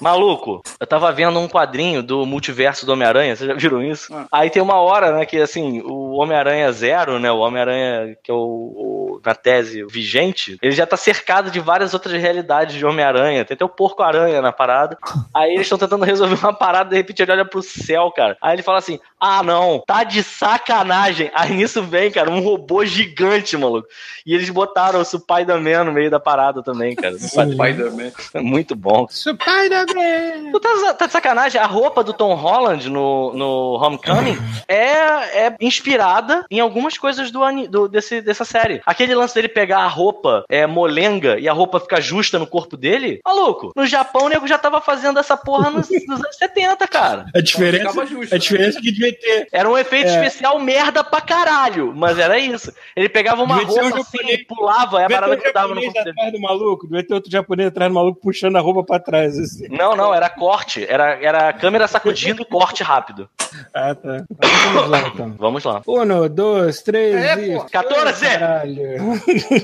Maluco, eu tava vendo um quadrinho do multiverso do Homem-Aranha, vocês já viram isso? Aí tem uma hora, né, que assim, o Homem-Aranha Zero, né, o Homem-Aranha que é na tese vigente, ele já tá cercado de várias outras realidades de Homem-Aranha, tem até o Porco-Aranha na parada. Aí eles estão tentando resolver uma parada, de repente ele olha pro céu, cara. Aí ele fala assim, não, tá de sacanagem. Aí nisso vem, cara, um robô gigante, maluco. E eles botaram o Spider-Man no meio da parada também, cara. Spider-Man. Muito bom. Spider-Man! Tu tá de sacanagem? A roupa do Tom Holland no Homecoming é inspirada em algumas coisas dessa série. Aquele lance dele pegar a roupa molenga e a roupa ficar justa no corpo dele, maluco, no Japão o nego já tava fazendo essa porra nos anos 70, cara. A diferença que devia ter. Era um efeito especial merda pra caralho, mas era isso. Ele pegava uma roupa assim e pulava, e a parada que dava no corpo dele. Atrás do maluco, devia ter outro japonês atrás do maluco puxando a roupa pra trás, assim. Não, era corte. Era a câmera sacudindo e corte rápido. Ah, tá. Vamos lá, então. Vamos lá. 1, 2, 3 e... 14! Caralho.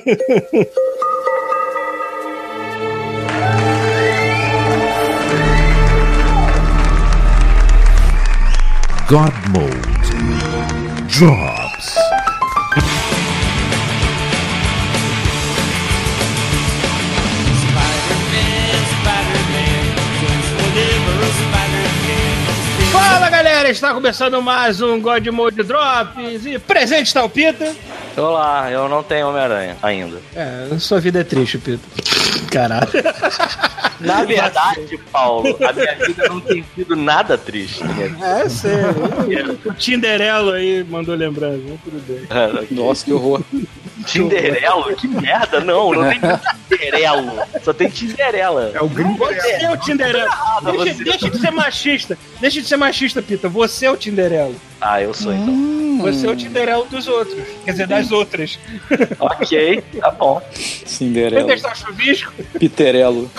God Mode Drops. Fala, galera, está começando mais um God Mode Drops e presente está o Pita. Olá, eu não tenho Homem-Aranha ainda. Sua vida é triste, Pita. Caralho. Na verdade, Paulo, a minha vida não tem sido nada triste. Sério. O Tinderelo aí mandou lembrança, tudo bem. Nossa, que horror. Tinderelo? Que merda, não tem Tinderelo. Só tem Tinderela. É o gringo. Você é o Tinderelo. Deixa de ser machista. Deixa de ser machista, Pita. Você é o Tinderelo. Eu sou, então. Você é o Tinderelo dos outros. Quer dizer, das outras. Ok, tá bom. Cinderelo. Quer testar o chuvisco? Piterelo.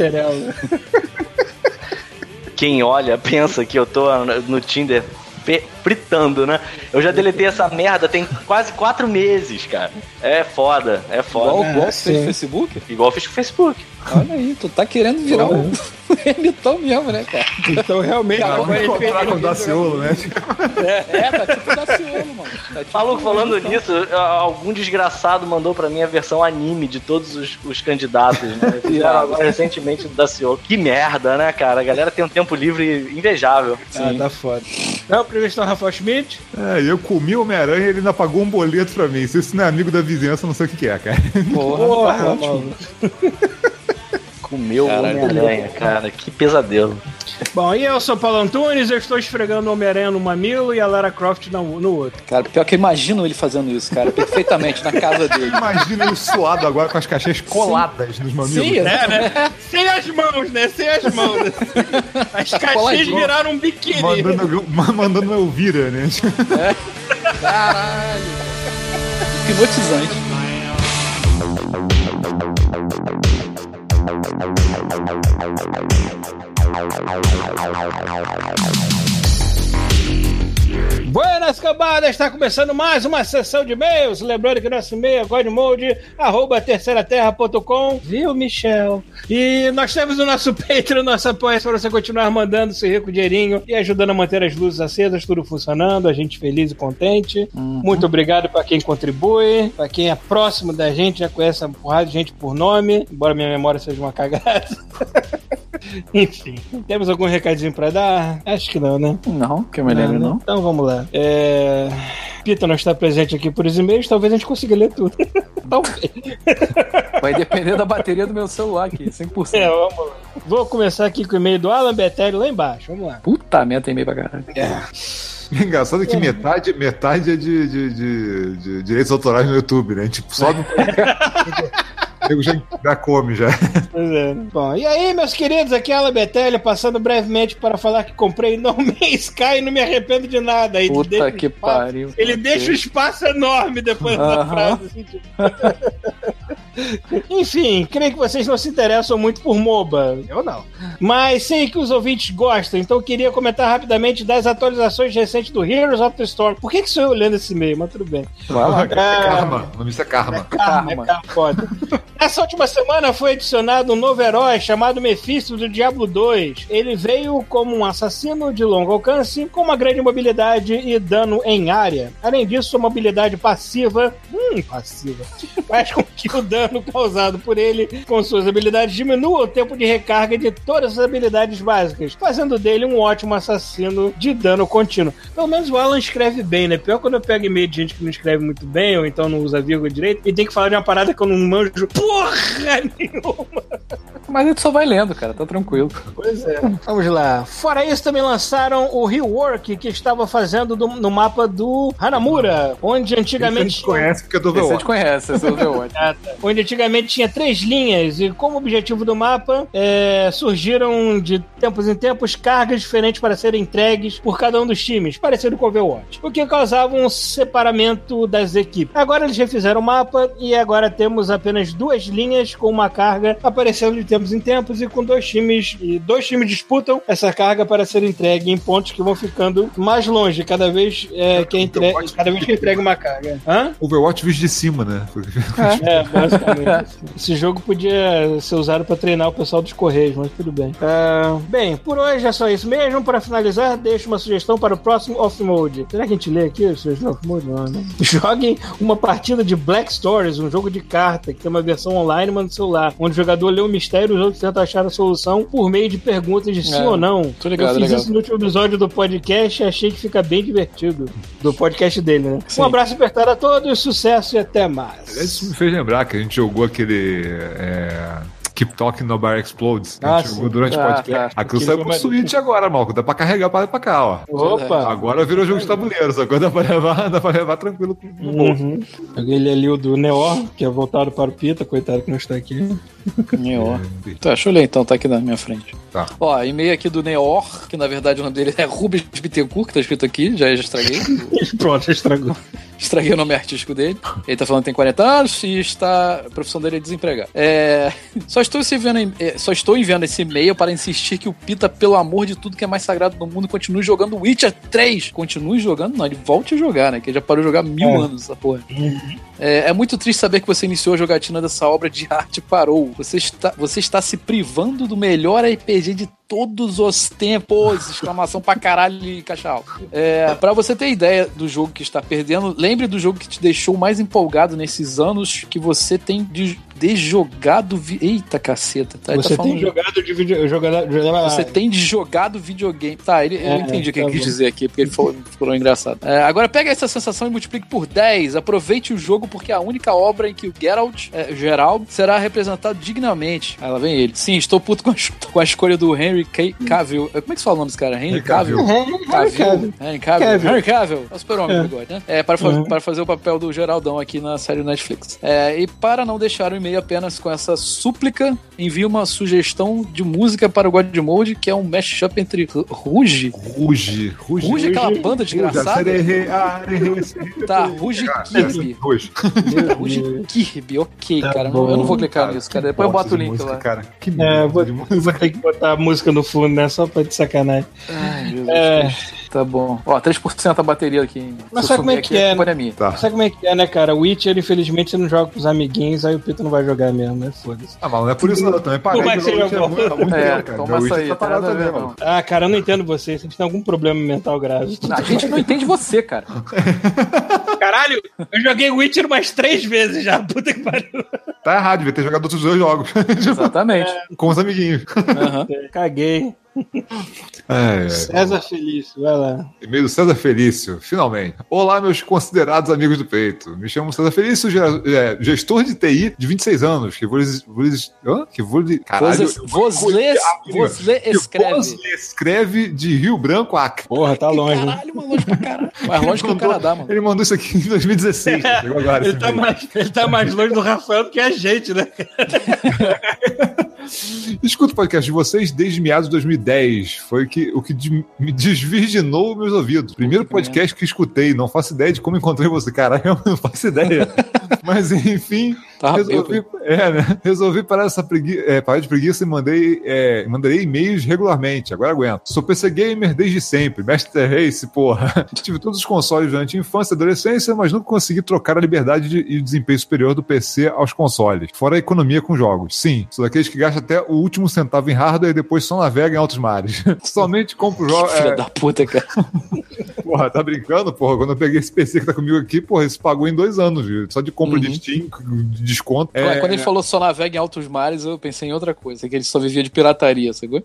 Quem olha pensa que eu tô no Tinder fritando, né? Eu já deletei essa merda tem quase 4 meses, cara. É foda. Igual você fez no Facebook? Igual eu fiz com o Facebook. Olha aí, tu tá querendo virar um remitão mesmo, né, cara? Então, realmente, vamos encontrar com o Daciolo, né? Tá tipo Daciolo, mano. Maluco, falando nisso, algum desgraçado mandou pra mim a versão anime de todos os candidatos, né? Fizeram agora recentemente do Daciolo. Que merda, né, cara? A galera tem um tempo livre invejável. Tá foda. Não, primeiro está o Rafael Schmidt. Eu comi o Homem-Aranha e ele ainda pagou um boleto pra mim. Se isso não é amigo da vizinhança, eu não sei o que é, cara. Porra, mano. Comeu o Homem-Aranha, cara. Que pesadelo. Bom, e eu sou o Paulo Antunes, eu estou esfregando o Homem-Aranha no mamilo e a Lara Croft no outro. Cara, pior que eu imagino ele fazendo isso, cara, perfeitamente, na casa dele. Imagina ele suado agora com as caixinhas coladas nos mamilos. Sim, né? Sem as mãos, né? As caixinhas viraram um biquíni. Mandando Elvira, né? Caralho. Hipnotizante. Buenas cambadas, está começando mais uma sessão de e-mails. Lembrando que nosso e-mail é godmode@terceiraterra.com. Viu, Michel? E nós temos o nosso Patreon, nosso apoio para você continuar mandando seu rico dinheirinho e ajudando a manter as luzes acesas, tudo funcionando, a gente feliz e contente. Muito obrigado para quem contribui, para quem é próximo da gente, já conhece a porrada de gente por nome, embora minha memória seja uma cagada. Enfim, temos algum recadinho pra dar? Acho que não, né? Não, que eu me lembro, não. Então vamos lá. Pita não está presente aqui por e-mails, talvez a gente consiga ler tudo. Talvez. Vai depender da bateria do meu celular aqui, 100%. Vamos lá. Vou começar aqui com o e-mail do Alan Betelli lá embaixo, vamos lá. Puta merda, tem e-mail pra caralho. Engraçado que metade é de direitos autorais no YouTube, né? Tipo, só do... Eu já come, já. Pois é. Bom, e aí, meus queridos, aqui é Alan Betelli, passando brevemente para falar que comprei No Man's Sky e não me arrependo de nada. Aí puta que pariu. Ele deixa o espaço enorme depois da frase. Assim, tipo... Enfim, creio que vocês não se interessam muito por MOBA. Eu não. Mas sei que os ouvintes gostam, então eu queria comentar rapidamente das atualizações recentes do Heroes of the Storm. Por que sou eu lendo esse e-mail? Mas tudo bem. Karma. O nome disso é Karma. Foda. Nessa última semana foi adicionado um novo herói chamado Mephisto do Diablo 2. Ele veio como um assassino de longo alcance, com uma grande mobilidade e dano em área. Além disso, sua mobilidade passiva faz com que o dano causado por ele com suas habilidades diminua o tempo de recarga de todas as habilidades básicas, fazendo dele um ótimo assassino de dano contínuo. Pelo menos o Alan escreve bem, né? Pior quando eu pego e-mail de gente que não escreve muito bem, ou então não usa vírgula direito, e tem que falar de uma parada que eu não manjo porra nenhuma. Mas a gente só vai lendo, cara, tá tranquilo. Pois é. Vamos lá. Fora isso, também lançaram o rework que estava fazendo no mapa do Hanamura, onde antigamente... A gente conhece porque é do Overwatch. Esse a gente conhece, esse é do Overwatch. Onde antigamente tinha 3 linhas, e como objetivo do mapa, surgiram de tempos em tempos cargas diferentes para serem entregues por cada um dos times, parecido com o Overwatch, o que causava um separamento das equipes. Agora eles refizeram o mapa e agora temos apenas 2 linhas com uma carga aparecendo de tempos em tempos e com 2 times, e 2 times disputam essa carga para ser entregue em pontos que vão ficando mais longe cada vez que entrega uma carga. Overwatch visto de cima, né? Basicamente. Esse jogo podia ser usado para treinar o pessoal dos Correios, mas tudo bem. Bem, por hoje é só isso mesmo. Para finalizar, deixo uma sugestão para o próximo Off-Mode. Será que a gente lê aqui o sugestão Off-Mode? Não, né? Joguem uma partida de Black Stories, um jogo de carta que tem uma versão online no celular, onde o jogador lê um mistério e os outros tentam achar a solução por meio de perguntas de sim ou não. Tô ligado, eu fiz isso no último episódio do podcast e achei que fica bem divertido. Do podcast dele, né? Sim. Um abraço apertado a todos, sucesso e até mais. Isso me fez lembrar que a gente jogou aquele... Keep Talking Nobody Explodes. A gente jogou durante o podcast. Aquilo saiu pro Switch agora, maluco. Dá pra carregar pra lá e pra cá, ó. Opa! Agora virou jogo de tabuleiros. Agora dá pra levar tranquilo pro bolso. Ele ali, o do Neor, que é voltado para o Pita, coitado que não está aqui. Neor. Tá, deixa eu ler então, tá aqui na minha frente. Tá. Ó, e-mail aqui do Neor, que na verdade o nome dele é Rubens Bittencourt, que tá escrito aqui, já estraguei. Pronto, já estragou. Estraguei o nome artístico dele. Ele tá falando que tem 40 anos e a profissão dele é desempregado. Só estou enviando esse e-mail para insistir que o Pita, pelo amor de tudo que é mais sagrado no mundo, continue jogando Witcher 3. Continue jogando? Não, ele volte a jogar, né? Que ele já parou de jogar 1000 anos, essa porra. É muito triste saber que você iniciou a jogatina dessa obra de arte e parou. Você está se privando do melhor RPG de todos os tempos! Exclamação pra caralho e caixa alta. Pra você ter ideia do jogo que está perdendo, lembre do jogo que te deixou mais empolgado nesses anos que você tem jogado... Eita caceta. Tá, você tá tem jogado de videogame. Você tem jogado videogame. Tá, eu entendi o que ele quis dizer aqui, porque ele falou engraçado. Agora pega essa sensação e multiplique por 10. Aproveite o jogo porque é a única obra em que o Geralt será representado dignamente. Aí lá vem ele. Sim, estou puto com a escolha do Henry Cavill. Como é que se fala o nome desse cara? Henry Cavill? Henry Cavill. É o super-homem do bigode, né? Para fazer o papel do Geraldão aqui na série Netflix. E para não deixar o e-mail apenas com essa súplica, envie uma sugestão de música para o God Mode, que é um mashup entre Ruge é aquela banda desgraçada? Tá, Ruge Kirby. Ruge Kirby, ok, cara. Eu não vou clicar nisso, cara. Depois eu boto o link lá. Cara. Que vou ter que botar a música no fundo, né? Só pra te sacanagem. Ai, Jesus. Tá bom. Ó, 3% a bateria aqui. Mas sabe como é que é, né? Tá. Sabe como é que é, né, cara? O Witcher, infelizmente, você não joga com os amiguinhos, aí o Pito não vai jogar mesmo, né? Foda-se. Mas não é por isso não. Eu também parei de jogar Witcher há muito tempo, cara. Toma essa aí, tá parado também, mano. Cara, eu não entendo vocês. Vocês têm algum problema mental grave. A gente não entende você, cara. Caralho, eu joguei Witcher umas 3 vezes já. Puta que pariu. Tá errado, devia ter jogado outros 2 jogos. Exatamente. Com os amiguinhos. Caguei. César Felício, vai lá. E-mail do César Felício, finalmente. Olá, meus considerados amigos do peito. Me chamo César Felício, gestor de TI de 26 anos, que escreve de Rio Branco, Acre. Porra, tá longe. Caralho, mano, longe pra caralho. Mais longe que o Canadá, mano. Ele mandou isso aqui em 2016. Agora, ele tá mais longe do Rafael do que a gente, né? Escuto o podcast de vocês desde meados de 2010. Foi o que me desvirginou meus ouvidos. Primeiro podcast que escutei. Não faço ideia de como encontrei você. Caralho, eu não faço ideia. Mas enfim, resolvi parar de preguiça e mandarei e-mails regularmente. Agora aguento. Sou PC Gamer desde sempre. Master Race, porra. Tive todos os consoles durante a infância e adolescência, mas nunca consegui trocar a liberdade e o desempenho superior do PC aos consoles. Fora a economia com jogos. Sim, sou daqueles que gastam até o último centavo em hardware e depois só navega em altos mares. Somente compro jogos... Filha da puta, cara. Porra, tá brincando, porra? Quando eu peguei esse PC que tá comigo aqui, porra, isso pagou em 2 anos, viu? Só de compra de Steam, de desconto. Quando ele falou só navega em altos mares, eu pensei em outra coisa, que ele só vivia de pirataria, sacou?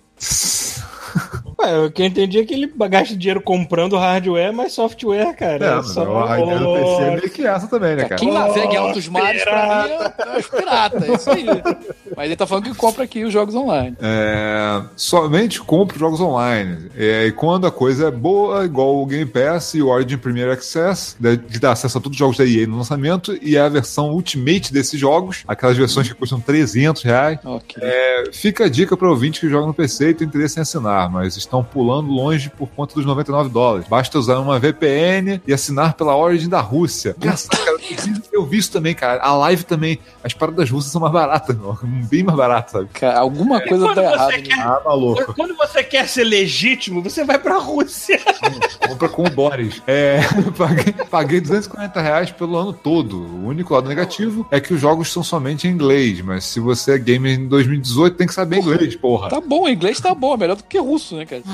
O que eu entendi é que ele gasta dinheiro comprando hardware, mas software, cara. A ideia do PC é meio que essa também, né, cara? Quem navega em altos mares, pra mim, é os piratas, é isso aí. Mas ele tá falando que compra aqui os jogos online. Somente compro jogos online. E quando a coisa é boa, igual o Game Pass e o Origin Premier Access, que dá acesso a todos os jogos da EA no lançamento, e a versão Ultimate desses jogos, aquelas versões que custam R$300. Okay. Fica a dica para ouvinte que joga no PC e tem interesse em assinar, mas estão pulando longe por conta dos $99. Basta usar uma VPN e assinar pela Origin da Rússia. Engraçado, cara, eu vi isso também, cara. A Live também, as paradas russas são mais baratas, bem mais baratas, sabe? Cara, alguma coisa tá errada. Maluco. Quando você quer ser legítimo, você vai pra Rússia. Compra com o Boris. Paguei R$240 pelo ano todo. O único lado negativo é que os jogos são somente em inglês, mas se você é gamer em 2018, tem que saber inglês, porra. Tá bom, inglês tá bom, melhor do que russo, né, cara?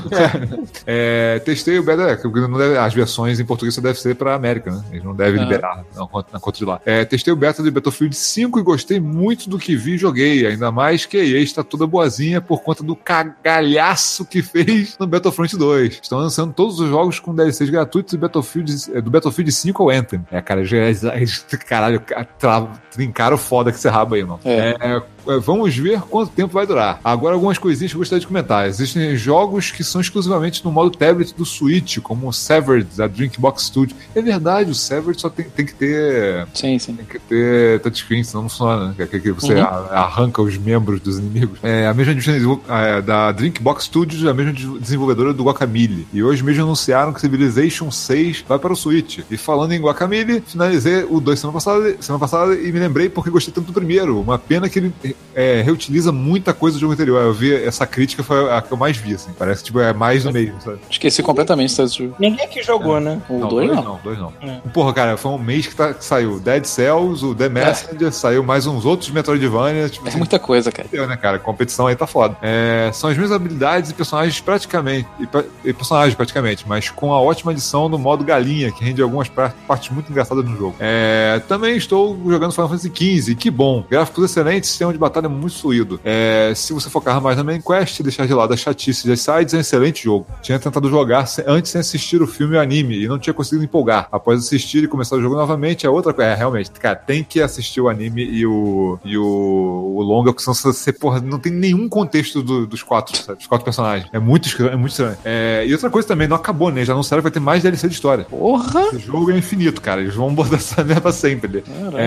Testei o beta, as versões em português só deve ser pra América, né? Eles não devem liberar na conta de lá. Testei o beta do Battlefield 5 e gostei muito do que vi e joguei, ainda mais que a EA está toda boazinha por conta do cagalhaço que fez no Battlefront 2. Estão lançando todos os jogos com DLCs gratuitos do Battlefield 5 ao Anthem. Caralho, trincaram foda que esse rabo aí, irmão. Vamos ver quanto tempo vai durar. Agora, algumas coisinhas que eu gostaria de comentar. Existem jogos que são exclusivamente no modo tablet do Switch, como o Severed, da Drinkbox Studio. É verdade, o Severed só tem que ter... Sim. Tem que ter touchscreen, senão não funciona, né? Que você arranca os membros dos inimigos. A mesma da Drinkbox Studios, a mesma desenvolvedora do Guacamelee. E hoje mesmo anunciaram que Civilization 6 vai para o Switch. E falando em Guacamelee, finalizei o 2 semana passada e me lembrei porque gostei tanto do primeiro. Uma pena que ele reutiliza muita coisa do jogo anterior. Eu vi essa crítica, foi a que eu mais vi, assim. Parece que é mais do meio, sabe? Esqueci completamente desse jogo. Ninguém que jogou, né? O 2 não. Dois não. Porra, cara, foi um mês que saiu Dead Cells, o The Messenger, saiu mais uns outros Metroidvania. Tipo, é muita coisa, cara. Né, cara? A competição aí tá foda. São as mesmas habilidades e personagens praticamente, mas com a ótima adição no modo galinha, que rende algumas partes muito engraçadas no jogo. Também estou jogando Final Fantasy XV, que bom. Gráficos excelentes, sistema de batalha muito fluido. Se você focar mais na main quest e deixar de lado a chatice das sides, é um excelente jogo. Tinha tentado jogar antes sem assistir o filme e o anime e não tinha conseguido empolgar. Após assistir e começar o jogo novamente, é outra coisa. Realmente, cara, tem que assistir o anime e o longa, porque senão você, porra, não tem nenhum contexto dos quatro personagens. É muito estranho. E outra coisa também, não acabou, né? Já anunciaram que vai ter mais DLC de história. Porra! Esse jogo é infinito, cara. Eles vão botar essa merda sempre.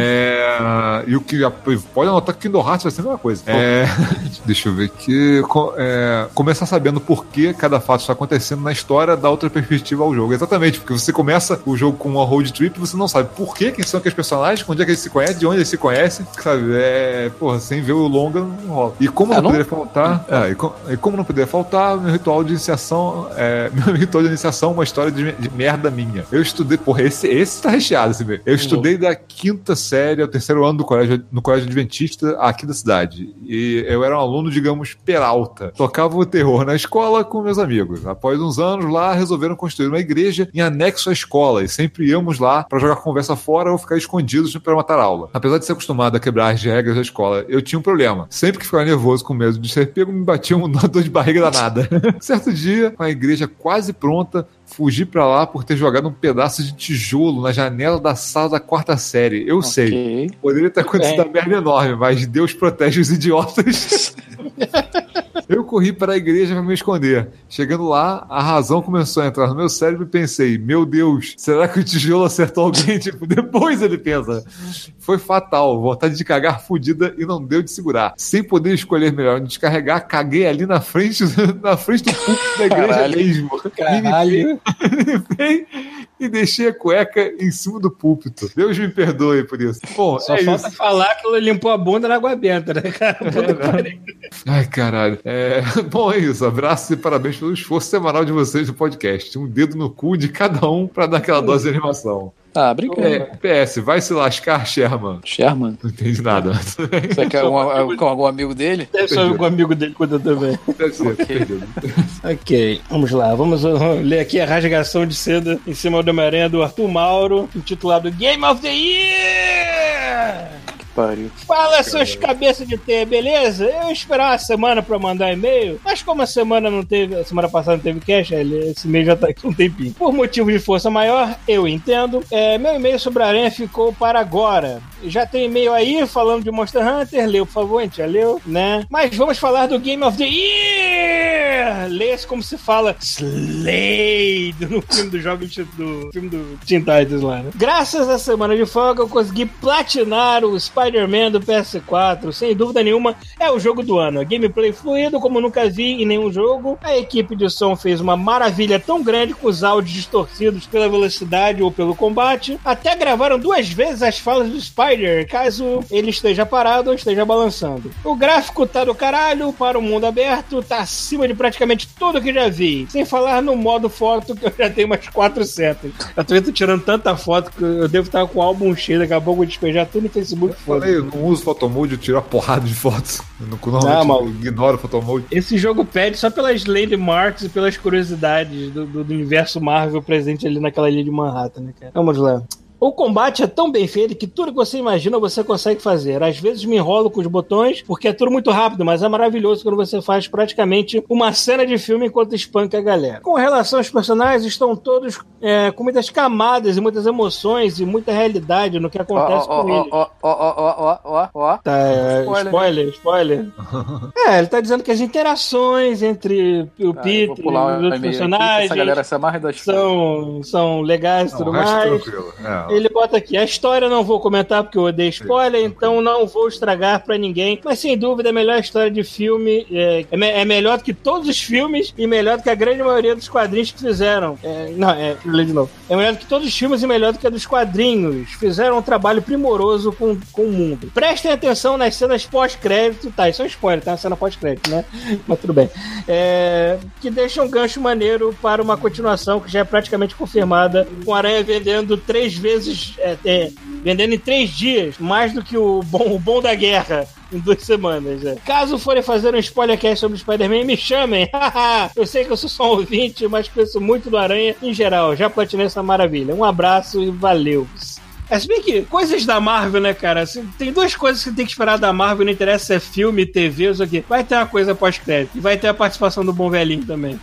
E o que pode anotar que Kingdom Hearts vai ser a mesma coisa. Deixa eu ver aqui. Começar sabendo por que cada fato está acontecendo na história dá outra perspectiva ao jogo. Exatamente, porque você começa o jogo com uma road trip e você não sabe por quem são aqueles personagens, onde é que eles se conhecem, de onde eles se conhecem, sabe? Porra, sem ver o longa não rola. E como não poderia faltar... como não poderia faltar, meu ritual de iniciação, uma história de merda minha. Eu estudei... Porra, esse tá recheado, assim, eu estudei da 5ª série ao 3º ano no colégio adventista aqui da cidade. E eu era um aluno, digamos, peralta. Tocava o terror na escola com meus amigos. Após uns anos lá, resolveram construir uma igreja em anexo à escola e sempre íamos lá pra jogar conversa fora ou ficar escondidos para matar aula. Apesar de ser acostumado a quebrar as regras da escola, eu tinha um problema. Sempre que ficava nervoso com medo de ser pego, me batia uma dor de barriga danada. Certo dia, com a igreja quase pronta, fugi pra lá por ter jogado um pedaço de tijolo na janela da sala da 4ª série. Eu sei. Poderia ter acontecido uma merda enorme, mas Deus protege os idiotas. Eu corri para a igreja para me esconder. Chegando lá, a razão começou a entrar no meu cérebro e pensei, meu Deus, será que o tijolo acertou alguém? Depois ele pensa. Foi fatal, vontade de cagar fodida e não deu de segurar. Sem poder escolher melhor onde descarregar, caguei ali na frente do púlpito da igreja mesmo. Caralho. e deixei a cueca em cima do púlpito. Deus me perdoe por isso. Bom, só falta falar que ela limpou a bunda na água benta, né, cara? Ai, caralho. Bom, é isso. Abraço e parabéns pelo esforço semanal de vocês no podcast. Um dedo no cu de cada um pra dar aquela dose de animação. Ah, obrigado. PS, vai se lascar, Sherman. Sherman? Não entendi nada. Você quer algum amigo dele? Deve ser algum amigo dele cuida também. Deve ser, perdido. Ok, vamos lá. Vamos ler aqui a rasgação de seda em cima do Homem-Aranha do Arthur Mauro, intitulado Game of the Year! Pariu. Fala, seus cabeças de T, beleza? Eu esperava uma semana pra mandar e-mail, mas como a semana passada não teve cash, esse mês já tá aqui um tempinho. Por motivo de força maior, eu entendo. Meu e-mail sobre a Aranha ficou para agora. Já tem e-mail aí falando de Monster Hunter, leu, por favor, a gente já leu, né? Mas vamos falar do Game of the Year! Leia-se como se fala Slade no filme do jogo do filme do Teen Titans lá, né? Graças à semana de folga, eu consegui platinar o Spider-Man do PS4, sem dúvida nenhuma, é o jogo do ano. Gameplay fluido, como nunca vi em nenhum jogo. A equipe de som fez uma maravilha tão grande com os áudios distorcidos pela velocidade ou pelo combate. Até gravaram 2 vezes as falas do Spider, caso ele esteja parado ou esteja balançando. O gráfico tá do caralho, para o mundo aberto, tá acima de praticamente tudo que já vi. Sem falar no modo foto, que eu já tenho umas 400. Eu também tô tirando tanta foto que eu devo estar com o álbum cheio, daqui a pouco eu vou despejar tudo no Facebook. Eu não uso Photomode, eu tiro a porrada de fotos. Eu normalmente ignoro o Photomode. Esse jogo pede só pelas landmarks e pelas curiosidades do universo Marvel presente ali naquela ilha de Manhattan, né, cara? Vamos lá. O combate é tão bem feito que tudo que você imagina você consegue fazer. Às vezes me enrolo com os botões, porque é tudo muito rápido, mas é maravilhoso quando você faz praticamente uma cena de filme enquanto espanca a galera. Com relação aos personagens, estão todos com muitas camadas e muitas emoções e muita realidade no que acontece com eles. Spoiler. Ele tá dizendo que as interações entre o Peter e os outros personagens são legais e tudo mais. Ele bota aqui, a história eu não vou comentar porque eu odeio spoiler, então não vou estragar pra ninguém, mas sem dúvida a melhor história de filme é melhor do que todos os filmes e melhor do que a grande maioria dos quadrinhos que fizeram. Deixa eu ler de novo. É melhor do que todos os filmes e melhor do que a dos quadrinhos. Fizeram um trabalho primoroso com o mundo. Prestem atenção nas cenas pós-crédito, isso é um spoiler, tá? Uma cena pós-crédito, né? Mas tudo bem. Que deixa um gancho maneiro para uma continuação que já é praticamente confirmada, com a Aranha vendendo 3 vezes, vendendo em 3 dias, mais do que o bom da guerra em 2 semanas. Caso forem fazer um spoilercast sobre o Spider-Man, me chamem. Eu sei que eu sou só um ouvinte, mas penso muito do Aranha em geral. Já platinei essa maravilha. Um abraço e valeu. Se bem que coisas da Marvel, né, cara? Assim, tem 2 coisas que tem que esperar da Marvel, não interessa se é filme, TV, isso aqui. Vai ter uma coisa pós-crédito. E vai ter a participação do Bom Velhinho também.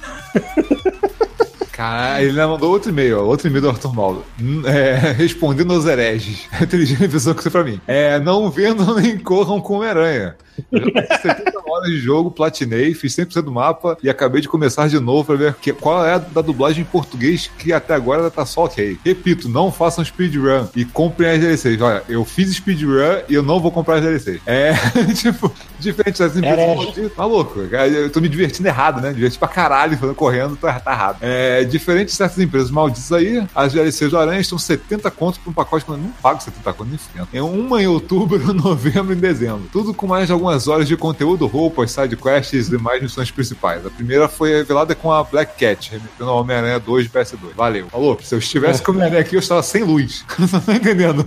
Cara, ele mandou outro e-mail do Arthur Mauro. Respondendo aos hereges. A inteligente visão que você pra mim. Não vendam nem corram com Homem-Aranha. Eu já passei 70 horas de jogo, platinei, fiz 100% do mapa e acabei de começar de novo pra ver qual é a da dublagem em português, que até agora tá só ok. Repito, não façam speedrun e comprem as DLCs. Olha, eu fiz speedrun e eu não vou comprar as DLCs. Diferente das empresas. Maluco, eu tô me divertindo errado, né? Divertindo pra caralho, correndo, tá errado. Diferente de certas empresas malditas aí, as DLCs do Aranha estão 70 contos pra um pacote que eu não pago 70 contos nem feno. Uma em outubro, novembro e dezembro. Tudo com mais de algumas horas de conteúdo, roupas, sidequests e mais missões principais. A primeira foi revelada com a Black Cat, remetendo ao Homem-Aranha 2 de PS2. Valeu. Falou, se eu estivesse com o Homem-Aranha aqui, eu estava sem luz. Não tá entendendo?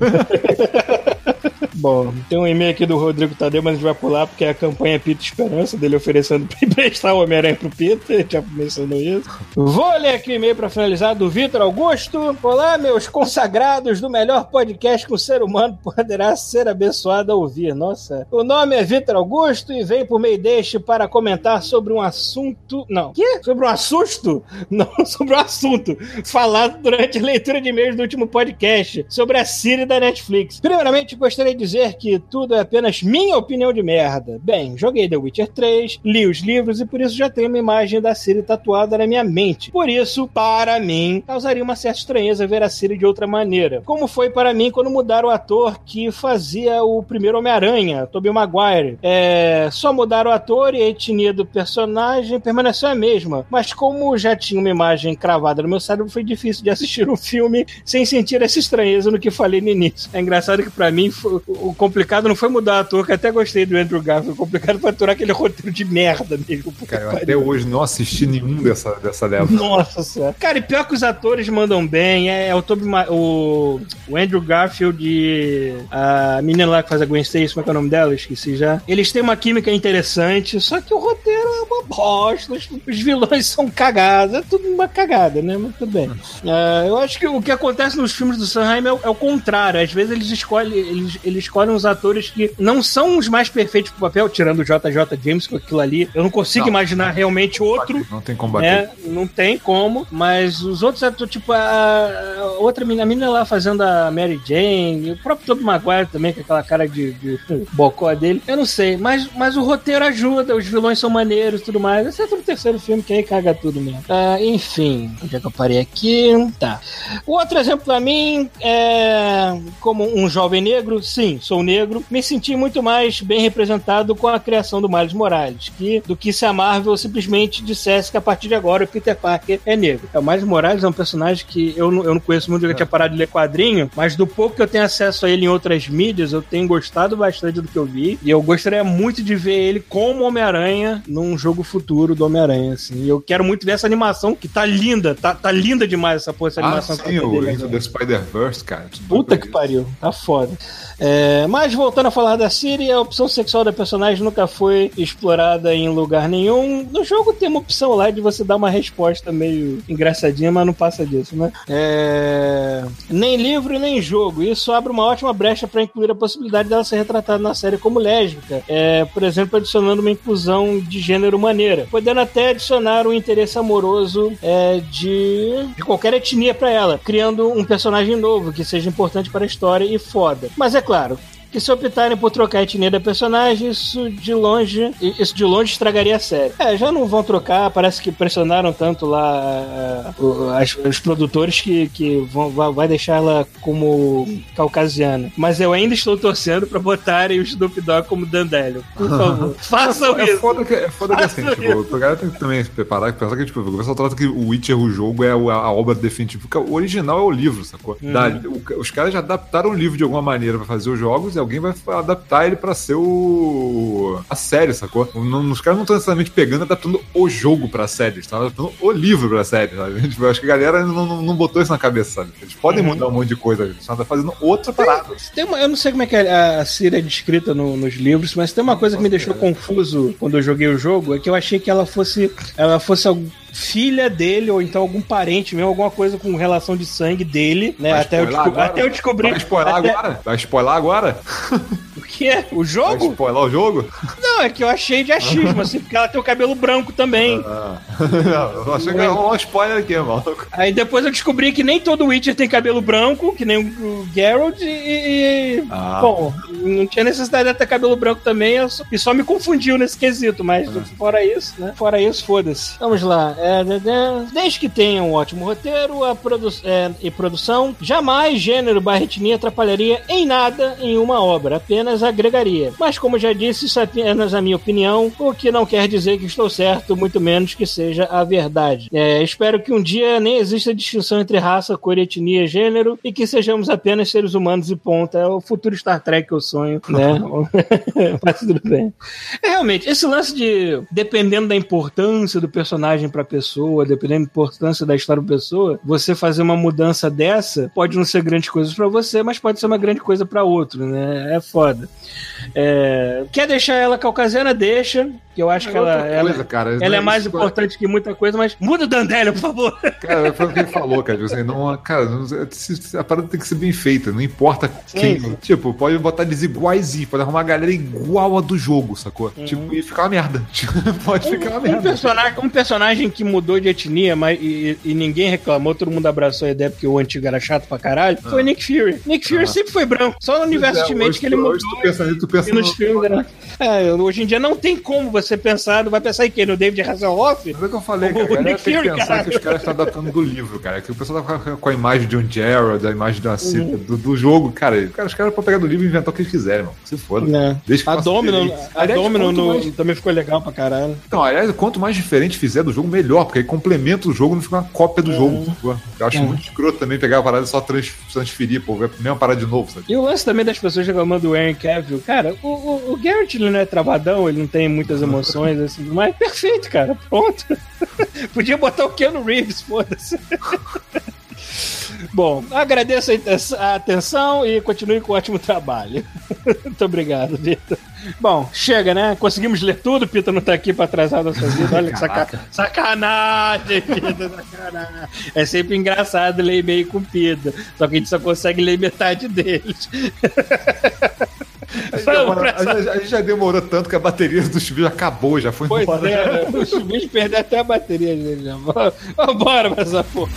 Bom, tem um e-mail aqui do Rodrigo Tadeu, mas a gente vai pular porque é a campanha Peter Esperança dele oferecendo pra emprestar o Homem-Aranha pro Peter, já mencionou isso. Vou ler aqui o e-mail pra finalizar do Vitor Augusto. Olá, meus consagrados do melhor podcast que o ser humano poderá ser abençoado a ouvir. Nossa. O nome é Vitor Augusto e vem por meio deste para comentar sobre um assunto... Não. Quê? Sobre um assusto? Não, sobre um assunto falado durante a leitura de e-mails do último podcast sobre a Siri da Netflix. Primeiramente, gostaria de dizer que tudo é apenas minha opinião de merda. Bem, joguei The Witcher 3, li os livros e por isso já tenho uma imagem da Ciri tatuada na minha mente. Por isso, para mim, causaria uma certa estranheza ver a Ciri de outra maneira. Como foi para mim quando mudaram o ator que fazia o primeiro Homem-Aranha, Tobey Maguire. Só mudaram o ator e a etnia do personagem permaneceu a mesma. Mas como já tinha uma imagem cravada no meu cérebro, foi difícil de assistir um filme sem sentir essa estranheza no que falei no início. É engraçado que pra mim o complicado não foi mudar o ator, que eu até gostei do Andrew Garfield. O complicado foi aturar aquele roteiro de merda mesmo. Cara, eu até hoje não assisti nenhum dessa leva. Nossa senhora. Cara, e pior que os atores mandam bem. O Andrew Garfield e a menina lá que faz a Gwen Stacy, como é que é o nome dela? Esqueci já. Eles têm uma química interessante, só que o roteiro é uma bosta. Os vilões são cagados. É tudo uma cagada, né? Mas tudo bem. Eu acho que o que acontece nos filmes do Sam Raimi é o contrário. Às vezes eles escolhem uns atores que não são os mais perfeitos pro papel, tirando o J.J. James com aquilo ali. Eu não consigo imaginar realmente outro. Não tem como bater. Não tem como, mas os outros atores, tipo a menina lá fazendo a Mary Jane, o próprio Tobey Maguire também, com aquela cara de bocó dele. Eu não sei, mas o roteiro ajuda, os vilões são maneiros e tudo mais. Exceto no terceiro filme, que aí caga tudo mesmo. Enfim, onde é que eu parei aqui? Tá. O outro exemplo pra mim é como um jovem negro. Sim, sou negro. Me senti muito mais bem representado com a criação do Miles Morales do que se a Marvel simplesmente dissesse que a partir de agora o Peter Parker é negro. O Miles Morales é um personagem que eu não conheço muito, eu tinha parado de ler quadrinho, mas do pouco que eu tenho acesso a ele em outras mídias, eu tenho gostado bastante do que eu vi, e eu gostaria muito de ver ele como Homem-Aranha num jogo futuro do Homem-Aranha, assim. Eu quero muito ver essa animação, que tá linda, tá linda demais essa porra, essa animação. Sim, o Into the Spider-Verse, cara. Puta que pariu, tá foda. Mas voltando a falar da Ciri, a opção sexual da personagem nunca foi explorada em lugar nenhum. No jogo tem uma opção lá de você dar uma resposta meio engraçadinha, mas não passa disso, né? Nem livro, nem jogo. Isso abre uma ótima brecha para incluir a possibilidade dela ser retratada na série como lésbica. Por exemplo, adicionando uma inclusão de gênero maneira. Podendo até adicionar um interesse amoroso de qualquer etnia para ela, criando um personagem novo que seja importante para a história e foda. Mas é claro que se optarem por trocar a etnia da personagem, isso de longe estragaria a série. Já não vão trocar, parece que pressionaram tanto lá os produtores que vai deixar ela como caucasiana. Mas eu ainda estou torcendo pra botarem o Snoop Dogg como Dandelion. Por favor, façam isso. É foda que assim, tipo, o cara tem que também se preparar, pensar que, tipo, o pessoal trata que o Witcher, o jogo, é a obra definitiva, porque o original é o livro, sacou? Os caras já adaptaram o livro de alguma maneira pra fazer os jogos, e alguém vai adaptar ele pra ser a série, sacou? Os caras não estão necessariamente pegando e adaptando o jogo pra série, estão adaptando o livro pra série, sabe? Tipo, eu acho que a galera não botou isso na cabeça, sabe? Eles podem mudar um monte de coisa, eles estão fazendo outra parada. Eu não sei como é que a Ciri é descrita nos livros, mas tem uma coisa que me deixou confuso quando eu joguei o jogo, é que eu achei que ela fosse filha dele, ou então algum parente mesmo, alguma coisa com relação de sangue dele, né? Até eu descobrir. Vai spoiler agora? Vai spoiler agora? O quê? O jogo? Vai spoiler o jogo? Não, é que eu achei de achismo, assim, porque ela tem o cabelo branco também. Não, eu achei que ia rolar um spoiler aqui, maluco. Aí depois eu descobri que nem todo Witcher tem cabelo branco, que nem o Geralt, bom, não tinha necessidade de ter cabelo branco também, e só me confundiu nesse quesito, mas fora isso, né? Fora isso, foda-se. Vamos lá. Desde que tenha um ótimo roteiro e produção, jamais gênero / etnia atrapalharia em nada em uma obra, apenas agregaria. Mas como já disse, isso é apenas a minha opinião, o que não quer dizer que estou certo, muito menos que seja a verdade. Espero que um dia nem exista distinção entre raça, cor, etnia, gênero, e que sejamos apenas seres humanos e ponto. É o futuro Star Trek que eu sonho, né? Mas tudo bem. Realmente, esse lance de, dependendo da importância do personagem pra pessoa, dependendo da importância da história da pessoa, você fazer uma mudança dessa pode não ser grandes coisas pra você, mas pode ser uma grande coisa pra outro, né? É foda. Quer deixar ela caucasiana? Deixa. que eu acho que ela é mais importante que muita coisa, mas muda o Dandelion, por favor. Cara, foi o que ele falou, cara. Assim, a parada tem que ser bem feita, não importa quem. Tipo, pode botar eles iguaizinho, pode arrumar uma galera igual a do jogo, sacou? Tipo, e ficar uma merda. Pode ficar uma merda. Um personagem que mudou de etnia, mas e ninguém reclamou, todo mundo abraçou a ideia porque o antigo era chato pra caralho, foi Nick Fury. Nick Fury sempre foi branco, só no universo Ultimate que ele mudou. Tu pensa nos filmes, né? Hoje em dia não tem como você pensar, não vai pensar em quem? No David Hasselhoff? Mas é o que eu falei, cara. A galera tem que pensar que os caras estão adaptando do livro, cara. Que o pessoal tá com a imagem de um Gerald, a imagem de uma Cita, do jogo, cara. Os caras podem pegar do livro e inventar o que eles quiserem, mano. Se foda. A Domino também ficou legal pra caralho. Então, aliás, quanto mais diferente fizer do jogo, melhor, porque aí complementa o jogo, não fica uma cópia do jogo. Eu acho muito escroto também pegar a parada e só transferir, pô, a mesma parada de novo, sabe? E o lance também das pessoas reclamando do Henry Cavill, cara, o Garrett, ele não é travadão, ele não tem muitas emoções, assim, mas perfeito, cara, pronto. Podia botar o Keanu Reeves, foda-se. Bom, agradeço a atenção e continue com o ótimo trabalho. Muito obrigado, Vitor. Bom, chega, né? Conseguimos ler tudo, Pita não tá aqui pra atrasar a nossa vida. Olha que sacanagem, Pita, sacanagem. É sempre engraçado ler e-mail com Pita, só que a gente só consegue ler metade deles. A gente já demorou tanto que a bateria do chuveiro acabou, já foi embora. Pois é, o chuveiro perdeu até a bateria dele já. Vambora, essa porra.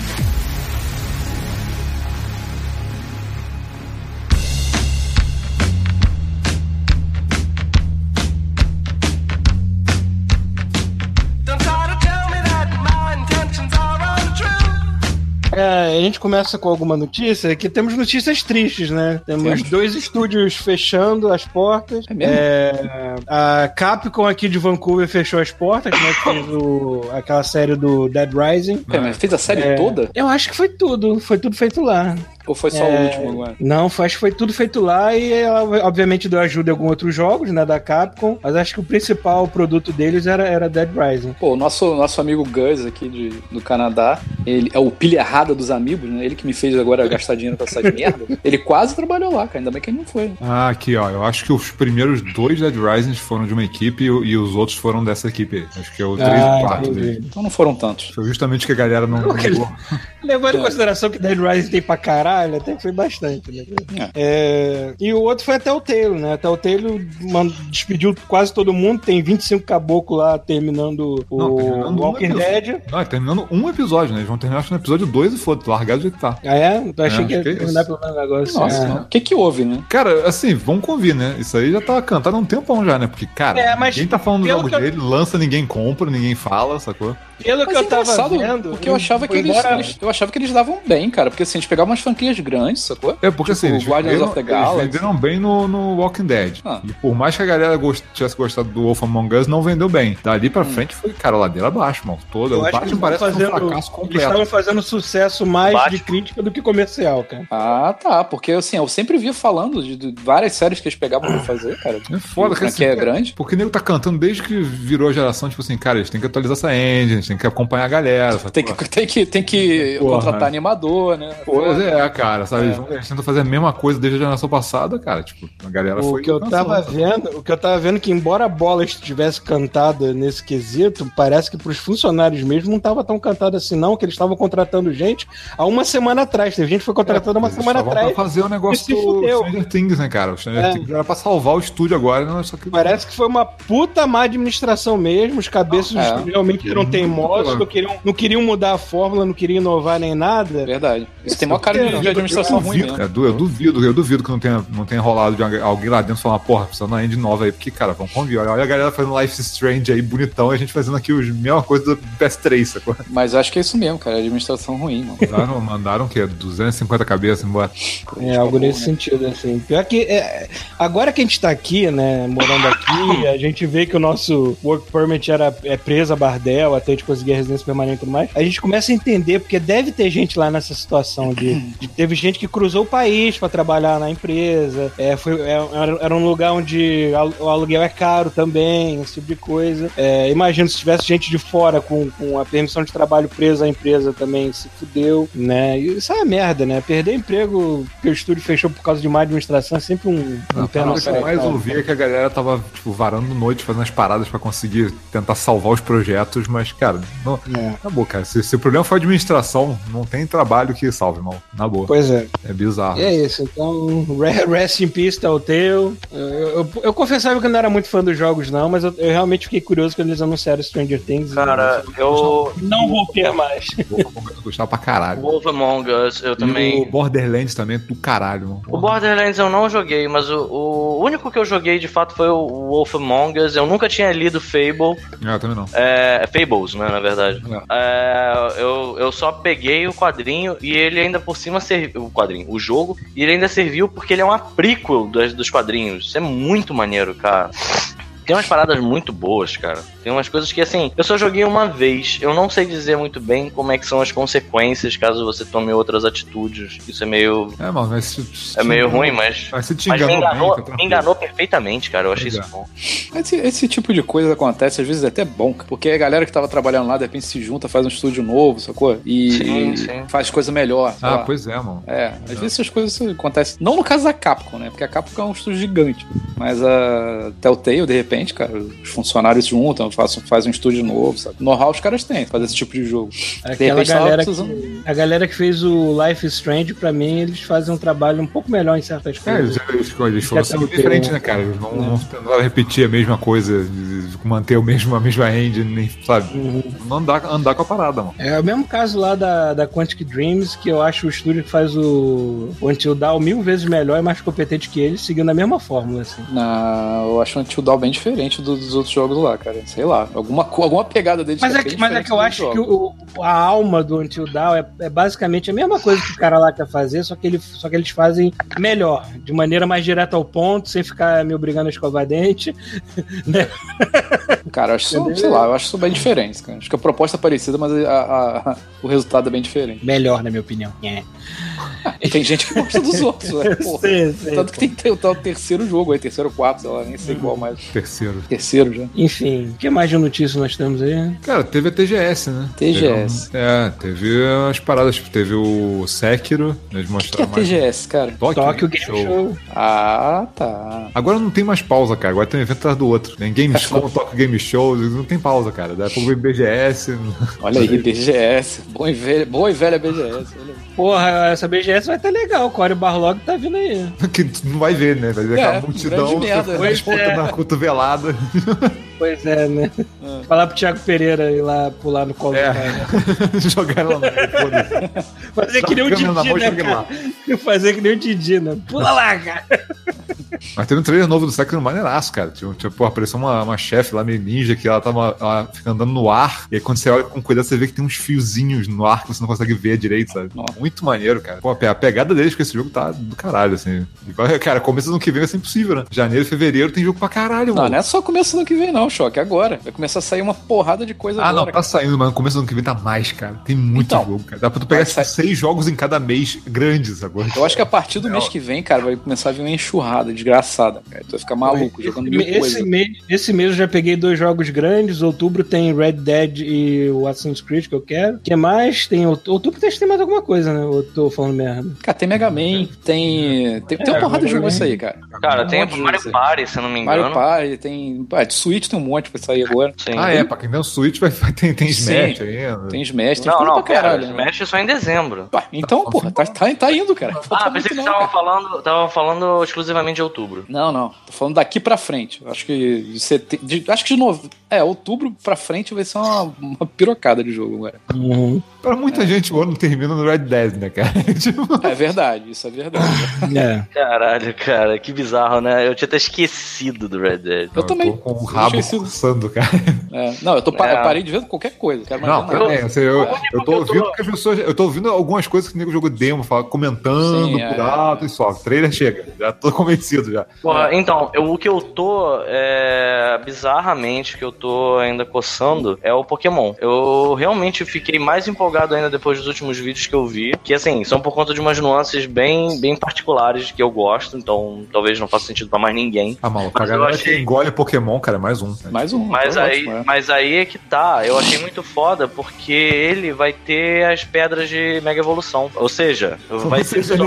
A gente começa com alguma notícia, que temos notícias tristes, né? Temos 2 estúdios fechando as portas. É mesmo? A Capcom aqui de Vancouver fechou as portas, né? Que fez aquela série do Dead Rising. Mas fez a série toda? Eu acho que foi tudo feito lá. Ou foi só o último agora? Não, acho que foi tudo feito lá e ela, obviamente, deu ajuda em alguns outros jogos, né, da Capcom, mas acho que o principal produto deles era Dead Rising. Pô, o nosso amigo Gus aqui do Canadá, ele é o pilha errada dos amigos, né? Ele que me fez agora gastar dinheiro com essa merda. Ele quase trabalhou lá, cara, ainda bem que ele não foi. Ah, aqui, ó, eu acho que os primeiros 2 Dead Rising foram de uma equipe e os outros foram dessa equipe aí. Acho que é o 3 e 4 dele. Então não foram tantos. Foi justamente que a galera não... Levando em consideração que Dead Rising tem pra caralho, até que foi bastante, né? E o outro foi até o Telltale, né? Até o Telltale despediu quase todo mundo, tem 25 caboclos lá terminando Walking Dead. Não, terminando um episódio, né? Eles vão terminar no episódio 2 e foda-se, largado do jeito que tá. Ah, é? Então achei que ia terminar pelo menos negócio. Nossa, o que houve, né? Cara, assim, vamos convir, né? Isso aí já tá cantado há um tempão já, né? Porque, cara, ninguém tá falando do jogo dele, lança, ninguém compra, ninguém fala, sacou? Pelo que eu tava vendo... Porque eu achava que eles davam bem, cara. Porque assim, eles pegavam umas franquias grandes, sacou? Porque assim, eles venderam bem no Walking Dead. E por mais que a galera tivesse gostado do Wolf Among Us, não vendeu bem. Dali pra frente foi, cara, ladeira abaixo, mano. O Batman parece um fracasso completo. Eles estavam fazendo sucesso mais de crítica do que comercial, cara. Ah, tá. Porque assim, eu sempre via falando de várias séries que eles pegavam pra fazer, cara. É foda, que assim, é grande. Porque o nego tá cantando desde que virou a geração, tipo assim, cara, eles têm que atualizar essa engine, eles têm que acompanhar a galera. Tem que contratar animador, né? Pois cara, sabe? Eles tentam fazer a mesma coisa desde a geração passada, cara. Tipo, a galera foi... O que eu tava vendo que, embora a bola estivesse cantada nesse quesito, parece que pros funcionários mesmo não tava tão cantado assim, não, que eles estavam contratando gente há uma semana atrás. Teve gente que foi contratada uma semana atrás. Pra fazer o negócio do Stranger Things, né, cara? O Stranger Things era pra salvar o estúdio agora, não, só que... Parece que foi uma puta má administração mesmo, os cabeças do estúdio realmente eram teimosos, não queriam mudar a fórmula, não queriam inovar nem nada. Verdade. Isso tem uma cara de administração ruim mesmo. Eu duvido que não tenha rolado de alguém lá dentro falando, porra, precisa de uma engine nova aí, porque, cara, vamos convir. Olha a galera fazendo Life is Strange aí, bonitão, e a gente fazendo aqui a mesma coisa do PS3, sacou? Mas acho que é isso mesmo, cara, administração ruim, mano. Mandaram o quê? 250 cabeças embora? Algo nesse sentido, assim. Pior que, agora que a gente tá aqui, né, morando aqui, a gente vê que o nosso work permit é preso a bardel, até a gente conseguir a residência permanente e tudo mais, a gente começa a entender, porque deve ter gente lá nessa situação teve gente que cruzou o país pra trabalhar na empresa, era um lugar onde o aluguel é caro também, esse tipo de coisa. Imagino se tivesse gente de fora com a permissão de trabalho presa à empresa também se fudeu, né? E isso é uma merda, né? Perder emprego porque o estúdio fechou por causa de má administração é sempre um pé na O que eu mais ouvi é que a galera tava, tipo, varando noite, fazendo as paradas pra conseguir tentar salvar os projetos, mas, cara, na boa, cara. Se o problema for administração, não tem trabalho que salve, irmão. Na boa. Pois é. É bizarro. E é isso. Então, rest in peace, Telltale. Eu confessava que eu não era muito fã dos jogos, não, mas eu realmente fiquei curioso quando eles anunciaram Stranger Things. Cara, eu não vou ter mais. Eu gostava pra caralho. Wolf Among Us, eu também. E o Borderlands também é do caralho, mano. O Borderlands eu não joguei, mas o único que eu joguei de fato foi o Wolf Among Us. Eu nunca tinha lido Fable. Eu também não. Fables, né, na verdade. Eu só peguei o quadrinho e ele ainda por cima serviu. O jogo, e ele ainda serviu porque ele é uma prequel dos quadrinhos. Isso é muito maneiro, cara. Tem umas paradas muito boas, cara. Tem umas coisas que, assim, eu só joguei uma vez. Eu não sei dizer muito bem como é que são as consequências caso você tome outras atitudes. Isso é meio... É meio ruim, mas me enganou perfeitamente, cara. Eu achei isso bom. Esse tipo de coisa acontece, às vezes é até bom, porque a galera que tava trabalhando lá, de repente se junta, faz um estúdio novo, sacou? E faz coisa melhor. Pois é, mano. Às vezes essas coisas acontecem. Não no caso da Capcom, né? Porque a Capcom é um estúdio gigante. Mas a Telltale, de repente, cara, os funcionários juntam, fazem um estúdio novo, sabe? Know-how os caras têm, fazer esse tipo de jogo. A galera que fez o Life is Strange, pra mim, eles fazem um trabalho um pouco melhor em certas coisas. Eles foram diferentes, né, cara? Eles não tentaram repetir a mesma coisa, manter a mesma engine, sabe? Não andar com a parada, mano. É o mesmo caso lá da Quantic Dreams, que eu acho o estúdio que faz o Until Dawn 1000 vezes melhor e mais competente que eles, seguindo a mesma fórmula, assim. Não, eu acho o Until Dawn bem diferente dos outros jogos lá, cara. Sei lá, alguma pegada deles. Mas é que eu acho que a alma do Until Dawn é basicamente a mesma coisa que o cara lá quer fazer, só que eles fazem melhor, de maneira mais direta ao ponto, sem ficar me obrigando a escovar dente, né? Cara, eu acho eu acho isso bem diferente, cara. Acho que a proposta é parecida, mas o resultado é bem diferente. Melhor, na minha opinião. Tem gente que gosta dos outros, né? Sei. Tanto que tem o terceiro jogo aí, terceiro ou quarto, sei lá, nem sei qual mais. Terceiro já. Enfim, o que mais de notícias nós temos aí? Cara, teve a TGS, né? TGS. Teve as paradas, teve o Sekiro, eles mostraram. O que é TGS, cara? Tokyo Game Show. Ah, tá. Agora não tem mais pausa, cara. Agora tem um evento atrás do outro. Tem Gamescom, Tokyo Game Show, não tem pausa, cara. Dá pra ver BGS. Olha aí, BGS. Boa e velha BGS. Olha aí. Porra, essa BGS vai estar legal. O Corey Barlog tá vindo aí. Que tu não vai ver, né? Vai ver aquela multidão na cotovelada. Pois é, né? Falar pro Thiago Pereira ir lá pular no colo do cara. Jogar ela no meio, fazer que nem o Didi, né, cara? Fazer que nem o Didi, né? Pula lá, cara. Mas teve um trailer novo do Sekiro maneiraço, cara. Apareceu uma chefe lá meio ninja que ela fica andando no ar. E aí quando você olha com cuidado, você vê que tem uns fiozinhos no ar que você não consegue ver direito, sabe? Muito maneiro, cara. Pô, a pegada deles com esse jogo tá do caralho, assim. E, cara, começo do ano que vem vai ser impossível, né? Janeiro, fevereiro tem jogo pra caralho, mano. Não é só começo do ano que vem, não, Choque. Agora. Vai começar a sair uma porrada de coisa agora. Não, tá saindo, mas no começo do ano que vem tá mais, cara. Tem muito jogo, cara. Dá pra tu pegar 6 jogos em cada mês grandes agora. Eu acho que a partir do mês que vem, cara, vai começar a vir uma enchurrada desgraçada, cara. Tu vai ficar maluco jogando mil coisas. Esse mês eu já peguei 2 jogos grandes. Outubro tem Red Dead e o Assassin's Creed que eu quero. O que mais? Tem outubro tem mais alguma coisa, né? Eu tô falando merda. Cara, tem Mega Man, tem uma porrada de jogo isso aí, cara. Cara, tem Mario Party, se eu não me engano. Mario Party, tem... de Switch tem um monte pra sair agora. Sim. Pra quem tem o Switch tem Smash ainda. Tem Smash, tem não, pra caralho. Smash é só em dezembro. Então, porra, tá indo, cara. Pensei que você tava falando exclusivamente de outubro. Não. Tô falando daqui pra frente. Acho que de novo. Outubro pra frente vai ser uma pirocada de jogo agora. Pra muita gente o ano termina no Red Dead, né, cara? É verdade, isso é verdade. Caralho, cara, que bizarro, né? Eu tinha até esquecido do Red Dead. Eu também. Tô com o rabo coçando, cara. Eu parei de ver qualquer coisa. Eu tô ouvindo que as pessoas. Eu tô ouvindo algumas coisas que o nego jogou demo, comentando por alto e só. O trailer chega. Já tô convencido medo já. Porra, então, o que eu tô, bizarramente, que eu tô ainda coçando é o Pokémon. Eu realmente fiquei mais empolgado ainda depois dos últimos vídeos que eu vi, que assim, são por conta de umas nuances bem particulares que eu gosto, então talvez não faça sentido pra mais ninguém. Maluco, a galera que engole Pokémon, cara, mais um. Mais um. Mas aí é que tá, eu achei muito foda, porque ele vai ter as pedras de Mega Evolução. Ou seja, vai ser só...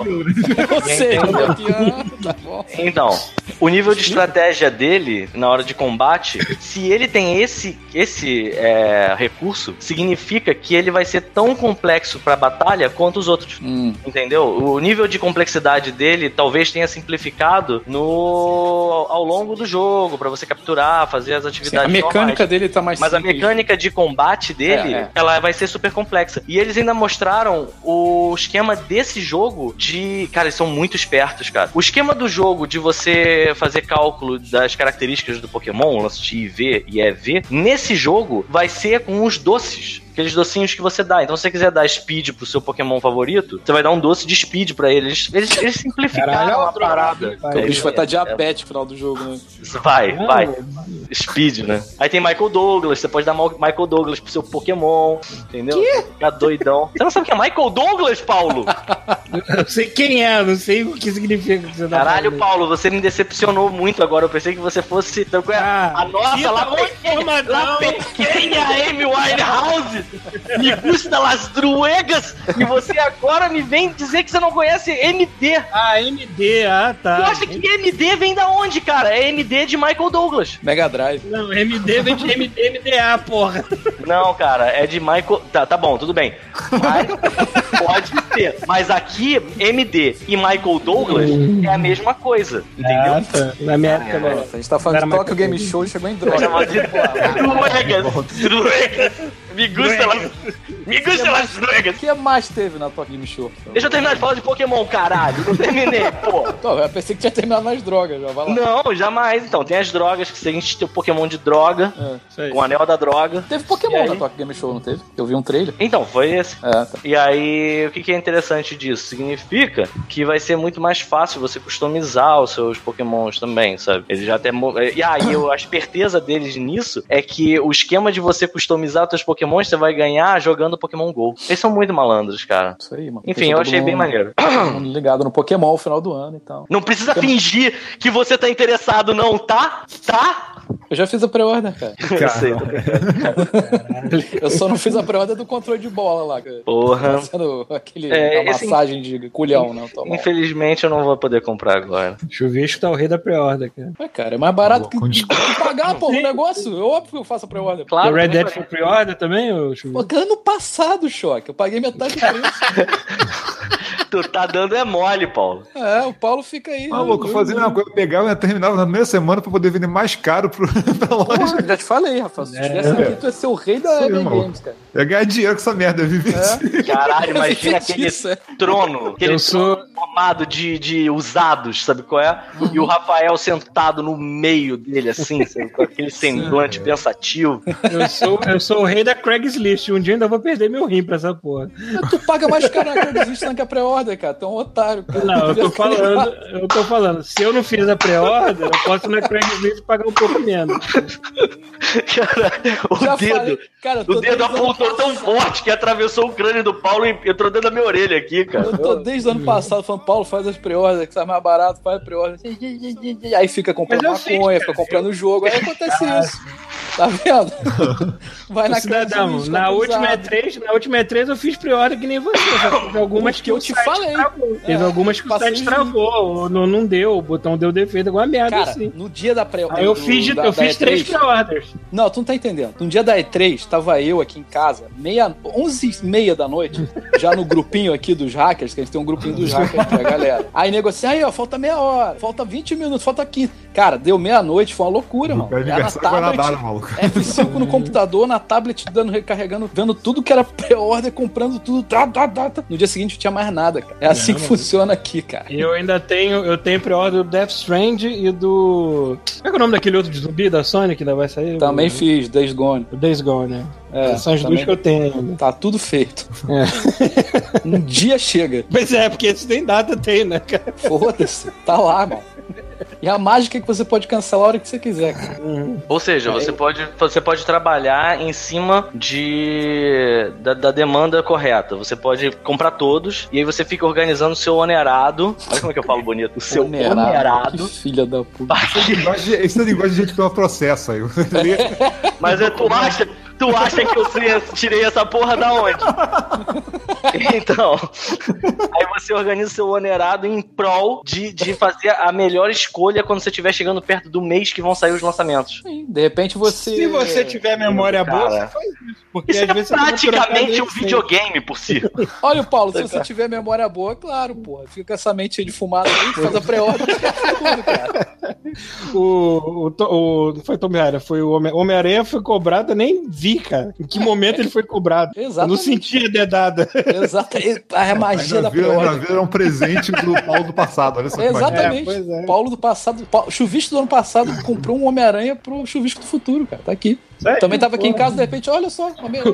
Tá bom. Então, o nível de estratégia dele na hora de combate, se ele tem esse recurso, significa que ele vai ser tão complexo pra batalha quanto os outros. Entendeu? O nível de complexidade dele talvez tenha simplificado ao longo do jogo, pra você capturar, fazer as atividades. Sim, a mecânica dele tá mais simples. Mas a mecânica de combate dele, ela vai ser super complexa. E eles ainda mostraram o esquema desse jogo de... Cara, eles são muito espertos, cara. O esquema do jogo de você fazer cálculo das características do Pokémon, lance de IV e EV, nesse jogo vai ser com os doces. Aqueles docinhos que você dá. Então, se você quiser dar speed pro seu Pokémon favorito, você vai dar um doce de speed pra ele. Eles simplificaram a parada. O bicho vai estar diabético no final do jogo, né? Vai. Speed, né? Aí tem Michael Douglas. Você pode dar Michael Douglas pro seu Pokémon. Entendeu? Ficar doidão. Você não sabe o que é Michael Douglas, Paulo? Eu sei quem é, não sei o que significa. Que você tá Caralho, falando. Paulo, você me decepcionou muito agora. Eu pensei que você fosse... a nossa, lá pequena Amy Winehouse. Me custa las druegas. E você agora me vem dizer que você não conhece MD. MD, tá. Tu acha que MD vem da onde, cara? É MD de Michael Douglas. Mega Drive. Não, MD vem de MDA, porra. Não, cara, é de Michael... Tá bom, tudo bem. Mas pode ser. Mas aqui, MD e Michael Douglas é a mesma coisa. Entendeu? Tá. Na minha época, não. A gente tá falando de Tokyo Game Show e chegou em droga. Druegas. Me gusta las drogas. O que mais teve na Tokyo Game Show? Deixa eu terminar de falar de Pokémon, caralho. Não terminei, pô. Eu pensei que tinha terminado nas drogas, já vai lá. Não, jamais. Então, tem as drogas, que a gente tem o Pokémon de droga, o anel da droga. Teve Pokémon na Tokyo Game Show, não teve? Eu vi um trailer. Então, foi esse. Tá. E aí, o que é interessante disso? Significa que vai ser muito mais fácil você customizar os seus Pokémons também, sabe? Eles já até... E aí, a esperteza deles nisso é que o esquema de você customizar os seus Pokémon você vai ganhar jogando Pokémon GO. Eles são muito malandros, cara. Isso aí, mano. Enfim, eu achei bem maneiro. Ligado no Pokémon no final do ano e tal. Não precisa fingir que você tá interessado, não, tá? Eu já fiz a pré-order, cara. Eu sei. Eu só não fiz a pré-order do controle de bola lá, cara. Porra. Fazendo a massagem de culhão, né? Infelizmente eu não vou poder comprar agora. Chuvisco tá o rei da pré-order, cara. Cara, é mais barato que pagar, pô, o negócio. É óbvio que eu faço a pré-order. Claro. O Red Dead foi pré-order também, ô Chuvisco? Pô, ano passado, Choque. Eu paguei metade do preço. Tu tá dando mole, Paulo. O Paulo fica aí. Maluco, fazendo uma coisa, eu pegava e terminava na primeira semana pra poder vender mais caro pra loja. Já te falei, Rafa. Se tivesse aqui, tu ia ser o rei da EB Games, cara. Eu ia ganhar dinheiro com essa merda, eu vivi assim. Caralho, imagina aquele trono, aquele trono formado de usados, sabe qual é? E o Rafael sentado no meio dele, assim, sabe, com aquele semblante pensativo. Eu sou o rei da Craigslist. Um dia ainda vou perder meu rim pra essa porra. Tu paga mais caro na Craigslist do que a pré-order, cara. Tu é um otário, cara. Não, eu tô falando. Se eu não fiz a pré-order, eu posso ir na Craigslist pagar um pouco menos. Cara, o dedo apontou tão forte que atravessou o crânio do Paulo e entrou dentro da minha orelha aqui, cara. Eu tô desde o ano passado falando, Paulo, faz as pré-orders, que sai mais barato, faz a pré-order. Aí fica comprando maconha, fica comprando o jogo, aí acontece isso. Tá vendo? Vai na cidadão, na última E3 eu fiz pré-order que nem você. Teve algumas que eu te falei. Teve algumas que o site travou, não deu, o botão deu defeito, alguma merda assim. No dia da pré-order. Aí eu fiz 3 pré-orders. Não, tu não tá entendendo. No dia da E3, tava eu aqui em casa, 11h30 da noite, já no grupinho aqui dos hackers, que a gente tem um grupinho dos hackers pra galera. Aí negociei, aí ó, falta meia hora, falta 20 minutos, falta 15. Cara, deu meia-noite, foi uma loucura, mano. Era na tablet, F5 no computador, na tablet dando, recarregando, vendo tudo que era pré-order, comprando tudo. No dia seguinte não tinha mais nada, cara. É assim que funciona aqui, cara. E eu ainda tenho pré-order do Death Strand e do... Como é que é o nome daquele outro de zumbi da Sony que ainda vai sair? Também fiz, Days Gone. O Days Gone, né? São as duas que eu tenho ainda. Tá tudo feito. Um dia chega. Pois é, porque esse nem data tem, né, cara? Foda-se. Tá lá, mano. E a mágica é que você pode cancelar a hora que você quiser, cara. Ou seja, você pode trabalhar em cima da demanda correta. Você pode comprar todos e aí você fica organizando o seu onerado. Olha como é que eu falo bonito. O seu onerado. Que filha da puta. Esse é linguagem de gente que toma processo aí. Mas tu acha que eu tirei essa porra da onde? Então, aí você organiza o seu onerado em prol de fazer a melhor escolha quando você estiver chegando perto do mês que vão sair os lançamentos. Sim, de repente você... Se você tiver memória boa, você faz isso. Porque isso às é vezes praticamente um videogame por si. Olha, Paulo, se você tiver memória boa, claro, porra. Fica com essa mente cheia de fumada aí, faz a pré-ordem tudo, cara. Não foi Tommy-Aranha, foi o Homem-Aranha foi cobrado, eu nem vi, cara. Em que momento ele foi cobrado? Exatamente. Eu não sentia dedada. Exato. A magia da pré-ordem. Era um presente do Paulo do passado, olha só. Exatamente. Paulo do passado, Chuvisco do ano passado comprou um Homem-Aranha pro Chuvisco do futuro, cara. Tá aqui. Sério? Também tava aqui em casa, de repente, olha só.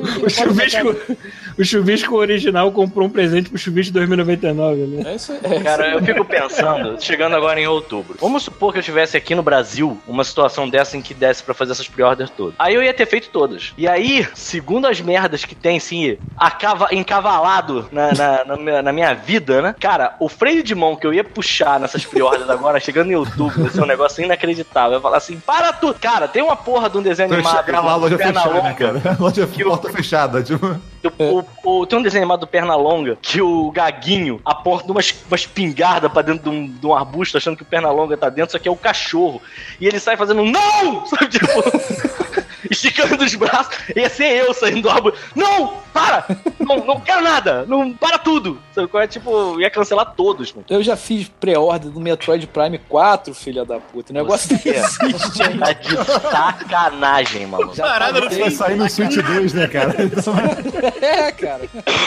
O Chuvisco original comprou um presente pro Chuvisco 2099, né? É isso aí. Cara, eu fico pensando, chegando agora em outubro. Vamos supor que eu tivesse aqui no Brasil uma situação dessa em que desse pra fazer essas pre-orders todas. Aí eu ia ter feito todas. E aí, segundo as merdas que tem, assim, encavalado na minha vida, né? Cara, o freio de mão que eu ia puxar nessas pre-orders agora, chegando em outubro, vai ser um negócio inacreditável. Eu ia falar assim, para tudo! Cara, tem uma porra de um desenho animado. A loja fechada, né, cara? A loja porta fechada, tipo... Tem um desenho animado do Pernalonga que o Gaguinho aponta umas espingardas pra dentro de um arbusto achando que o Pernalonga tá dentro, só que é o cachorro. E ele sai fazendo não! Sabe, tipo... esticando os braços. Ia ser eu saindo do arbusto. Não! Para! Não quero nada! Não, para tudo! Sabe qual é? Tipo, ia cancelar todos. Mano. Eu já fiz pré-order do Metroid Prime 4, filha da puta. O negócio não existe, hein? Tá de sacanagem, mano. Parada não vai sair no Switch 2, né, cara? É, cara.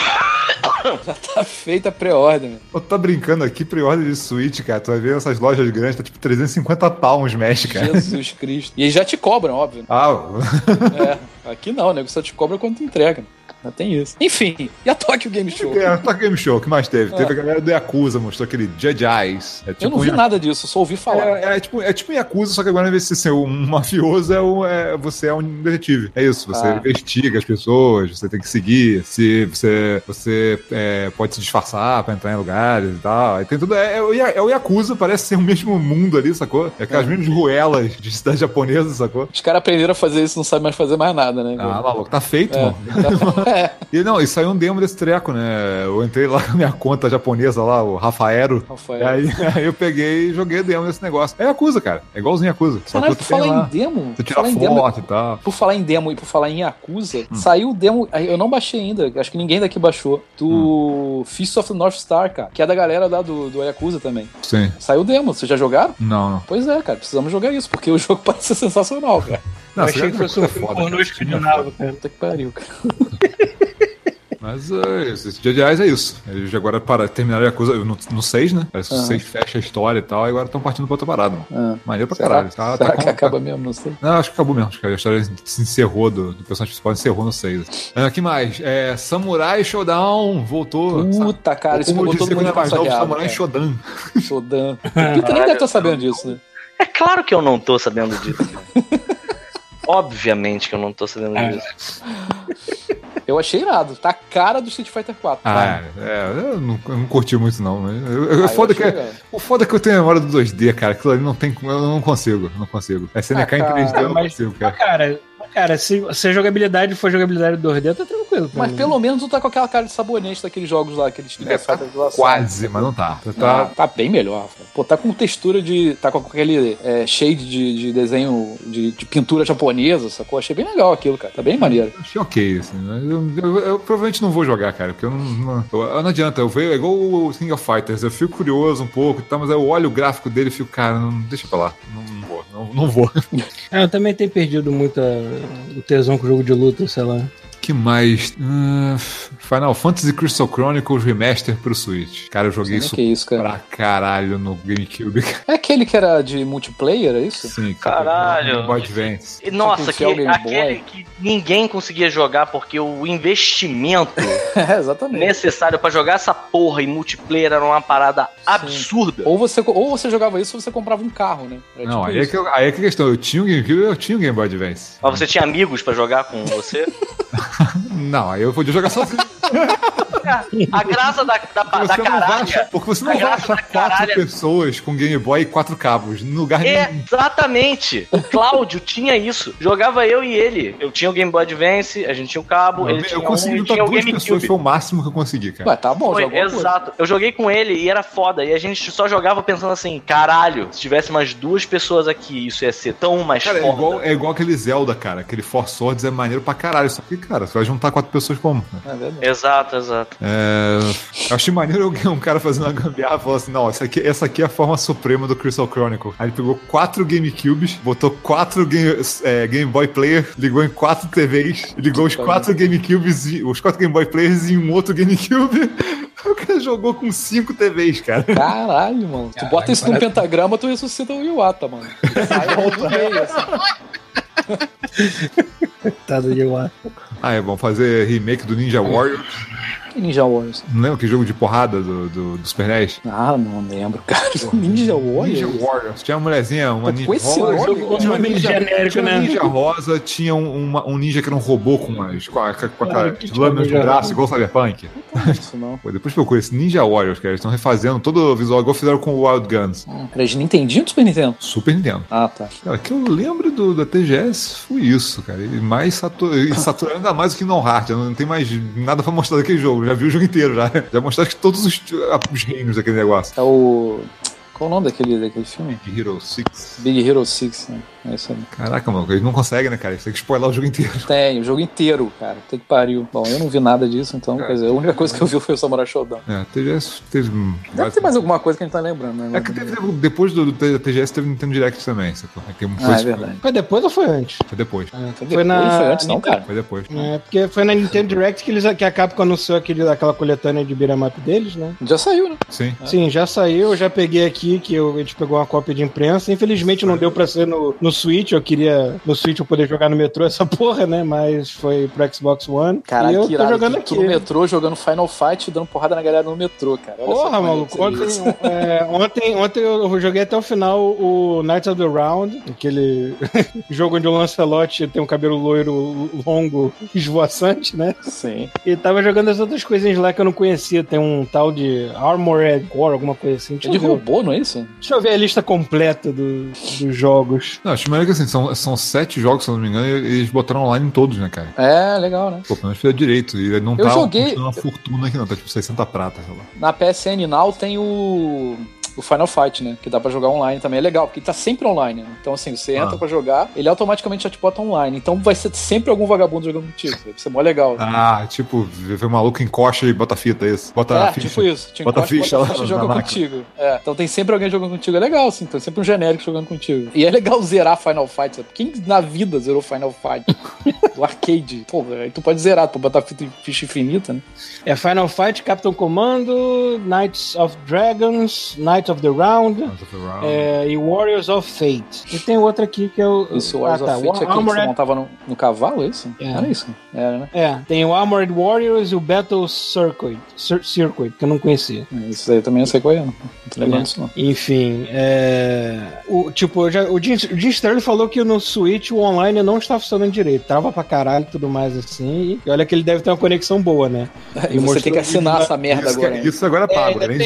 Já tá feita a pré-order, mano. Eu tô brincando aqui, pré-order de Switch, cara. Tu vai ver essas lojas grandes, tá tipo 350 pau uns mesh, cara. Jesus Cristo. E eles já te cobram, óbvio. Aqui não, né? Só te cobra quando tu entrega. Já tem isso. Enfim, e a Tokyo Game Show? A Tokyo Game Show, o que mais teve? Teve a galera do Yakuza, mostrou aquele Judge Eyes. Tipo eu não vi nada disso, só ouvi falar. É tipo Yakuza, só que agora, ao invés de ser um mafioso, você é um detetive. É isso, você investiga as pessoas, você tem que seguir, se você pode se disfarçar pra entrar em lugares e tal. Aí tem tudo. É o Yakuza, parece ser o mesmo mundo ali, sacou? É aquelas mesmas ruelas de cidade japonesa, sacou? Os caras aprenderam a fazer isso, não sabem mais fazer mais nada, né? Maluco, tá feito, mano. E saiu um demo desse treco, né? Eu entrei lá com a minha conta japonesa lá, o Rafaero. Aí eu peguei e joguei demo desse negócio. É Yakuza, cara. É igualzinho Yakuza. Caralho, por falar em demo... Você tira foto e tal. Por falar em demo e por falar em Yakuza, saiu o demo... Eu não baixei ainda, acho que ninguém daqui baixou. Do Fist of the North Star, cara. Que é da galera lá do Yakuza também. Sim. Saiu o demo. Vocês já jogaram? Não. Pois é, cara. Precisamos jogar isso, porque o jogo parece ser sensacional, cara. Eu achei que fosse um pornô escandinavo, cara. Puta que pariu, cara. Mas esse Judge Eyes é isso. Eles agora terminaram a Yakuza no 6, né? Parece que o 6 fecha a história e tal, e agora estão partindo pra outra parada. Maneiro pra caralho. Será que acaba mesmo? Não sei. Não, acho que acabou mesmo. Acho que a história se encerrou do personagem principal, encerrou no 6. Que mais? Samurai Shodown voltou. Puta, cara, isso ficou todo mundo mais novo, Samurai Shodown. Shodown. O Pita nem deve estar sabendo disso, né? É claro que eu não tô sabendo disso. Obviamente que eu não tô sabendo disso. Eu achei irado. Tá a cara do Street Fighter 4. Eu não curti muito, não. O foda é que eu tenho a memória do 2D, cara. Aquilo ali não tem. Eu não consigo. É SNK em 3D, eu não consigo, cara. Cara, se a jogabilidade for jogabilidade 2D, tá tranquilo. Mas pelo menos não tá com aquela cara de sabonete daqueles jogos lá, aqueles Street Fighter de quase, mas não tá. Tá bem melhor, Rafa. Pô, tá com textura de. Tá com aquele shade de desenho de pintura japonesa, sacou? Achei bem legal aquilo, cara. Tá bem maneiro. Achei ok, assim. Mas eu provavelmente não vou jogar, cara, porque eu não adianta. Eu vejo igual o King of Fighters. Eu fico curioso um pouco, tá, mas eu olho o gráfico dele e fico, cara, deixa pra lá. Não vou. Eu também tenho perdido muito o tesão com o jogo de luta, sei lá. Que mais? Final Fantasy Crystal Chronicles Remaster pro Switch. Cara, eu joguei isso pra caralho no GameCube. É aquele que era de multiplayer, é isso? Sim, caralho. Game Boy Advance. Nossa, aquele que ninguém conseguia jogar porque o investimento necessário pra jogar essa porra em multiplayer era uma parada absurda. Ou você jogava isso ou você comprava um carro, né? Não, aí é que a questão. Eu tinha um GameCube e eu tinha um Game Boy Advance. Mas você tinha amigos pra jogar com você? Não, aí eu podia jogar sozinho. A graça da caralha. Porque você não vai achar 4 pessoas com Game Boy e 4 cabos no lugar nenhum. Exatamente. O Cláudio tinha isso. Jogava eu e ele. Eu tinha o Game Boy Advance, a gente tinha o cabo, ele tinha consegui juntar 2 pessoas, foi o máximo que eu consegui, cara. Ué, tá bom, exato. Eu joguei com ele e era foda. E a gente só jogava pensando assim, caralho, se tivesse mais 2 pessoas aqui, isso ia ser tão mais foda. É igual aquele Zelda, cara. Aquele Four Swords é maneiro pra caralho. Só que, cara, você vai juntar 4 pessoas como? É verdade. Exato. Eu achei maneiro um cara fazendo uma gambiarra e falou assim, não, essa aqui é a forma suprema do Crystal Chronicle. Aí ele pegou 4 GameCubes, botou 4 Game Boy Player, ligou em 4 TVs, ligou os 4 GameCubes, os 4 Game Boy Players em um outro GameCube. O cara jogou com 5 TVs, cara. Caralho, mano. Tu bota isso num pentagrama, tu ressuscita o Iwata, mano. Sai outro meio, assim. Coitado de Iwata. É bom fazer remake do Ninja Warriors. Ninja Warriors. Não lembra que jogo de porrada do Super NES? Não lembro, cara. Ninja Warriors? Ninja Warriors. Tinha uma mulherzinha, uma ninja rosa. Tinha uma ninja genérico, né? Ninja rosa, tinha um ninja que era um robô com lâminas de braço, igual o Cyberpunk. Não isso, não. Pô, depois procura esse Ninja Warriors, cara. Eles estão refazendo todo o visual, igual fizeram com o Wild Guns. Era de Nintendinho ou Super Nintendo? Super Nintendo. Ah, tá. Cara, o que eu lembro da TGS foi isso, cara. E mais saturando ainda mais o Kingdom Hearts. Não tem mais nada pra mostrar daquele jogo. Já vi o jogo inteiro, já mostraram todos os reinos daquele negócio. É o... Qual o nome daquele filme? Big Hero 6. Big Hero 6, né? É isso aí. Caraca, mano, eles não conseguem, né, cara? Eles têm que spoiler o jogo inteiro. Tem, o jogo inteiro, cara. Tem que pariu. Bom, eu não vi nada disso, então, quer dizer, a única coisa que eu vi foi o Samurai Shodown. TGS teve... Deve ter mais alguma coisa que a gente tá lembrando, né? É que depois do TGS teve Nintendo Direct também, sacou? Tem uma coisa é verdade. Foi depois ou foi antes? Foi depois. Foi antes, não, cara. Foi depois. Porque foi na Nintendo Direct que a Capcom anunciou aquela coletânea de beat'em up deles, né? Já saiu, né? Sim. Sim, já saiu. Eu já peguei aqui, a gente pegou uma cópia de imprensa. Infelizmente não deu pra ser no Switch. Eu queria no Switch eu poder jogar no metrô essa porra, né? Mas foi pro Xbox One. Caralho, e eu que irado, tô jogando aqui. No metrô, jogando Final Fight, dando porrada na galera no metrô, cara. Olha porra, maluco. Ontem eu joguei até o final o Knights of the Round, aquele jogo onde o Lancelot tem um cabelo loiro longo, esvoaçante, né? Sim. E tava jogando as outras coisinhas lá que eu não conhecia. Tem um tal de Armored Core, alguma coisa assim. É de robô, não é isso? Deixa eu ver a lista completa dos jogos. Não, acho melhor que assim, são 7 jogos, se eu não me engano, e eles botaram online em todos, né, cara? É, legal, né? Pô, pelo menos fez direito. E não tá uma fortuna aqui, não. Tá tipo 60 prata, sei lá. Na PSN Now tem o Final Fight, né? Que dá pra jogar online também. É legal, porque tá sempre online, né? Então, assim, você entra pra jogar, ele automaticamente já te bota online. Então vai ser sempre algum vagabundo jogando contigo. Vai ser mó legal. Ah, tipo, vê o maluco encosta e bota fita, isso. Bota ficha. Tipo isso. Bota ficha lá. E joga contigo. É. Então tem sempre alguém jogando contigo. É legal, assim. Então sempre um genérico jogando contigo. E é legal zerar Final Fight, sabe? Quem na vida zerou Final Fight? O arcade. Pô, aí tu pode zerar, tu botar ficha infinita, né? É Final Fight, Captain Commando, Knights of Dragons, Knights of the Round, e Warriors of Fate. E tem outra aqui que é o... Esse Warriors of Fate é aquele que você montava no cavalo, é isso? É. Era isso? Era, né? Tem o Armored Warriors e o Battle Circuit, que eu não conhecia. Isso aí também eu sei qual é, não tô lembrando disso não. Enfim, o Jim Sterling falou que no Switch o online não está funcionando direito, trava pra caralho e tudo mais assim, e olha que ele deve ter uma conexão boa, né? E você tem que assinar essa merda agora. Isso agora é pago, né?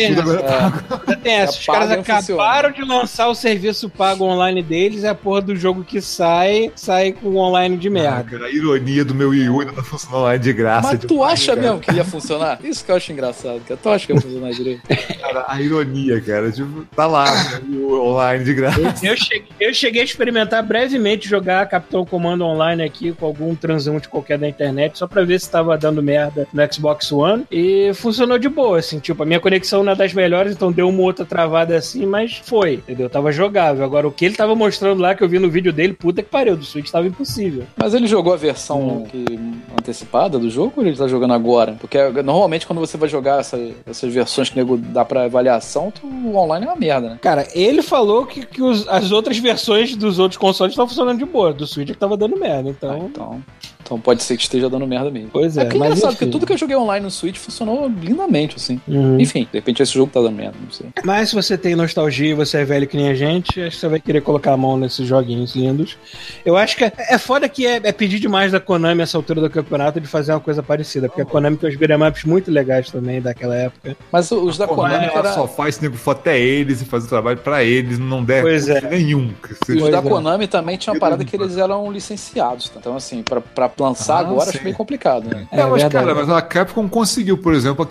Os caras acabaram de lançar o serviço pago online deles, é a porra do jogo que sai com o online de merda. Cara, a ironia do meu Wii U ainda tá funcionando online de graça. Mas tu acha mesmo que ia funcionar? Isso que eu acho engraçado, cara. Tu acha que ia funcionar direito? Cara, a ironia, cara, tipo, tá lá, online de graça. Eu cheguei a experimentar brevemente jogar Capitão Comando online aqui com algum transeunte qualquer da internet, só pra ver se tava dando merda no Xbox One, e funcionou de boa, assim, tipo, a minha conexão não é das melhores, então deu uma outra travada assim, mas foi, entendeu? Tava jogável. Agora, o que ele tava mostrando lá, que eu vi no vídeo dele, puta que pariu, do Switch tava impossível. Mas ele jogou a versão antecipada do jogo ou ele tá jogando agora? Porque normalmente quando você vai jogar essas versões que nego dá pra avaliação, o online é uma merda, né? Cara, ele falou que as outras versões dos outros consoles estão funcionando de boa. Do Switch é que tava dando merda, Então pode ser que esteja dando merda mesmo. Pois é, mas engraçado, porque tudo que eu joguei online no Switch funcionou lindamente, assim. Enfim, de repente esse jogo tá dando merda, não sei. Mas se você tem nostalgia e você é velho que nem a gente, acho que você vai querer colocar a mão nesses joguinhos lindos. Eu acho que é foda que é pedir demais da Konami essa altura do campeonato de fazer uma coisa parecida, porque a Konami tem os beat'em ups muito legais também daquela época. Mas os da Konami ela só faz tempo até eles e faz o trabalho pra eles, não deve nenhum. E os da Konami também tinha uma parada que eles eram licenciados, tá? Então assim, pra lançar agora acho bem complicado, né? Mas cara, mas a Capcom conseguiu, por exemplo,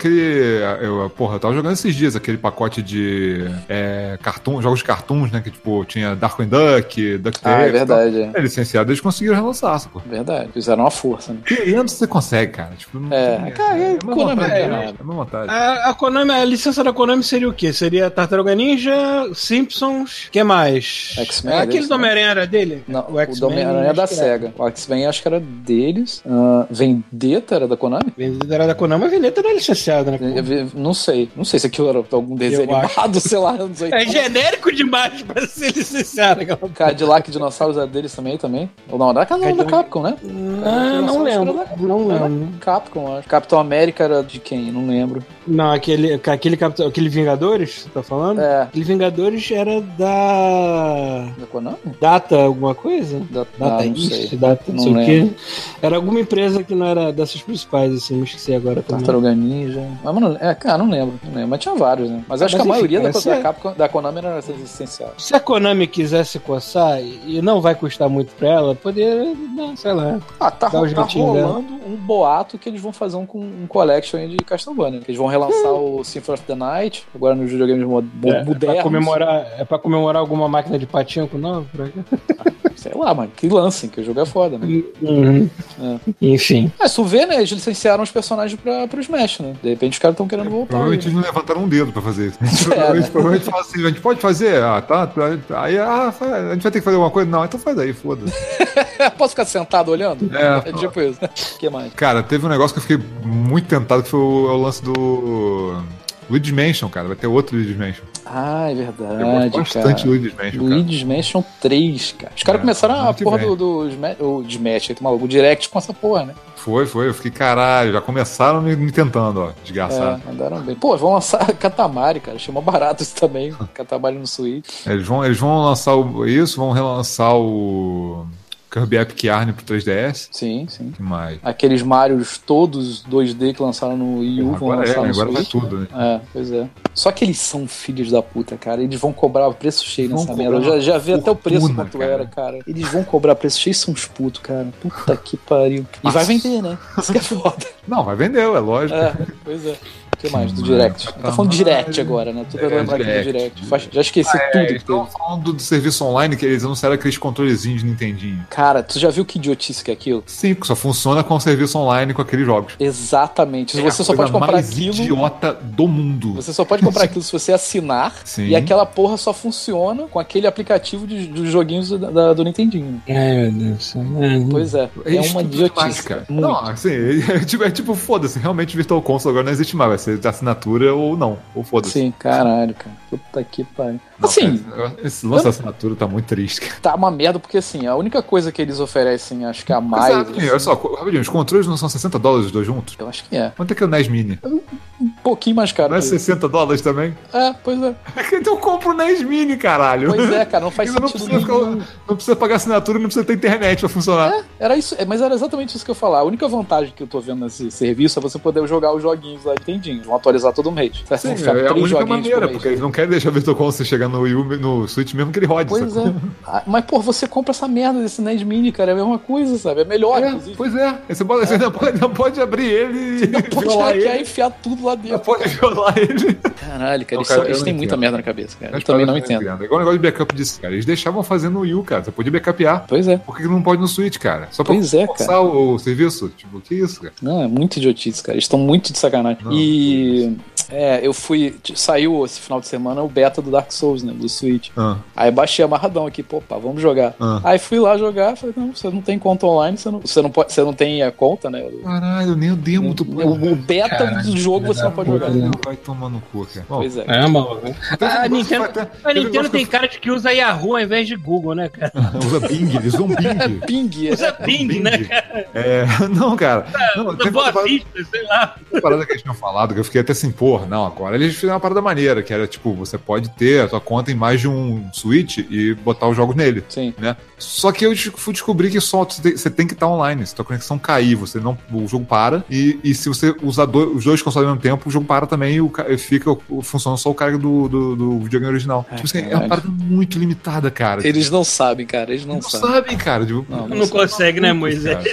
eu tava jogando esses dias aquele pacote de jogos de cartoons, né, que tipo, tinha Darkwing Duck, DuckTales. É verdade. É licenciado, eles conseguiram relançar, sacou? Verdade, fizeram uma força, né? Querendo você consegue, cara. Tipo, é uma vontade. A Konami, a licença da Konami seria o quê? Seria Tartaruga Ninja, Simpsons, o que mais? X-Men. Aquele do Homem-Aranha era dele? Não, o do Homem-Aranha é da SEGA. O X-Men acho que era deles. Vendetta era da Konami? Vendetta era da Konami, mas Vendetta não é licenciada, né? Não sei se aquilo era algum desenho animado, sei lá, não sei. É genérico demais pra ser licenciado. Cadillac Dinossauros era deles também? Ou não, era da Capcom, né? Não lembro. Capcom, acho. Capitão América era de quem? Não lembro. Não, aquele Vingadores, você tá falando? Aquele Vingadores era da Konami? Data alguma coisa? Data East, Data, não sei o quê. Era alguma empresa que não era dessas principais, assim, me esqueci agora também. Tartaruga Ninja. Mas, não lembro. Mas tinha vários, né? Mas acho que a maioria da Konami era essencial. Se a Konami quiser se coçar e não vai custar muito pra ela, poder, sei lá. Tá rolando um boato que eles vão fazer um collection de Castlevania. Que eles vão relançar o Symphony of the Night, agora nos videogames modernos. Pra comemorar alguma máquina de patinco nova? Sei lá, mano, que lancem, que o jogo é foda, né? Enfim. Se tu vê, né, eles licenciaram os personagens pro Smash, né? De repente os caras estão querendo voltar. Provavelmente eles não levantaram um dedo pra fazer isso. Provavelmente falaram assim, a gente pode fazer? Aí, a gente vai ter que fazer alguma coisa? Não, então faz aí, foda-se. Posso ficar sentado olhando? É tipo isso. O que mais? Cara, teve um negócio que eu fiquei muito tentado, que foi o lance do Luigi's Mansion, cara. Vai ter outro Luigi's Mansion. É verdade, eu gosto bastante do Luigi's Mansion, Luigi's Mansion 3, cara. Os caras começaram a porra do Smash, o Direct com essa porra, né? Foi. Eu fiquei, caralho, já começaram me tentando, ó, desgraçado. Andaram bem. Pô, vão lançar Katamari, cara. Achei mó barato isso também. Katamari no Switch. Eles vão lançar isso, vão relançar o Kirby Epic Yarn pro 3DS. Sim. Que mais? Aqueles Marios todos 2D que lançaram no Wii U vão lançar no Switch. Agora vai tudo, né? Pois é. Só que eles são filhos da puta, cara. Eles vão cobrar preço cheio nessa merda. Eu já vi até o preço quanto era, cara. Eles vão cobrar preço cheio e são uns putos, cara. Puta que pariu. E vai vender, né? Isso que é foda. Não, vai vender, é lógico. Pois é. O que mais? Do Direct. Tá falando de Direct agora, né? Tudo lembrar aqui do Direct. Já esqueci tudo que teve. Falando do serviço online que eles anunciaram aqueles controlezinhos de Nintendinho. Cara, tu já viu que idiotice que é aquilo? Sim, só funciona com o serviço online com aqueles jogos. Exatamente. Você só pode comprar aquilo. Idiota do mundo. Você só pode comprar aquilo se você assinar. Sim. E aquela porra só funciona com aquele aplicativo dos joguinhos do Nintendinho. Meu Deus. Pois é. É uma idiotice, cara. Não, assim, é tipo, foda-se. Realmente Virtual Console agora não existe mais. Vai ser de assinatura ou não. Ou foda-se. Sim, caralho, cara. Puta que pariu. Assim, cara, esse lance da assinatura tá muito triste, cara. Tá uma merda, porque assim, a única coisa que eles oferecem, acho que a mais. Exato, assim, olha só, rapidinho, os controles não são $60 os dois juntos? Eu acho que é. Quanto é que é o NES Mini? Um pouquinho mais caro. Não é $60 também? Pois é. Então eu compro o NES Mini, caralho. Pois é, cara, não faz sentido nenhum. Não precisa pagar assinatura e não precisa ter internet pra funcionar. Era isso, mas era exatamente isso que eu ia falar. A única vantagem que eu tô vendo nesse serviço é você poder jogar os joguinhos lá de Nintendinho. Vão atualizar todo mês. Sim, é a única maneira, porque eles não querem deixar o Virtual Console chegar no Wii U, no Switch mesmo que ele rode. Pois é. Mas, pô, você compra essa merda desse NES Mini, cara, é a mesma coisa, sabe? É melhor, inclusive. Pois é. Você não pode abrir ele e pode hackear e enfiar tudo lá dentro. Não pode violar ele. Caralho, cara, eles têm muita merda na cabeça, cara. Eu também não entendo. É igual o negócio de backup disso, cara. Eles deixavam fazendo no Wii U, cara. Você podia backupear. Pois é. Por que não pode no Switch, cara? Só pra forçar o serviço? Tipo, que isso, cara? Não, é muito idiotice, cara. Eles estão muito de sacanagem. Não, eu fui... Saiu esse final de semana o beta do Dark Souls, né? Do Switch. Aí baixei amarradão aqui, vamos jogar. Aí fui lá jogar, falei, não, você não tem conta online, você não tem a conta, né? Caralho, nem o demo tu pode... O beta do jogo você não pode jogar. Vai tomar no cu, cara. Pois é. Maluco. A Nintendo tem cara de que usa Yahoo ao invés de Google, né, cara? Usa Bing, eles usam Bing. Bing. Usa Bing, né, cara? Não, cara. Usa Boa Vista, sei lá. Uma parada que eles tinham falado, que eu fiquei até assim, porra, não, agora eles fizeram uma parada maneira, que era tipo, você pode ter a tua conta em mais de um Switch e botar os jogos nele. Sim. Né? Só que eu fui descobrir que só você tem que estar online. Se a tua conexão cair, o jogo para. E se você usar os dois consoles ao mesmo tempo, o jogo para também e funciona só o carga do videogame original. Tipo assim, é uma parada muito limitada, cara. Eles não sabem, cara. Eles não sabem, cara. Não consegue, né, Moisés?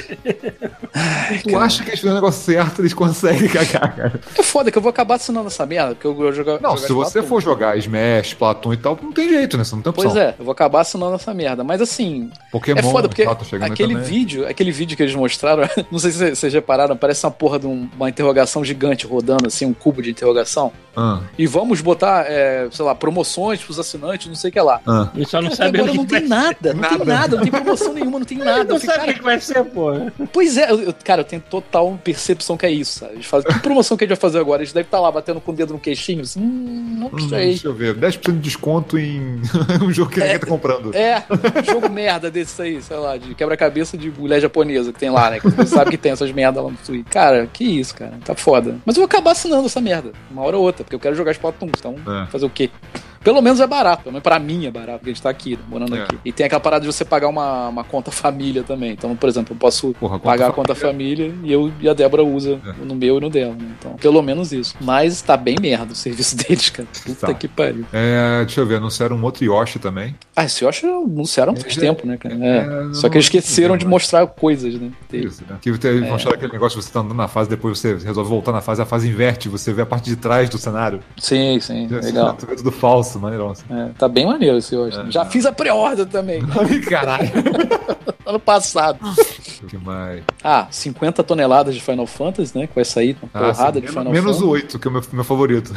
Tu acha que eles fizeram o negócio certo, eles conseguem cagar, cara. É foda que eu vou acabar assinando essa merda, porque eu vou jogar. Não, se você for jogar Smash, Splatoon e tal, não tem jeito, né? Você não tem opção. Pois é, eu vou acabar assinando essa merda. Mas assim, Pokémon, é foda, porque aquele vídeo que eles mostraram, não sei se vocês repararam, parece uma porra de uma interrogação gigante rodando, assim, um cubo de interrogação. E vamos botar, sei lá, promoções pros assinantes, não sei o que lá. E só não sabe agora não tem nada, não tem promoção nenhuma, não tem nada. Não sabe o que vai ser, porra. Pois é, cara, eu tenho total percepção que é isso, sabe? Eles falam, que promoção que a gente vai fazer agora? Eles devem estar lá batendo com o dedo no queixinho, assim, não sei. Deixa eu ver, 10% de desconto em um jogo que ninguém tá comprando. Jogo merda desse aí, sei lá, de quebra-cabeça de mulher japonesa que tem lá, né? Que você sabe que tem essas merdas lá no Switch. Cara, que isso, cara, tá foda. Mas eu vou acabar assinando essa merda, uma hora ou outra, porque eu quero jogar Splatoon, então fazer o quê? Pelo menos é barato, pelo menos pra mim é barato, porque a gente tá aqui, morando aqui. E tem aquela parada de você pagar uma conta família também. Então, por exemplo, eu posso pagar a conta família e eu e a Débora usa no meu e no dela, né? Então, pelo menos isso. Mas tá bem merda o serviço deles, cara. Puta que pariu. Deixa eu ver, anunciaram um outro Yoshi também. Esse Yoshi anunciaram faz tempo, né, cara? Só que eles esqueceram de mostrar coisas, né? Isso, né? Que mostraram aquele negócio de você tá andando na fase, depois você resolve voltar na fase, a fase inverte, você vê a parte de trás do cenário. Sim, legal. Tudo falso, maneirão. Tá bem maneiro esse Yoshi. Já fiz a pré-order também. Caralho. Ano passado. Que mais? 50 toneladas de Final Fantasy, né? Que vai sair uma porrada de Final Fantasy. Menos o 8, que é o meu favorito.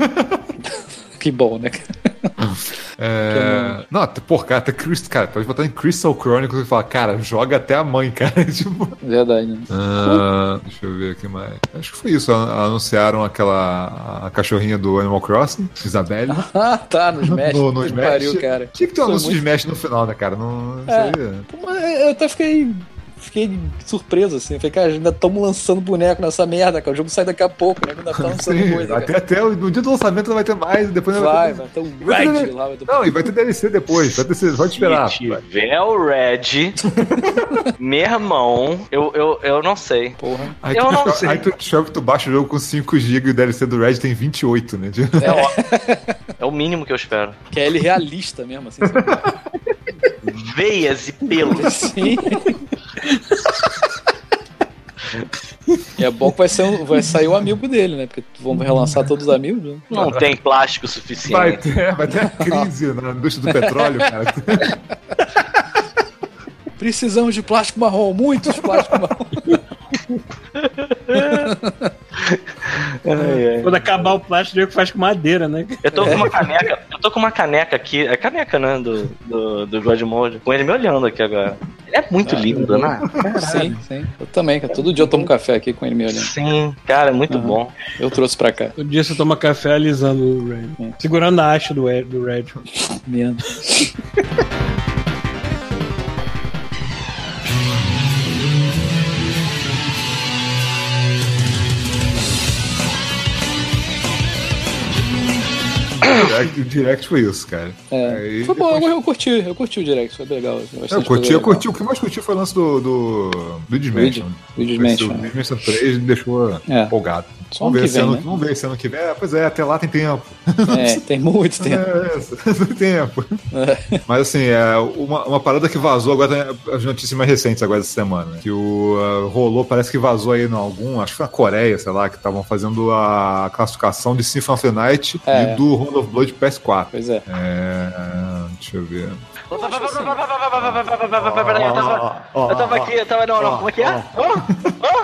Que bom, né? Não, cara, até cara, pode botar em Crystal Chronicles e falar, cara, joga até a mãe, cara. Tipo... Verdade, né? Deixa eu ver aqui mais. Acho que foi isso. Anunciaram a cachorrinha do Animal Crossing, Isabelle. Tá, no Smash. No Smash. Pariu, cara. Tinha que ter um anúncio de Smash no final, né, cara? Não Eu até fiquei surpreso, assim. Falei, cara, ainda estamos lançando boneco nessa merda, cara. O jogo sai daqui a pouco, né? Ainda tá lançando coisa. Até no dia do lançamento vai ter mais, depois vai ter um Red lá. Não, e vai ter DLC depois. Pode esperar. Se tiver o Red, meu irmão, eu não sei. Porra. Eu não sei. Aí tu descobre que tu baixa o jogo com 5 GB e o DLC do Red tem 28, né? É o mínimo que eu espero. Que é ele realista mesmo, assim. Veias e pelos. Sim. E é bom que vai sair o amigo dele, né? Porque vamos relançar todos os amigos, né? Não tem plástico suficiente. Vai ter a crise na indústria do petróleo, cara. Precisamos de plástico marrom, muitos plásticos marrom. Quando acabar o plástico, eu que faz com madeira, né? Eu tô com uma caneca aqui. É caneca, né? Do God Mode. Com ele me olhando aqui agora. Ele é muito lindo, né? Sim. Eu também, cara. Todo dia eu tomo café aqui com ele me olhando. Sim, cara, é muito bom. Eu trouxe pra cá. Todo dia você toma café alisando o Red. Segurando a haste do Red. Merda. O Direct foi isso, cara. Foi bom, eu curti o Direct, foi legal. Eu curti. O que mais curti foi o lance do Dimension. O Dimension 3 me deixou empolgado. Vamos ver se ano que vem. Pois é, até lá tem tempo. Tem muito tempo. Tem tempo. Mas assim, uma parada que vazou agora, as notícias mais recentes agora dessa semana, que rolou, parece que vazou aí acho que foi na Coreia, sei lá, que estavam fazendo a classificação de Symphony of the Night e do Round of Blood PS4. Pois é. Deixa eu ver. Eu tava aqui, não, como é que é?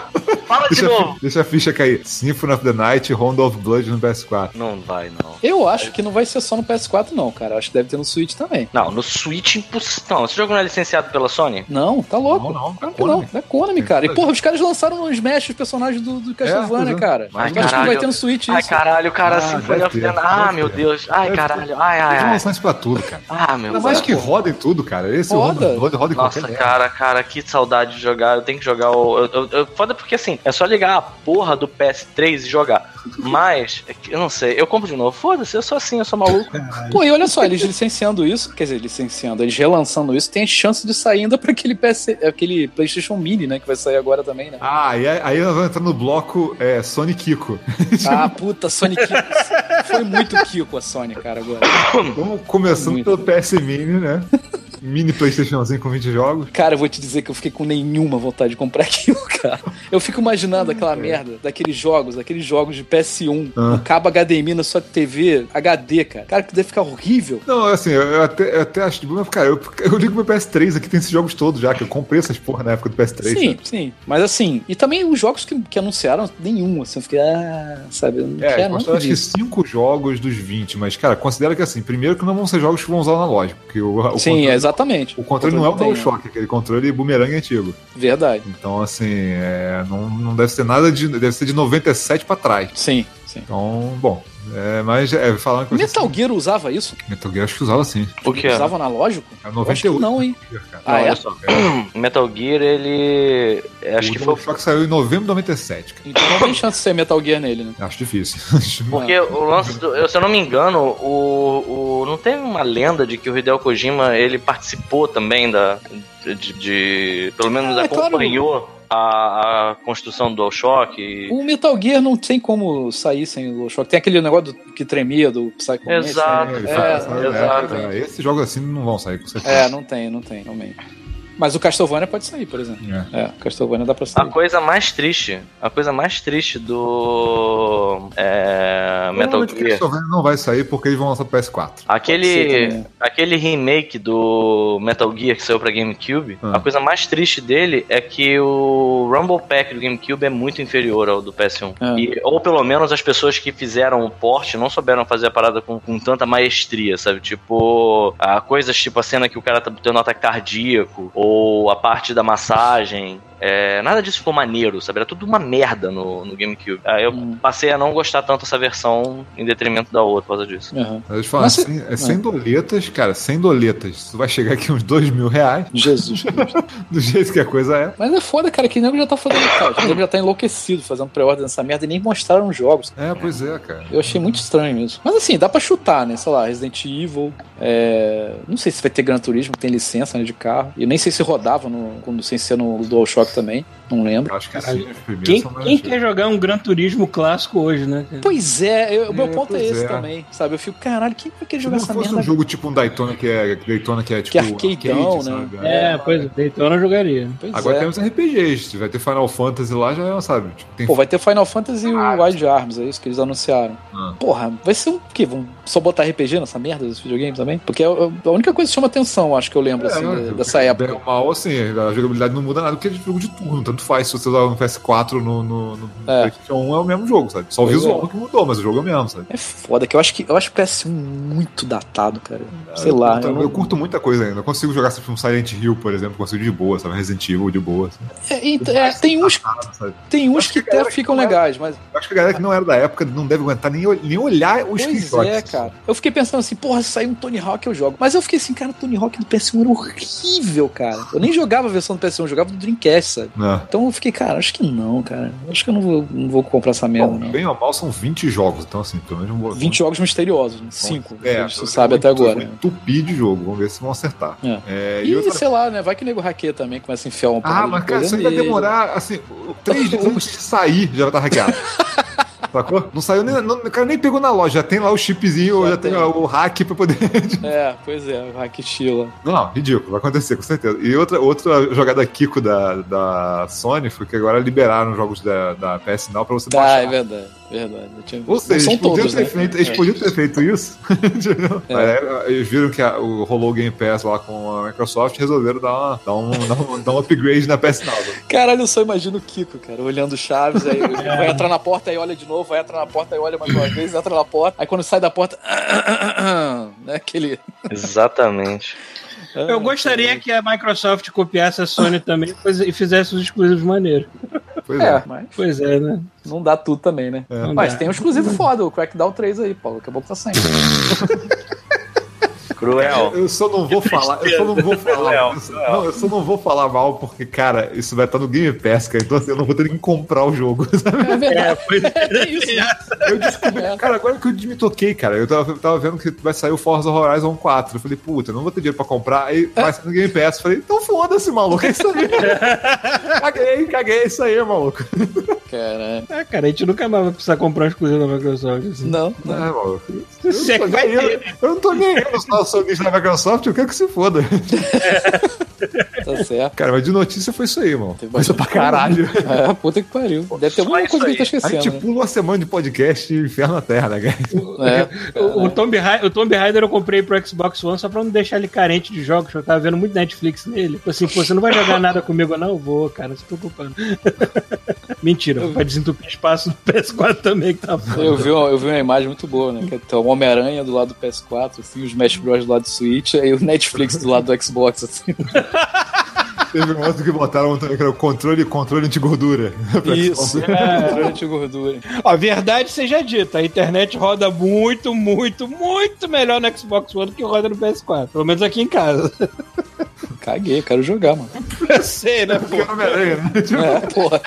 Fala de novo. Deixa a ficha cair. Symphony of the Night e Round of Blood no PS4. Não vai, não. Eu acho que não vai ser só no PS4, não, cara. Eu acho que deve ter no Switch também. Não, no Switch impossível. Não, esse jogo não é licenciado pela Sony? Não, tá louco. Não. Claro que não. É Konami, cara. E, porra, os caras lançaram no Smash os personagens do Castlevania, cara. Ai, Eu acho que não vai ter no Switch Ai, isso. caralho, cara, Symphony of the Night. Ah, meu Deus. Ai, caralho. Ai. Eles lançam isso pra tudo, cara. Ah, meu Deus. Mas que roda em tudo, cara. Esse Roda. roda em Nossa, qualquer cara, que saudade de jogar. Eu tenho que jogar foda porque assim, é só ligar a porra do PS3 e jogar. Mas, eu não sei, eu compro de novo. Foda-se, eu sou assim, eu sou maluco. Pô, e olha só, eles licenciando isso, quer dizer, eles relançando isso, tem chance de sair ainda pra aquele PlayStation Mini, né, que vai sair agora também, né? Ah, e aí nós vamos entrar no bloco Sony Kiko. Ah, puta, Sony Kiko. Foi muito Kiko a Sony, cara, agora. Vamos começando pelo PS Mini, né? Mini PlayStationzinho com 20 jogos. Cara, eu vou te dizer que eu fiquei com nenhuma vontade de comprar aquilo, cara. Eu fico imaginando aquela merda daqueles jogos de PS1, um cabo HDMI na sua TV HD, cara. Cara, que deve ficar horrível. Não, assim, eu até acho de boa, mas, cara, eu ligo meu PS3 aqui, tem esses jogos todos já, que eu comprei essas porra na época do PS3. Sim. Mas assim, e também os jogos que anunciaram, nenhum, assim, eu fiquei, sabe, eu não quero não. Acho que 5 jogos dos 20, mas, cara, considera que assim, primeiro que não vão ser jogos que vão usar o analógico, porque o sim, controle, exatamente. O controle não é o DualShock, aquele controle bumerangue antigo. Verdade. Então, assim, não deve ser nada deve ser de 97 pra trás. Sim. Então, bom. Mas falando que Metal Gear usava isso? Metal Gear acho que usava sim. O que usava analógico? É 98. Acho que não, hein? Olha só. Metal Gear, ele... Acho que foi... O DualShock saiu em novembro de 97, cara. Então não tem chance de ser Metal Gear nele, né? Acho difícil. Porque o lance se eu não me engano, não teve uma lenda de que o Hideo Kojima, ele participou também pelo menos acompanhou... Claro. A construção do DualShock. O Metal Gear não tem como sair sem o DualShock. Tem aquele negócio que tremia do Psycho Mantis. Exato. Exato. Esses jogos assim não vão sair, com certeza. Não tem, realmente. Mas o Castlevania pode sair, por exemplo. O Castlevania dá pra sair. A coisa mais triste do Metal Gear... O Castlevania não vai sair porque eles vão lançar pro PS4. Aquele remake do Metal Gear que saiu pra GameCube, a coisa mais triste dele é que o Rumble Pack do GameCube é muito inferior ao do PS1. Ou pelo menos as pessoas que fizeram o port não souberam fazer a parada com tanta maestria, sabe? Tipo, coisas tipo a cena que o cara tá tendo um ataque cardíaco, ou a parte da massagem. Nada disso ficou maneiro, sabe? Era tudo uma merda no GameCube. Eu passei a não gostar tanto dessa versão em detrimento da outra por causa disso. Mas eu falo, sem doletas, cara, sem doletas, tu vai chegar aqui uns R$2.000. Jesus Cristo. Do jeito que a coisa é. Mas é foda, cara, que o nego já tá fazendo, cara. O nego já tá enlouquecido fazendo pré-ordem dessa merda e nem mostraram os jogos. Pois é, cara. Eu achei muito estranho isso. Mas assim, dá pra chutar, né? Sei lá, Resident Evil. Não sei se vai ter Gran Turismo, que tem licença, né, de carro. E nem sei se rodava sem ser no DualShock também, não lembro. Acho que sim. Quem quer jogar um Gran Turismo clássico hoje, né? Pois o meu ponto é esse também, sabe? Eu fico, caralho, quem vai querer jogar essa merda? Se não fosse um jogo tipo um Daytona que é tipo... Que arcadeão, né? Pois é, Daytona eu jogaria. Agora temos RPGs, vai ter Final Fantasy lá, já sabe. Tipo, vai ter Final Fantasy e o Wild Arms, é isso que eles anunciaram. Porra, vai ser o quê? Vão só botar RPG nessa merda desse videogame também? Porque a única coisa que chama atenção, acho que eu lembro, dessa época. Bem ou mal, assim, a jogabilidade não muda nada, porque é de jogo de turno, tanto faz. Se você usar no PS4, no PlayStation 1 é o mesmo jogo, sabe? Só o visual que mudou, mas o jogo é o mesmo, sabe? É foda, que eu acho o PS1 muito datado, cara. Sei lá. Eu curto muita coisa ainda. Eu consigo jogar tipo, um Silent Hill, por exemplo, consigo de boa, sabe? Resident Evil de boa. Assim. Tem uns que até ficam legais, mas... Eu acho que a galera que não era da época não deve aguentar nem olhar os screenshots. Cara. Eu fiquei pensando assim, porra, se sair um Tony Hawk eu jogo. Mas eu fiquei assim, cara, o Tony Hawk do PS1 era horrível, cara. Eu nem jogava a versão do PS1, eu jogava do Dreamcast, sabe? Então eu fiquei, cara, acho que não, cara. Acho que eu não vou comprar essa merda, não. Bem ou mal são 20 jogos, então assim, pelo menos... 20 jogos misteriosos, né? 5, você sabe até agora. Entupi de jogo, vamos ver se vão acertar. Sei lá, né? Vai que o nego hackeia também, começa a enfiar um pouco. Mas cara, isso aí vai demorar, assim, 3 dias antes de sair, já vai estar hackeado. Sacou? Não saiu nem. O cara nem pegou na loja, já tem lá o chipzinho, já tem o hack pra poder. Pois é, o hack estilo. Não, ridículo, vai acontecer, com certeza. E outra jogada Kiko da Sony foi que agora liberaram jogos da PS Now pra você baixar. É verdade. Verdade. Ou seja, eles podiam ter feito isso. Eles viram que rolou o Game Pass lá com a Microsoft e resolveram dar um upgrade na PS Now. Caralho, eu só imagino o Kiko, cara, olhando o Chaves, aí vai entrar na porta, aí olha de novo, vai entrar na porta, aí olha mais uma vez, entra na porta, aí quando sai da porta, né, aquele... Exatamente. Eu gostaria que a Microsoft copiasse a Sony também e fizesse os exclusivos maneiros. Pois é, né? Não dá tudo também, né? Mas tem um exclusivo foda, o Crackdown 3 aí, Paulo, acabou que tá saindo. Cruel. Eu só não vou falar. Eu só não vou falar mal porque, cara, isso vai estar no Game Pass, cara. Então assim, eu não vou ter que comprar o jogo. Sabe? É verdade. É isso. Eu descobri. Cara, agora que eu me toquei, cara. Eu tava vendo que vai sair o Forza Horizon 4. Eu falei, puta, eu não vou ter dinheiro pra comprar. Aí vai sair no Game Pass. Eu falei, então foda-se, maluco. É isso aí. Caguei, é isso aí, maluco. Caralho. Cara, a gente nunca mais vai precisar comprar um exclusivo da Microsoft. Assim. Não, maluco. Eu não tô nem aí no acionista da Microsoft, eu quero que se foda. Tá certo. Cara, mas de notícia foi isso aí, mano. Coisa pra caralho. Puta que pariu. Deve ter alguma coisa que a gente tá esquecendo. A gente pula uma semana de podcast e inferno na terra, né, cara? O Tomb Raider eu comprei pro Xbox One só pra não deixar ele carente de jogos, eu tava vendo muito Netflix nele. Assim, pô, você não vai jogar nada comigo, não? Eu vou, cara, não se preocupando. Mentira, vai desentupir espaço no PS4 também, que tá foda. Eu vi uma imagem muito boa, né? Que é o Homem-Aranha do lado do PS4, assim, os Smash Bros do lado do Switch, aí o Netflix do lado do Xbox, assim. Teve um outro que botaram também, que era o controle anti-gordura. Isso, controle anti-gordura. A verdade seja dita, a internet roda muito, muito, muito melhor no Xbox One do que roda no PS4. Pelo menos aqui em casa. Caguei, quero jogar, mano. Eu sei, né, pô? Homem-Aranha, né? Porra.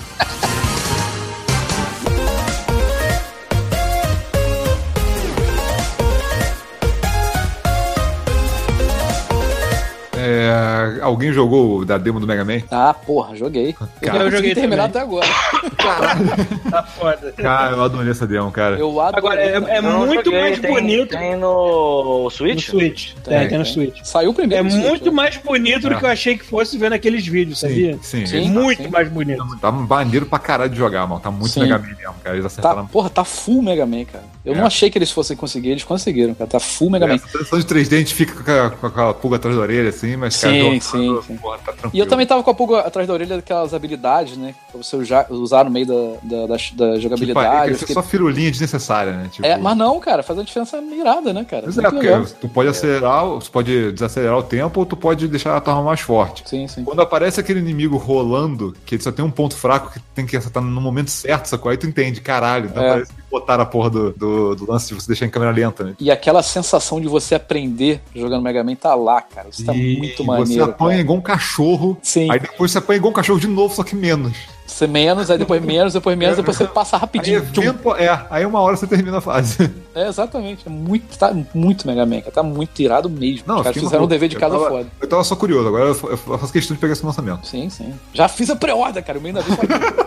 Alguém jogou da demo do Mega Man? Ah, porra, joguei. Eu joguei terminar até agora. Caralho. Tá foda. Cara, eu adorei essa demo, cara. Eu adoro. Agora, é muito mais bonito. Tem no Switch? No Switch. Tem no Switch. Saiu primeiro. É muito mais bonito do que eu achei que fosse vendo aqueles vídeos, sabia? Sim. Muito mais bonito. Tá maneiro pra caralho de jogar, mano. Tá muito Mega Man mesmo, cara. Eles acertaram. Porra, tá full Mega Man, cara. Eu não achei que eles fossem conseguir, eles conseguiram, cara. Tá full Mega Man. Essa transição de 3D a gente fica com aquela pulga atrás da orelha, assim, mas, cara, sim. Porra, tá tranquilo. E eu também tava com a pulga atrás da orelha daquelas habilidades, né? Pra você usar no meio da jogabilidade. Tipo, só firulinha desnecessária, né? Tipo... mas não, cara, faz uma diferença mirada, né, cara? Porque tu pode acelerar, você pode desacelerar o tempo ou tu pode deixar a tua arma mais forte. Sim. Quando aparece aquele inimigo rolando, que ele só tem um ponto fraco que tem que acertar no momento certo, sacou? Aí tu entende, caralho. Então parece que botaram a porra do lance de você deixar em câmera lenta, né? E aquela sensação de você aprender jogando Mega Man tá lá, cara. Isso tá muito maneiro. Você apanha igual um cachorro. Sim. Aí depois você apanha igual um cachorro de novo, só que menos. Você menos, aí depois menos, depois você passa rapidinho. Aí uma hora você termina a fase. Exatamente. Tá muito Mega Man, cara. Tá muito irado mesmo. Não, os caras fizeram um dever de casa foda. Eu tava só curioso, agora eu faço questão de pegar esse lançamento. Sim. Já fiz a pré-order, cara. O meio da vez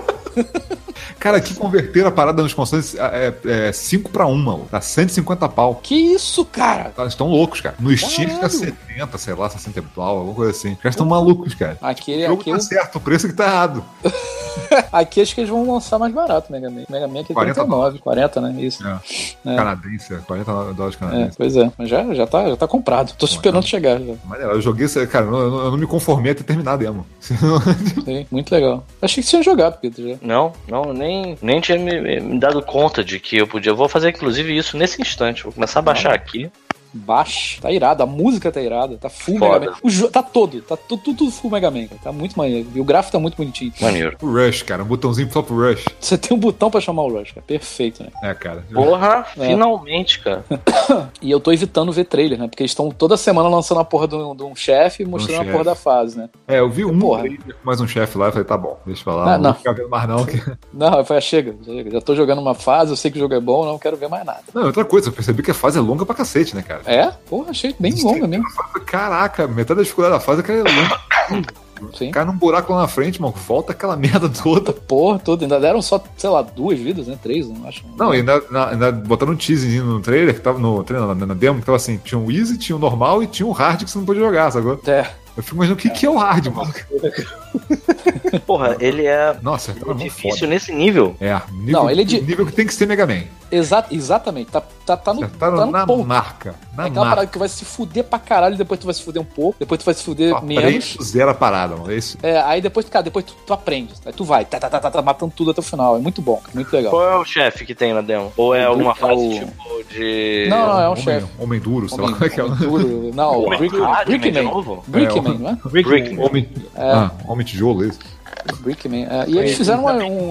Cara, aqui converteram a parada nos consoles 5 pra 1, mano. Tá 150 pau. Que isso, cara? Eles estão loucos, cara. No Steam fica 70, sei lá, 60 e pau, alguma coisa assim. Os caras estão malucos, cara. O jogo tá certo, o preço que tá errado. Aqui acho que eles vão lançar mais barato, Mega Man. Mega Man aqui é 39, 40, né? Isso. Canadense, $40 canadense. Pois é, mas já tá comprado. Tô esperando chegar. Já. Mas eu joguei, cara, eu não me conformei a ter terminado a demo. Sim, muito legal. Achei que você tinha jogado, Pedro, já. Não, nem tinha me dado conta de que eu podia. Eu vou fazer, inclusive, isso nesse instante. Vou começar a baixar aqui. Baixa, tá irado, a música tá irada, tá full Mega Man. O jogo tá tudo full Mega Man, cara. Tá muito maneiro. E o gráfico tá muito bonitinho. Maneiro. O Rush, cara, um botãozinho só pro Rush. Você tem um botão pra chamar o Rush, cara. Perfeito, né? Cara. Porra, finalmente, cara. E eu tô evitando ver trailer, né? Porque eles estão toda semana lançando a porra de um chefe e mostrando a porra da fase, né? Eu vi trailer com mais um chefe lá e falei, tá bom, deixa eu falar. Não vou ficar vendo mais não. Não, eu falei, chega. Já tô jogando uma fase, eu sei que o jogo é bom, não quero ver mais nada. Não, outra coisa, eu percebi que a fase é longa pra cacete, né, cara? Porra, achei bem longa mesmo. Caraca, metade da dificuldade da fase é que é longa. Sim. Cai num buraco lá na frente, mano, volta aquela merda toda. Porra, toda. Ainda deram só, sei lá, 2 vidas, né? 3, não acho. Não, ainda botaram um teaser no trailer, que tava na demo, que tava assim, tinha um easy, tinha um normal e tinha um hard que você não podia jogar, sacou? Eu fico imaginando o que é o hard, mano. Porra, ele é Nossa, é difícil foda. nesse nível. Nível, Não, ele nível que tem que ser Mega Man. Exatamente. Tá no, Tá no na ponto. marca. É aquela parada que tu vai se fuder pra caralho, depois tu vai se fuder um pouco, depois tu vai se fuder menos. Aprende do zero a parada, mano. É isso. Aí depois tu aprende. Aí tu vai, tá matando tudo até o final. É muito bom, cara, muito legal. Qual é o chefe que tem na demo? Ou é alguma fase tipo de... Não, é um chefe. Homem duro, sei lá como é que é. Não, Brickman, não é? Homem tijolo, isso. Brickman. E eles fizeram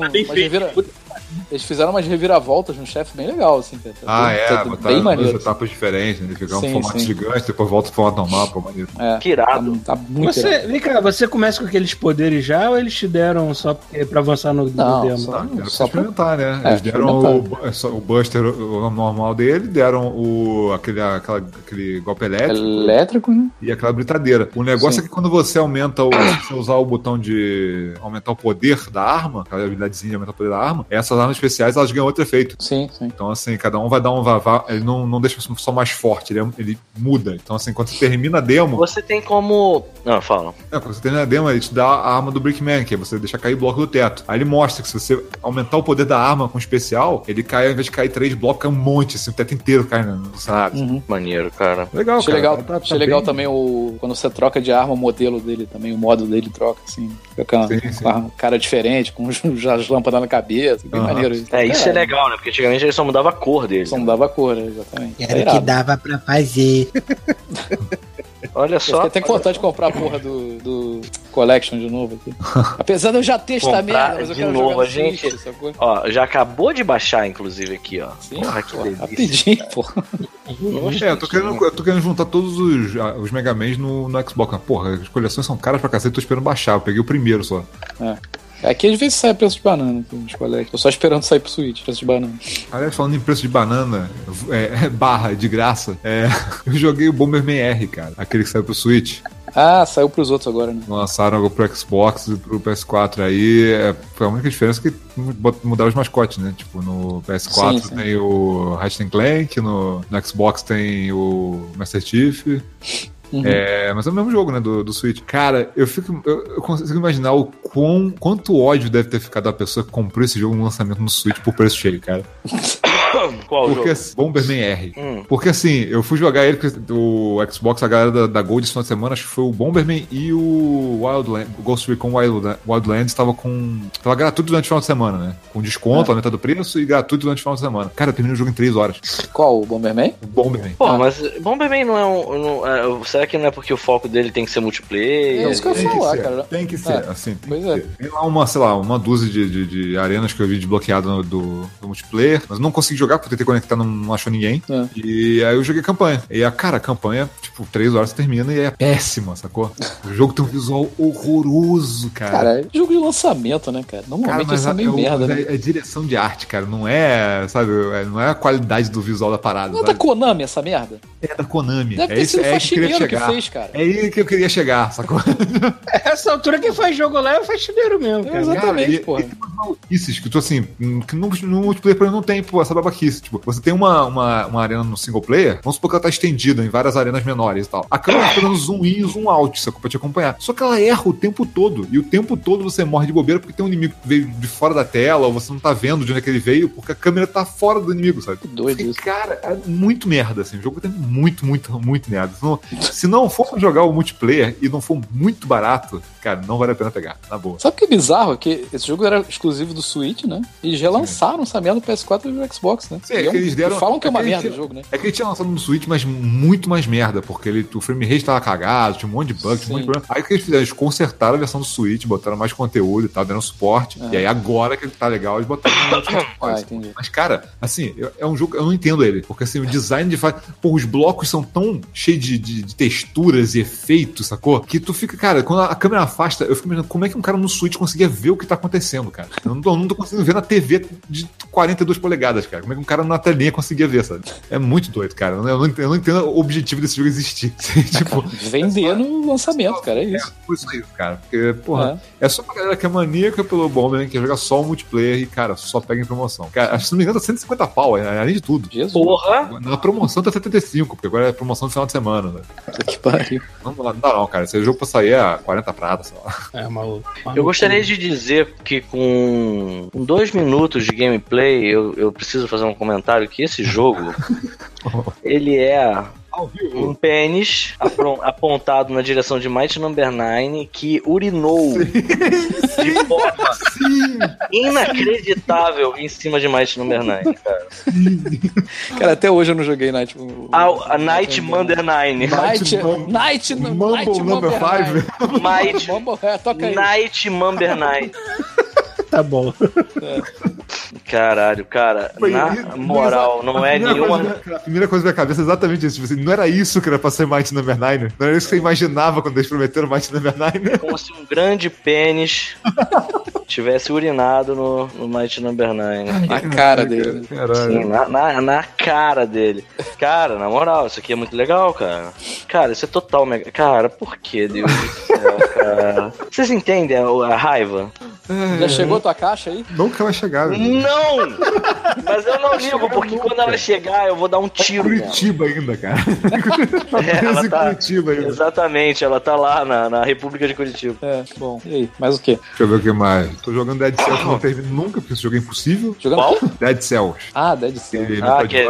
eles fizeram umas reviravoltas no chefe bem legal, assim, cara. Botaram duas etapas diferentes, né? Ele fica um formato gigante, depois volta pro formato normal, pô, maneiro. Que irado. Tá muito irado. Vem cá, você começa com aqueles poderes já ou eles te deram só pra avançar no demo? Só pra experimentar, né? Eles deram o Buster, o normal dele, deram aquele golpe elétrico, né? E aquela britadeira. O negócio é que quando você aumenta você usar o botão de aumentar o poder da arma, aquela habilidadezinha de aumentar o poder da arma, essas armas especiais, elas ganham outro efeito. Sim. Então, assim, cada um vai dar um vavá, ele não deixa só mais forte, ele muda. Então, assim, quando você termina a demo... Você tem como... Não, fala. Quando você termina a demo, ele te dá a arma do Brickman, que é você deixar cair bloco do teto. Aí ele mostra que se você aumentar o poder da arma com especial, ele cai, ao invés de cair 3 blocos, cai um monte, assim, o teto inteiro cai no cenário. Maneiro, cara. Legal, Achei cara. Legal, achei legal também quando você troca de arma, o modelo dele também, o modo dele troca, assim, fica com uma cara diferente, com as lâmpadas na cabeça, bem maneiro. Isso é legal, né? Porque antigamente ele só mudava a cor dele. Só mudava a cor, exatamente. Era o que dava pra fazer. Olha só. Eu fiquei até com vontade de comprar a porra do Collection de novo aqui. Apesar de eu já ter esta merda, mas eu quero novo, jogar a gente. Switch, sacou? Ó, já acabou de baixar, inclusive, aqui, ó. Sim, porra, que delícia. rapidinho, porra. Eu tô querendo juntar todos os Mega Mans no Xbox. Porra, as coleções são caras pra cacete, tô esperando baixar. Eu peguei o primeiro só. Aqui às vezes sai preço de banana, nos colegas. Tô só esperando sair pro Switch, preço de banana. Aliás, falando em preço de banana, barra, de graça, eu joguei o Bomberman R, cara. Aquele que saiu pro Switch. Saiu pros outros agora, né? Lançaram pro Xbox e pro PS4 aí. Foi a única diferença que mudaram os mascotes, né? Tipo, no PS4 sim. Tem o Ratchet & Clank, no Xbox tem o Master Chief. Mas é o mesmo jogo, né, do Switch. Cara, eu consigo imaginar quanto ódio deve ter ficado da pessoa que comprou esse jogo no lançamento no Switch por preço cheio, cara. Qual jogo? Bomberman R. Porque assim, eu fui jogar ele, o Xbox, a galera da Gold esse final de semana, acho que foi o Bomberman e o Ghost Recon Wildlands tava gratuito durante o final de semana, né? Com desconto, aumentado o preço e gratuito durante o final de semana. Cara, eu terminei o jogo em 3 horas. Qual? O Bomberman? O Bomberman. Pô, mas Bomberman não é será que não é porque o foco dele tem que ser multiplayer? É isso que eu ia falar, cara. Tem que ser, assim, tem que ser. Tem lá uma dúzia de arenas que eu vi desbloqueado do multiplayer, mas não consegui jogar porque tentei conectar, não achou ninguém. E aí eu joguei campanha. E a campanha, tipo, 3 horas você termina e é péssima, sacou? O jogo tem um visual horroroso, cara. Cara, é jogo de lançamento, né, cara? Normalmente isso é meio merda, né? É direção de arte, cara. Não é, sabe, não é a qualidade do visual da parada. Não é da Konami essa merda? É da Konami. Deve ter sido faxineiro que fez, cara. É aí que eu queria chegar, sacou? Essa altura quem faz jogo lá é o faxineiro mesmo, cara. Exatamente, porra. E tem umas maluquices que tu, assim, que no multiplayer não tem, pô, essa babaquice. Tipo, você tem uma arena no single player, vamos supor que ela tá estendida em várias arenas menores e tal. A câmera tá dando zoom in e zoom out, sacou? Pra te acompanhar. Só que ela erra o tempo todo. E o tempo todo você morre de bobeira porque tem um inimigo que veio de fora da tela, ou você não tá vendo de onde é que ele veio, porque a câmera tá fora do inimigo, sabe? Que doido isso. Cara, é muito merda, assim. O jogo tem muito merda. Se não for pra jogar o multiplayer e não for muito barato, cara, não vale a pena pegar, na boa. Sabe o que é bizarro? Que esse jogo era exclusivo do Switch, né? E já lançaram essa merda no PS4 e no Xbox, né? Sim, que eles deram... falam que é uma merda o jogo, né? É que ele tinha lançado no Switch, mas muito mais merda, porque o frame rate tava cagado, tinha um monte de bug, tinha um monte de problema. Aí o que eles fizeram? Eles consertaram a versão do Switch, botaram mais conteúdo e tal, deram suporte. E aí agora que ele tá legal, eles botaram mais entendi. Mas, cara, assim, é um jogo, eu não entendo ele, porque assim, o design de pô, os blocos são tão cheios de texturas e efeitos, sacou? Que tu fica, cara, quando a câmera afasta, eu fico imaginando como é que um cara no Switch conseguia ver o que tá acontecendo, cara. Eu não tô conseguindo ver na TV de 42 polegadas, cara. Como é que um cara na telinha conseguia ver, sabe? É muito doido, cara. Eu não entendo o objetivo desse jogo existir. Tipo, vender no lançamento, cara, é isso. Por isso, cara. Porque, porra, é só uma galera que é maníaca pelo Bomberman, que quer jogar só o multiplayer e, cara, só pega em promoção. Cara, acho que se não me engano tá 150 pau, além de tudo. Jesus. Porra! Na promoção tá 75, porque agora é promoção do final de semana, né? Que pariu. Não dá não, cara. Esse jogo pra sair é 40 pratas, sei lá. É, maluco. Eu gostaria de dizer que com 2 minutos de gameplay, eu preciso fazer um comentário que esse jogo, ele é um pênis apontado na direção de Mighty No. 9 que urinou de forma inacreditável em cima de Mighty No. 9, cara. Cara, até hoje eu não joguei Night. A Night Number 9. Night Number 5. Night Number 9. Tá bom. Caralho, cara, na moral, não é nenhuma... A primeira coisa na minha cabeça é exatamente isso. Tipo assim, não era isso que era pra ser Mighty No. 9? Não era isso que você imaginava quando eles prometeram Mighty No. 9? Como se um grande pênis tivesse urinado no Mighty No. 9. Na cara dele. Sim, na cara dele. Cara, na moral, isso aqui é muito legal, cara. Cara, isso é total mega... Cara, por que, Deus do céu, cara? Vocês entendem a raiva? Já chegou a tua caixa aí? Nunca vai chegar. Não! Mas eu não ligo, porque quando ela chegar, eu vou dar um tiro. Curitiba ainda, cara. Ela tá... Curitiba ainda. Exatamente, ela tá lá na República de Curitiba. Bom. E aí, mais o quê? Deixa eu ver o que mais. Tô jogando Dead Cells, não termino nunca, porque esse jogo é impossível. Qual? Dead Cells. Dead Cells.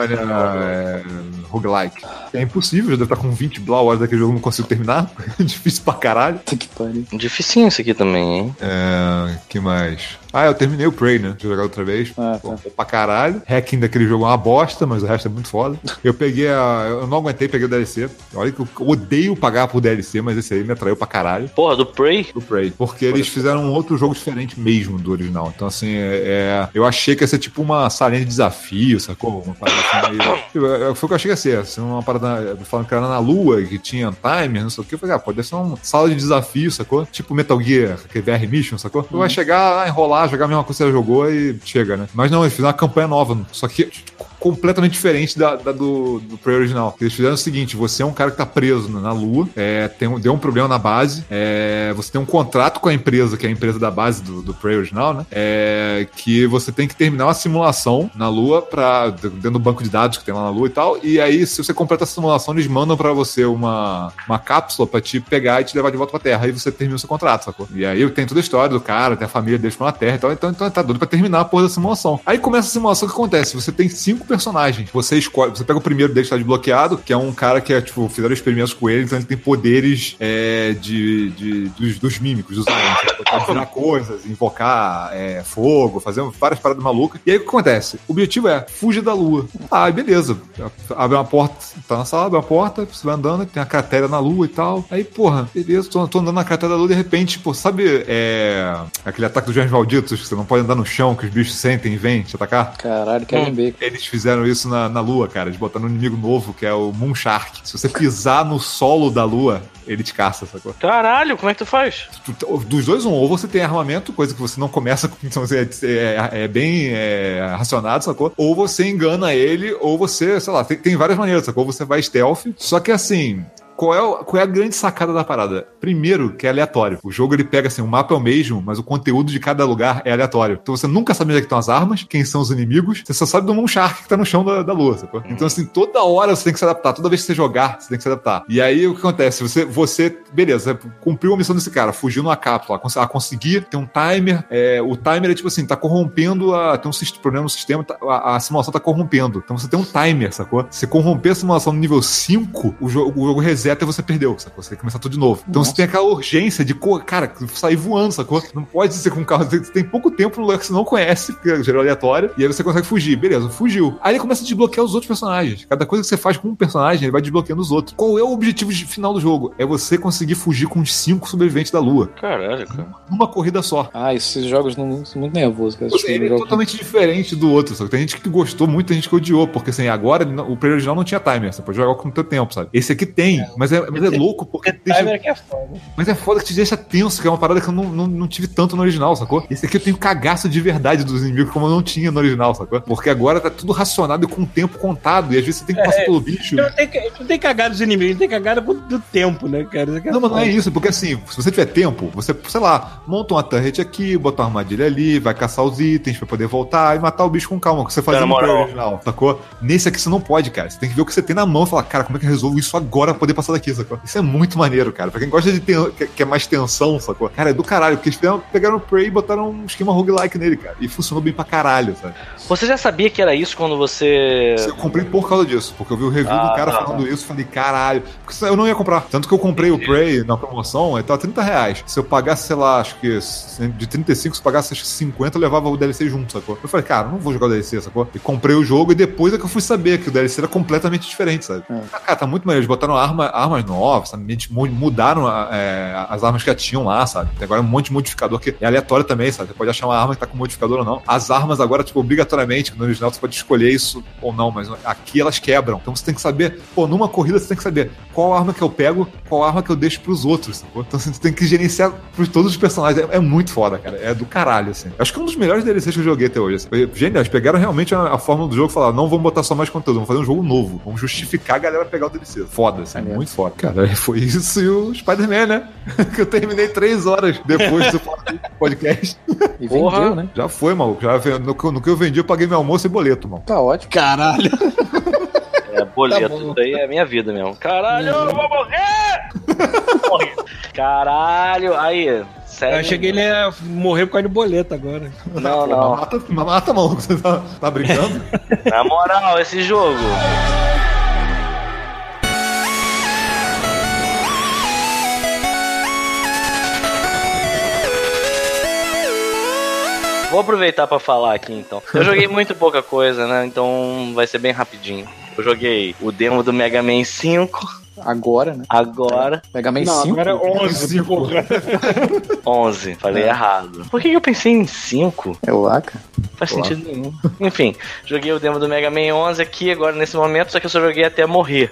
Roguelike. É impossível, já deve estar com 20 horas daquele jogo, não consigo terminar. É difícil pra caralho. Que pariu. Dificinho isso aqui também, hein? Que mais? Eu terminei o Prey, né? Deixa eu jogar outra vez. Bom, pra caralho. Hacking daquele jogo é uma bosta, mas o resto é muito foda. Eu não aguentei, peguei o DLC. Olha que eu odeio pagar por DLC, mas esse aí me atraiu pra caralho. Porra, do Prey? Do Prey. Porque eles fizeram um outro jogo diferente mesmo do original. Então, assim, eu achei que ia ser tipo uma salinha de desafio, sacou? Uma parada assim meio... Foi o que eu achei que ia ser. Assim, uma parada falando que era na Lua, que tinha timer, não sei o que. Eu falei, pode ser uma sala de desafio, sacou? Tipo Metal Gear, que é VR Mission, sacou? Tu vai chegar, enrolar, jogar a mesma coisa que você jogou e chega, né? Mas não, eles fizeram uma campanha nova, só que completamente diferente do Prey original. Eles fizeram o seguinte, você é um cara que tá preso na Lua, deu um problema na base, você tem um contrato com a empresa, que é a empresa da base do Prey original, né? Que você tem que terminar uma simulação na Lua, dentro do banco de dados que tem lá na Lua e tal, e aí se você completa a simulação, eles mandam pra você uma cápsula pra te pegar e te levar de volta pra Terra, aí você termina o seu contrato, sacou? E aí tem toda a história do cara, tem a família deles na Terra e tal, então tá doido pra terminar a porra da simulação. Aí começa a simulação, o que acontece? Você tem 5 personagens, você escolhe, você pega o primeiro deles que tá desbloqueado, que é um cara que fizeram experimentos com ele, então ele tem poderes dos mímicos, dos aliens. Você pode virar coisas, invocar fogo, fazer várias paradas malucas. E aí o que acontece? O objetivo é fugir da Lua. Beleza. Abre uma porta, tá na sala, abre uma porta, você vai andando, tem a cratera na Lua e tal. Aí, porra, beleza, tô andando na cratera da Lua, de repente, sabe aquele ataque dos Jogos Malditos, que você não pode andar no chão, que os bichos sentem e vêm te atacar? Caralho, Kevin Bacon. Eles fizeram isso na Lua, cara. Eles botaram um inimigo novo, que é o Moon Shark. Se você pisar no solo da Lua, ele te caça, sacou? Caralho, como é que tu faz? Dos dois, ou você tem armamento, coisa que você não começa com, então você é bem racionado, sacou? Ou você engana ele, ou você, sei lá, tem várias maneiras, sacou? Você vai stealth, só que assim... Qual é a grande sacada da parada? Primeiro, que é aleatório. O jogo, ele pega assim, o mapa é o mesmo, mas o conteúdo de cada lugar é aleatório. Então você nunca sabe onde é que estão as armas, quem são os inimigos, você só sabe do Moon Shark que tá no chão da Lua, sacou? Então assim, toda hora você tem que se adaptar, toda vez que você jogar, você tem que se adaptar. E aí, o que acontece? Você beleza, cumpriu a missão desse cara, fugiu numa cápsula, conseguir ter um timer, o timer é tipo assim, tá corrompendo, tem um problema no sistema, a simulação tá corrompendo. Então você tem um timer, sacou? Se corromper a simulação no nível 5, o jogo reseta e você perdeu, sacou? Você tem que começar tudo de novo. Então você tem aquela urgência de, cara, sair voando, sacou? Não pode ser com um carro, você tem pouco tempo no lugar que você não conhece, porque é geral aleatório, e aí você consegue fugir. Beleza, fugiu. Aí ele começa a desbloquear os outros personagens. Cada coisa que você faz com um personagem, ele vai desbloqueando os outros. Qual é o objetivo final do jogo? É você conseguir fugir com os 5 sobreviventes da Lua. Caralho, cara. Numa corrida só. Esses jogos não são muito nervosos, cara. Ele é totalmente diferente do outro, sabe? Tem gente que gostou muito, tem gente que odiou, porque assim, agora o Prey original não tinha timer, você pode jogar com o teu tempo, sabe? Esse aqui tem, Mas é louco porque Timer que é foda. Mas é foda que te deixa tenso, que é uma parada que eu não tive tanto no original, sacou? Esse aqui eu tenho cagaço de verdade dos inimigos, como eu não tinha no original, sacou? Porque agora tá tudo racionado e com o tempo contado, e às vezes você tem que passar pelo bicho. Não tem cagado dos inimigos, tem cagada do tempo, né, cara? Não, mas não é isso, porque assim, se você tiver tempo, você, sei lá, monta uma turret aqui, bota uma armadilha ali, vai caçar os itens pra poder voltar e matar o bicho com calma, que você fazia no original, sacou? Nesse aqui você não pode, cara. Você tem que ver o que você tem na mão e falar, cara, como é que eu resolvo isso agora pra poder passar daqui, sacou? Isso é muito maneiro, cara. Pra quem gosta de que é mais tensão, sacou? Cara, é do caralho, porque eles pegaram o Prey e botaram um esquema roguelike nele, cara. E funcionou bem pra caralho, sabe? Você já sabia que era isso quando você... Eu comprei por causa disso, porque eu vi o review do cara falando isso e falei, caralho. Porque eu não ia comprar. Tanto que eu comprei o Prey na promoção, ele tava R$30. Se eu pagasse, sei lá, acho que de 35, se eu pagasse acho que 50, eu levava o DLC junto, sacou? Eu falei, cara, não vou jogar o DLC, sacou? E comprei o jogo e depois é que eu fui saber que o DLC era completamente diferente, sabe? Cara, tá muito maneiro. Eles botaram armas novas, sabe? Mudaram as armas que já tinham lá, sabe? Tem agora um monte de modificador que é aleatório também, sabe? Você pode achar uma arma que tá com modificador ou não. As armas agora, tipo, obrigatoriamente, no original você pode escolher isso ou não, mas aqui elas quebram. Então você tem que saber, numa corrida você tem que saber qual arma que eu pego, qual arma que eu deixo pros outros, sacou? Então você tem que gerenciar por todos os personagens. É muito foda, cara. É do caralho, assim. Acho que é um dos melhores DLCs que eu joguei até hoje, assim. Genial, eles pegaram realmente a fórmula do jogo e falaram, não vamos botar só mais conteúdo, vamos fazer um jogo novo. Vamos justificar a galera pegar o DLC. Foda, assim, muito foda. Cara, foi isso e o Spider-Man, né? Que eu terminei 3 horas depois do podcast. E vendeu, né? Já foi, maluco. No que eu vendi, eu paguei meu almoço e boleto, mano. Tá ótimo. Caralho. Boleto, isso daí é a minha vida mesmo. Caralho, eu vou morrer! Caralho, aí... Sério? Eu achei que ele ia morrer por causa de boleto agora. Não. Mata, maluco. Você tá brincando? Na moral, esse jogo... Vou aproveitar pra falar aqui, então. Eu joguei muito pouca coisa, né? Então vai ser bem rapidinho. Eu joguei o demo do Mega Man 5. Agora, né? Agora. Mega Man 5? Agora é 11, porra. 11, falei errado. Por que eu pensei em 5? É o lá, cara. Faz sentido nenhum. Enfim, joguei o demo do Mega Man 11 aqui agora nesse momento, só que eu só joguei até morrer.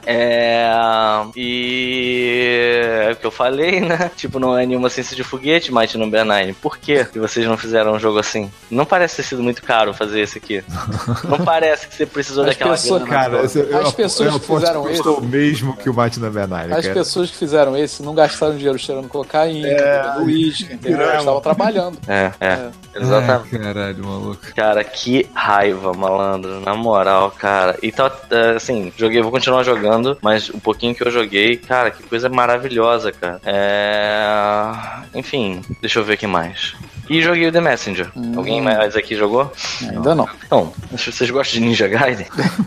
E... é o que eu falei, né? Tipo, não é nenhuma ciência de foguete, Mighty No. 9. Por que vocês não fizeram um jogo assim? Não parece ter sido muito caro fazer esse aqui. Não parece que você precisou daquela grana. Cara, as pessoas que fizeram isso... o mesmo que o Mighty No. 9, as pessoas que fizeram esse não gastaram dinheiro cheirando cocaína, bebendo uísque, entendeu? Eles estavam trabalhando. Exatamente. Caralho, maluco. Cara, que raiva, malandro. Na moral, cara. E tá, assim, vou continuar jogando, mas um pouquinho que eu joguei, cara, que coisa maravilhosa, cara. Enfim, deixa eu ver o que mais. E joguei o The Messenger. Alguém mais aqui jogou? Ainda não. Então, vocês gostam de Ninja Gaiden?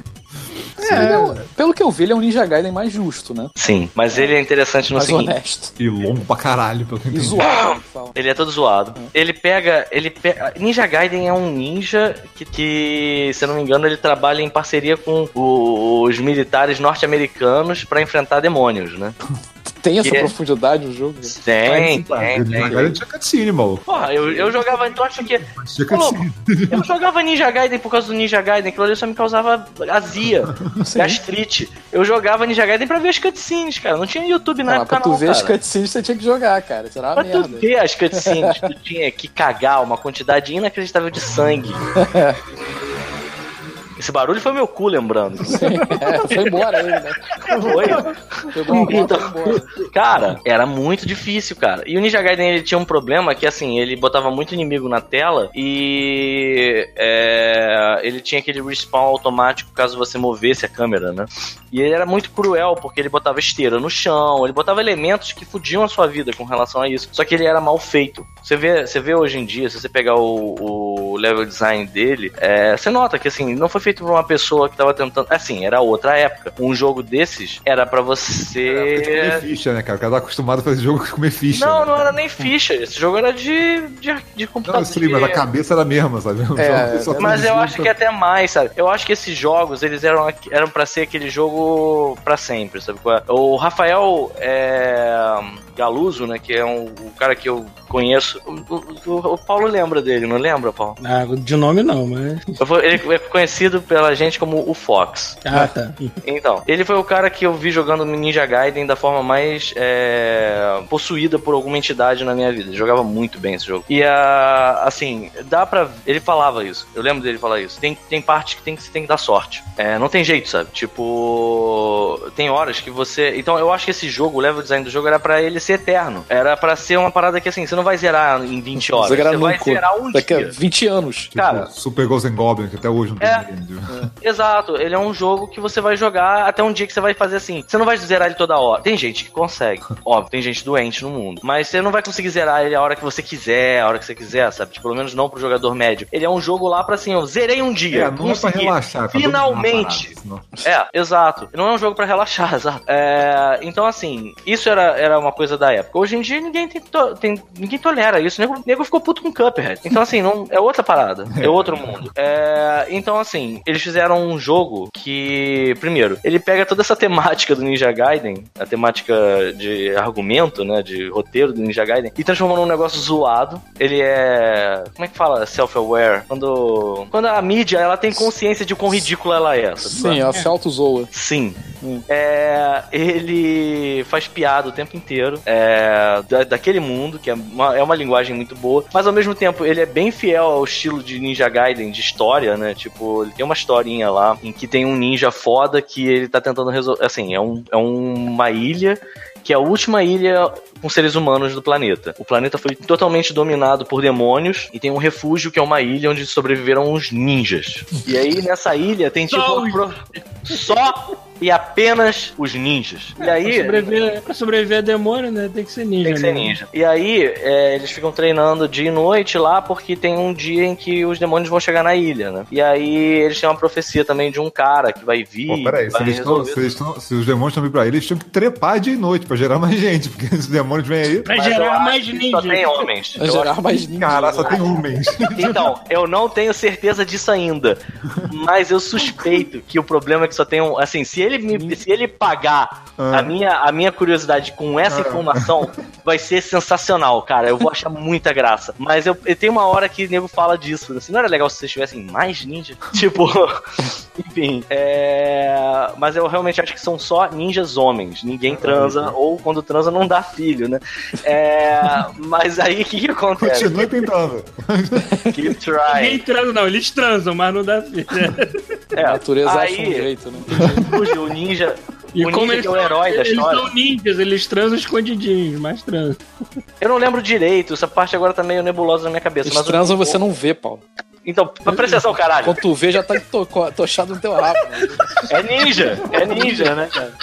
Pelo que eu vi, ele é um Ninja Gaiden mais justo, né? Sim, mas ele é interessante no mais seguinte. Honesto. E longo pra caralho, pelo que eu E entendi. zoado. Ele é todo zoado. Ele pega. Ninja Gaiden é um ninja que, se eu não me engano, ele trabalha em parceria com os militares norte-americanos pra enfrentar demônios, né? Tem essa profundidade o jogo? Tem. Gaiden tinha cutscene, maluco. Porra, eu jogava, então acho que... Eu jogava Ninja Gaiden por causa do Ninja Gaiden, aquilo ali só me causava azia, gastrite. Eu jogava Ninja Gaiden pra ver as cutscenes, cara. Não tinha YouTube na época, não, pra tu ver as cutscenes, você tinha que jogar, cara. Isso era uma merda. Pra tu ver as cutscenes, tu tinha que cagar uma quantidade inacreditável de sangue. Esse barulho foi meu cu, lembrando. Sim, foi embora ele, né? Foi. Pegou uma moto e foi embora. Cara, era muito difícil, cara. E o Ninja Gaiden, ele tinha um problema que, assim, ele botava muito inimigo na tela e ele tinha aquele respawn automático caso você movesse a câmera, né? E ele era muito cruel, porque ele botava esteira no chão, ele botava elementos que fudiam a sua vida com relação a isso. Só que ele era mal feito. Você vê hoje em dia, se você pegar o level design dele, você nota que, assim, não foi feito por uma pessoa que tava tentando... Assim, era outra época. Um jogo desses era pra você... comer ficha, né, cara? O cara tá acostumado a fazer jogo com comer ficha. Não, não era nem ficha. Esse jogo era de computador. Não, sim, mas a cabeça era a mesma, sabe? Mas eu acho que até mais, sabe? Eu acho que esses jogos, eles eram pra ser aquele jogo pra sempre, sabe? O Rafael Galuso, né? Que é o cara que eu conheço. O Paulo lembra dele, não lembra, Paulo? Ah, de nome não, mas... Ele é conhecido pela gente como o Fox. Ah, tá. Então, ele foi o cara que eu vi jogando Ninja Gaiden da forma mais possuída por alguma entidade na minha vida. Ele jogava muito bem esse jogo. E, assim, dá pra... Ele falava isso. Eu lembro dele falar isso. Tem parte que você tem que dar sorte. Não tem jeito, sabe? Tipo... Tem horas que você... Então, eu acho que esse jogo, o level design do jogo, era pra ele ser eterno. Era pra ser uma parada que, assim, você não vai zerar em 20 horas. Você vai zerar um daqui dia. A 20 anos. Tipo, cara, Super Ghosts and Goblins, que até hoje não tem ninguém. Exato. Ele é um jogo que você vai jogar até um dia que você vai fazer assim. Você não vai zerar ele toda hora. Tem gente que consegue. Óbvio, tem gente doente no mundo. Mas você não vai conseguir zerar ele a hora que você quiser, sabe? Tipo, pelo menos não pro jogador médio. Ele é um jogo lá pra assim, eu zerei um dia. Não é pra relaxar. Finalmente. Exato. Não é um jogo pra relaxar, exato. Então, assim, isso era uma coisa da época. Hoje em dia, ninguém tolera isso. O nego ficou puto com Cuphead. Então, assim, não, é outra parada. É outro mundo. Então, assim, eles fizeram um jogo que, primeiro, ele pega toda essa temática do Ninja Gaiden, a temática de argumento, né, de roteiro do Ninja Gaiden, e transforma num negócio zoado. Ele é... Como é que fala? Self-aware. Quando a mídia, ela tem consciência de quão ridícula ela é. Sim, ela se auto-zoa. Sim. Ele faz piada o tempo inteiro daquele mundo, que é uma linguagem muito boa, mas ao mesmo tempo ele é bem fiel ao estilo de Ninja Gaiden, de história, né? Tipo, ele tem uma historinha lá em que tem um ninja foda que ele tá tentando resolver. Assim, é uma ilha que é a última ilha com seres humanos do planeta. O planeta foi totalmente dominado por demônios e tem um refúgio que é uma ilha onde sobreviveram os ninjas. E aí nessa ilha tem tipo só e apenas os ninjas. E aí pra sobreviver a demônio, né? Tem que ser ninja. Tem que ser ninja. E aí eles ficam treinando dia e noite lá porque tem um dia em que os demônios vão chegar na ilha, né? E aí eles têm uma profecia também de um cara que vai vir. Pô, peraí, se os demônios estão vindo pra ilha, eles tinham que trepar dia e noite pra gerar mais gente, porque os demônios vêm aí. Pra gerar mais ninjas. Só tem homens. Pra gerar mais ninjas. Cara, só tem homens. Então, eu não tenho certeza disso ainda. Mas eu suspeito que o problema é que só tem um. Assim, se ele pagar a minha curiosidade com essa informação, vai ser sensacional, cara. Eu vou achar muita graça. Mas eu tenho uma hora que o nego fala disso. Assim, não era legal se vocês tivessem mais ninjas? Tipo, enfim. Mas eu realmente acho que são só ninjas homens. Ninguém transa, ou quando transa não dá filho, né? Mas aí o que acontece? Continua tentando. Keep trying. Ninguém transa, não. Eles transam, mas não dá filho. A natureza acha um jeito, né? O ninja. E o como ninja eles que é o herói da história. Eles são ninjas, eles transam escondidinhos, mas transam. Eu não lembro direito, essa parte agora tá meio nebulosa na minha cabeça. Eles transam você não vê, Paulo. Então, presta atenção, caralho. Quando tu vê, já tá tochado no teu rabo. É ninja, né, cara?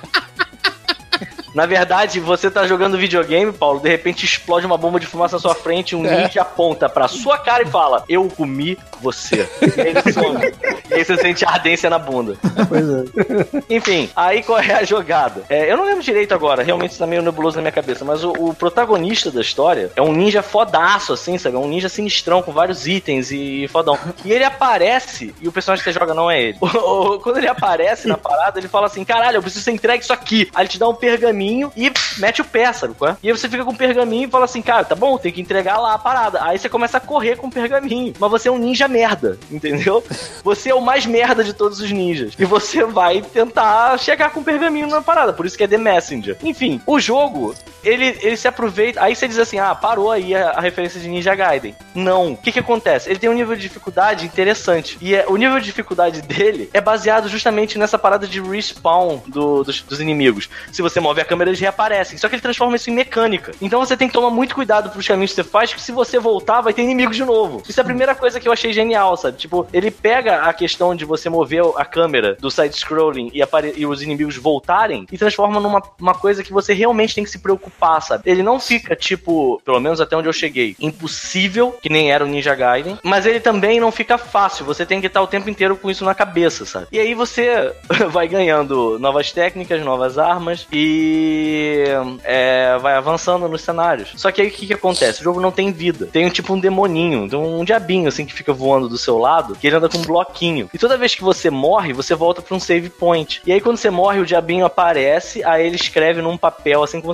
Na verdade, você tá jogando videogame, Paulo, de repente explode uma bomba de fumaça na sua frente, um ninja aponta pra sua cara e fala, eu comi você. E aí ele some. E aí você sente ardência na bunda. Pois é. Enfim, aí qual é a jogada? Eu não lembro direito agora, realmente tá meio nebuloso na minha cabeça, mas o protagonista da história é um ninja fodaço, assim, sabe? É um ninja sinistrão, com vários itens e fodão. E ele aparece, e o personagem que você joga não é ele. Quando ele aparece na parada, ele fala assim, caralho, eu preciso ser entregue isso aqui. Aí ele te dá um pergaminho e mete o pé, sabe qual é? E aí você fica com o pergaminho e fala assim, cara, tá bom, tem que entregar lá a parada. Aí você começa a correr com o pergaminho. Mas você é um ninja merda, entendeu? Você é o mais merda de todos os ninjas. E você vai tentar chegar com o pergaminho na parada. Por isso que é The Messenger. Enfim, o jogo, ele se aproveita... Aí você diz assim, parou aí a referência de Ninja Gaiden. Não. O que acontece? Ele tem um nível de dificuldade interessante. E o nível de dificuldade dele é baseado justamente nessa parada de respawn dos inimigos. Se você move a câmera, eles reaparecem. Só que ele transforma isso em mecânica. Então você tem que tomar muito cuidado pros caminhos que você faz, que se você voltar, vai ter inimigos de novo. Isso é a primeira coisa que eu achei genial, sabe? Tipo, ele pega a questão de você mover a câmera do side-scrolling e os inimigos voltarem e transforma numa coisa que você realmente tem que se preocupar, sabe? Ele não fica, tipo, pelo menos até onde eu cheguei, impossível, que nem era o Ninja Gaiden, mas ele também não fica fácil. Você tem que estar o tempo inteiro com isso na cabeça, sabe? E aí você vai ganhando novas técnicas, novas armas e vai avançando nos cenários. Só que aí o que acontece? O jogo não tem vida. Tem tipo um demoninho, um diabinho assim que fica voando do seu lado, que ele anda com um bloquinho. E toda vez que você morre, você volta pra um save point. E aí quando você morre, o diabinho aparece, aí ele escreve num papel assim como se fosse uma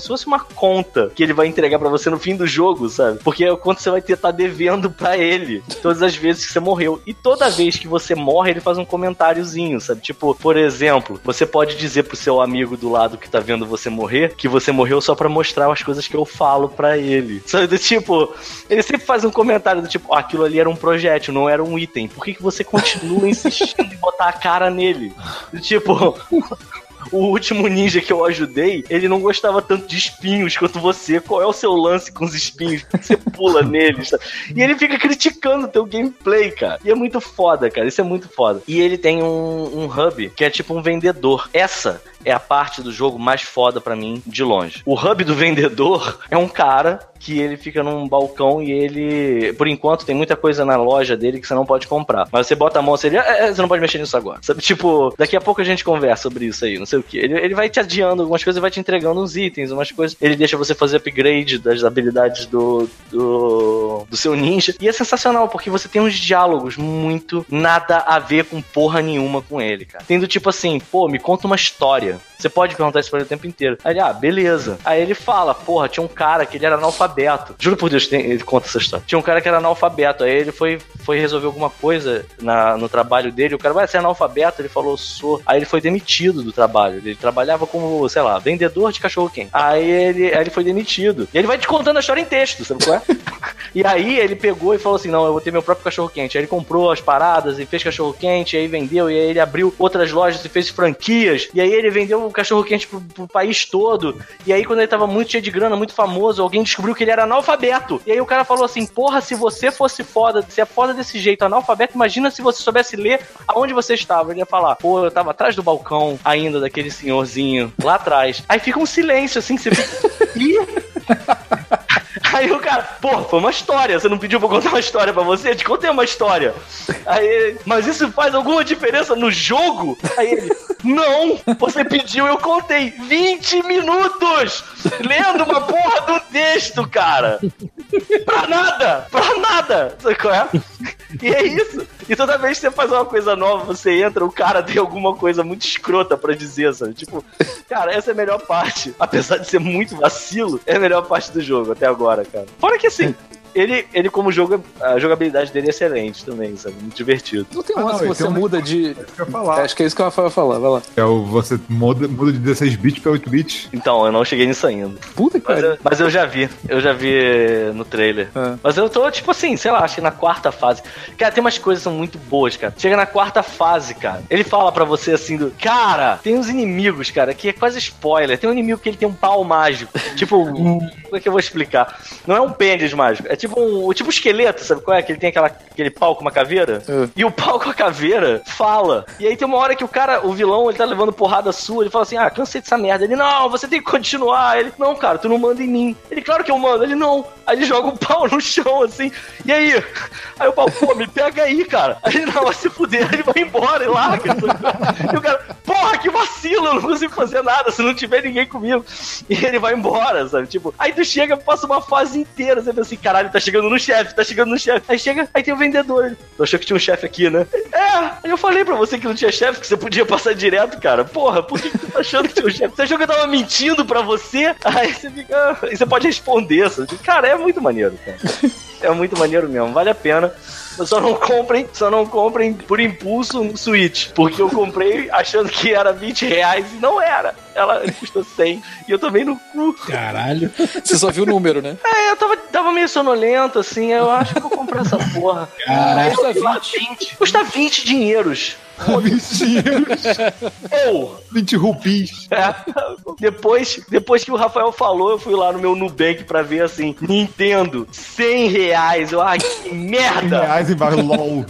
conta que ele vai entregar pra você no fim do jogo, sabe? Porque é o quanto você vai estar devendo pra ele todas as vezes que você morreu. E toda vez que você morre, ele faz um comentáriozinho, sabe? Tipo, por exemplo, você pode dizer pro seu amigo do lado que tá vendo você morrer que você morreu só pra mostrar as coisas que eu falo pra ele. Sabe? Do tipo, ele sempre faz um comentário do tipo, aquilo ali era um projétil, não era um item. Por que você continua insistindo em botar a cara nele? Do tipo... O último ninja que eu ajudei, ele não gostava tanto de espinhos quanto você. Qual é o seu lance com os espinhos? Por que você pula neles? E ele fica criticando o teu gameplay, cara. E é muito foda, cara. Isso é muito foda. E ele tem um hub que é tipo um vendedor. Essa é a parte do jogo mais foda pra mim, de longe. O hub do vendedor é um cara que ele fica num balcão e ele... Por enquanto, tem muita coisa na loja dele que você não pode comprar. Mas você bota a mão, você não pode mexer nisso agora. Sabe? Tipo, daqui a pouco a gente conversa sobre isso aí, não sei o que. Ele vai te adiando algumas coisas, vai te entregando uns itens, umas coisas. Ele deixa você fazer upgrade das habilidades do seu ninja. E é sensacional, porque você tem uns diálogos muito nada a ver com porra nenhuma com ele, cara. Tem do tipo assim, pô, me conta uma história. Você pode perguntar isso pra ele o tempo inteiro. Aí ele, beleza. Aí ele fala, porra, tinha um cara que ele era analfabeto. Juro por Deus, ele conta essa história. Tinha um cara que era analfabeto. Aí ele foi resolver alguma coisa no trabalho dele. O cara, vai ser analfabeto? Ele falou, sou. Aí ele foi demitido do trabalho. Ele trabalhava como, sei lá, vendedor de cachorro-quente. Aí ele foi demitido. E ele vai te contando a história em texto, sabe qual é? E aí ele pegou e falou assim, não, eu vou ter meu próprio cachorro-quente. Aí ele comprou as paradas e fez cachorro-quente, e aí vendeu, e aí ele abriu outras lojas e fez franquias, e aí ele vendeu o cachorro-quente pro país todo. E aí quando ele tava muito cheio de grana, muito famoso, alguém descobriu que ele era analfabeto. E aí o cara falou assim, porra, se você fosse foda, se é foda desse jeito, analfabeto, imagina se você soubesse ler aonde você estava. Ele ia falar, pô, eu tava atrás do balcão ainda daquele senhorzinho, lá atrás. Aí fica um silêncio assim, que você fica... Aí o cara, pô, foi uma história, você não pediu pra eu contar uma história pra você? Eu te contei uma história. Aí, mas isso faz alguma diferença no jogo? Aí ele, não, você pediu, eu contei 20 minutos lendo uma porra do texto, cara. Pra nada. Sabe qual é? E é isso. E toda vez que você faz uma coisa nova, você entra, o cara tem alguma coisa muito escrota pra dizer, sabe? Tipo, cara, essa é a melhor parte. Apesar de ser muito vacilo, é a melhor parte do jogo até agora, cara. Fora que assim... Ele como jogo, a jogabilidade dele é excelente também, sabe? Muito divertido. Não tem um lance que você muda de... Acho que é isso que eu ia falar, vai lá. Você muda de 16 bits pra 8 bits. Então, eu não cheguei nisso ainda. Puta que pariu. Mas eu já vi no trailer. Mas eu tô, tipo assim, sei lá, acho que na quarta fase. Cara, tem umas coisas que são muito boas, cara. Chega na quarta fase, cara. Ele fala pra você assim, cara, tem uns inimigos, cara, que é quase spoiler. Tem um inimigo que ele tem um pau mágico. Tipo, como é que eu vou explicar? Não é um pênis mágico, é tipo um esqueleto, sabe qual é? Que ele tem aquele pau com uma caveira. E o pau com a caveira fala. E aí tem uma hora que o vilão, ele tá levando porrada sua, ele fala assim, cansei dessa merda. Ele, não, você tem que continuar. Ele, não, cara, tu não manda em mim. Ele, claro que eu mando. Ele, não. Aí ele joga o pau no chão, assim. E aí? Aí o pau, pô, me pega aí, cara. Aí ele, não, vai se fuder. Ele vai embora e larga. E o cara, porra, que vacilo, eu não consigo fazer nada se não tiver ninguém comigo. E ele vai embora, sabe? Tipo, aí tu chega, passa uma fase inteira, você pensa assim, caralho, tá chegando no chefe. Aí chega, aí tem o vendedor. Tu achou que tinha um chefe aqui, né? Aí eu falei pra você que não tinha chefe, que você podia passar direto, cara. Porra, por que tu tá achando que tinha um chefe? Você achou que eu tava mentindo pra você? Aí você fica... Aí você pode responder, sabe? Cara, é muito maneiro, cara. É muito maneiro mesmo, vale a pena. Mas só não comprem por impulso no Switch. Porque eu comprei achando que era R$20 e não era. Ela custou 100 e eu tomei no cu. Caralho. Você só viu o número, né? Eu tava meio sonolento, assim. Eu acho que eu vou comprar essa porra. Caralho. Custa 20 dinheiros. 20 dinheiros. Ou 20 rupias. Depois que o Rafael falou, eu fui lá no meu Nubank pra ver assim, Nintendo, R$100. Que merda! R$100 em barra LOL.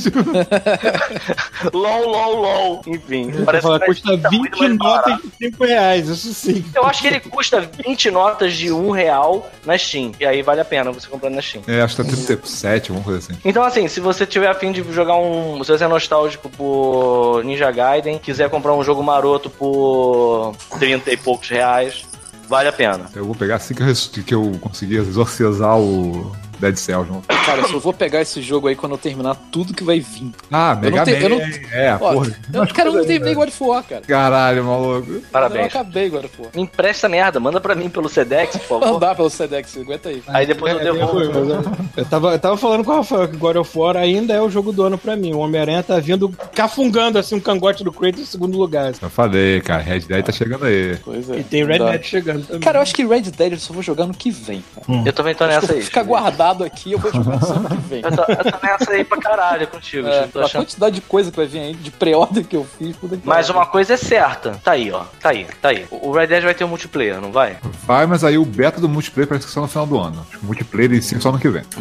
LOL. Enfim, parece que custa 20 notas de R$5, isso sim. Eu acho que ele custa 20 notas de R$1 na Steam. E aí vale a pena você comprar na Steam. Acho que tá 37, alguma coisa assim. Então, assim, se você tiver a fim de jogar se você é nostálgico por Ninja Gaiden, quiser comprar um jogo maroto por 30 e poucos reais, vale a pena. Eu vou pegar assim que eu conseguir exorcizar o Dead Cells junto. Cara, eu só vou pegar esse jogo aí quando eu terminar tudo que vai vir. Ah, Mega Man. Porra. Cara, eu não terminei God of War, cara. Caralho, maluco. Parabéns. Eu acabei God of War. Me empresta merda, manda pra mim pelo Sedex, por favor. Mandar pelo Sedex, aguenta aí. Aí depois eu devolvo. Eu tava falando com o Rafael que God of War ainda é o jogo do ano pra mim. O Homem-Aranha tá vindo cafungando assim um cangote do Kratos em segundo lugar. Eu falei, cara, Red Dead tá chegando aí. Pois é. E tem Red Dead chegando também. Cara, eu acho que Red Dead eu só vou jogar no que vem, cara. Eu também tô nessa aí. Fica guardado aqui, eu vou jogar só no que vem. Eu tô nessa aí pra caralho contigo. Tô A achando. quantidade de coisa que vai vir aí, de pré-order que eu fiz. Mas uma coisa é certa. Tá aí, ó. Tá aí. O Red Dead vai ter um multiplayer, não vai? Vai, mas aí o beta do multiplayer parece que só no final do ano. Acho que o multiplayer em si só no que vem.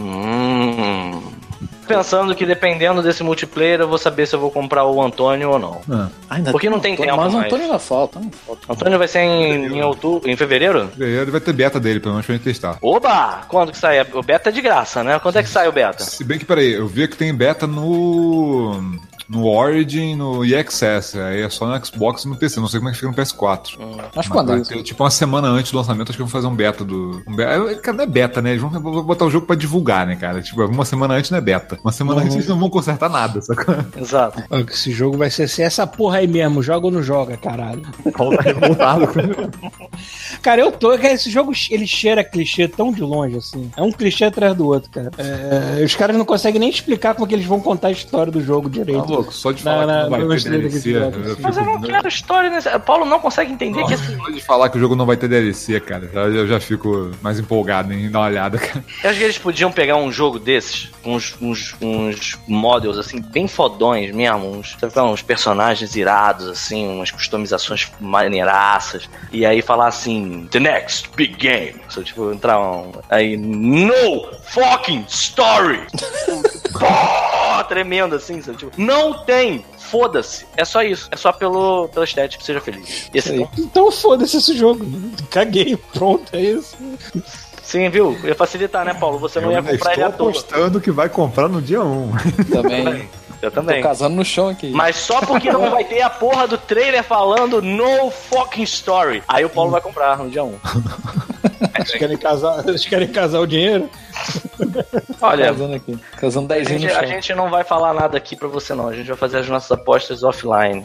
Pensando que dependendo desse multiplayer eu vou saber se eu vou comprar o Antônio ou não. Porque não tem tempo mas o mais. Antônio ainda falta. Antônio vai ser em outubro, em fevereiro? Ele vai ter beta dele, pelo menos pra gente testar. Oba! Quando que sai? O beta é de graça, né? Quando é que sai o beta? Se bem que, peraí, eu vi que tem beta no Origin, no EXS. Aí é só no Xbox e no PC. Não sei como é que fica no PS4. Mas quando é isso? Tipo, uma semana antes do lançamento, acho que eu vou fazer um beta do... Cara, não é beta, né? Eles vão botar o jogo pra divulgar, né, cara? Tipo, uma semana antes não é beta. Uma semana antes eles não vão consertar nada, sacou? Exato. Esse jogo vai ser assim, essa porra aí mesmo, joga ou não joga, caralho. Tá revoltado. Cara, esse jogo, ele cheira clichê tão de longe, assim. É um clichê atrás do outro, cara. Os caras não conseguem nem explicar como é que eles vão contar a história do jogo direito. Tá louco, só de falar que não vai ter DLC. Mas eu não quero história nesse... Paulo não consegue entender que esse... Só de falar que o jogo não vai ter DLC, cara, eu já fico mais empolgado em dar uma olhada, cara. Eu acho que eles podiam pegar um jogo desses, uns models, assim, bem fodões mesmo, uns personagens irados, assim, umas customizações maneiraças, e aí falar assim, the next big game. So, tipo, entrar aí, no fucking story! Tremendo, assim, sabe? Tipo, não tem! Foda-se. É só isso. É só pela estética. Seja feliz. Então foda-se esse jogo. Caguei. Pronto, é isso. Sim, viu? Ia facilitar, né, Paulo? Você não ia comprar ele à toa. Eu estou apostando que vai comprar no dia 1. Também. Eu também. Tô casando no chão aqui. Mas só porque não vai ter a porra do trailer falando no fucking story. Aí o Paulo vai comprar no dia 1. Eles querem casar o dinheiro? Olha, casando 10 no chão. A gente não vai falar nada aqui pra você, não. A gente vai fazer as nossas apostas offline.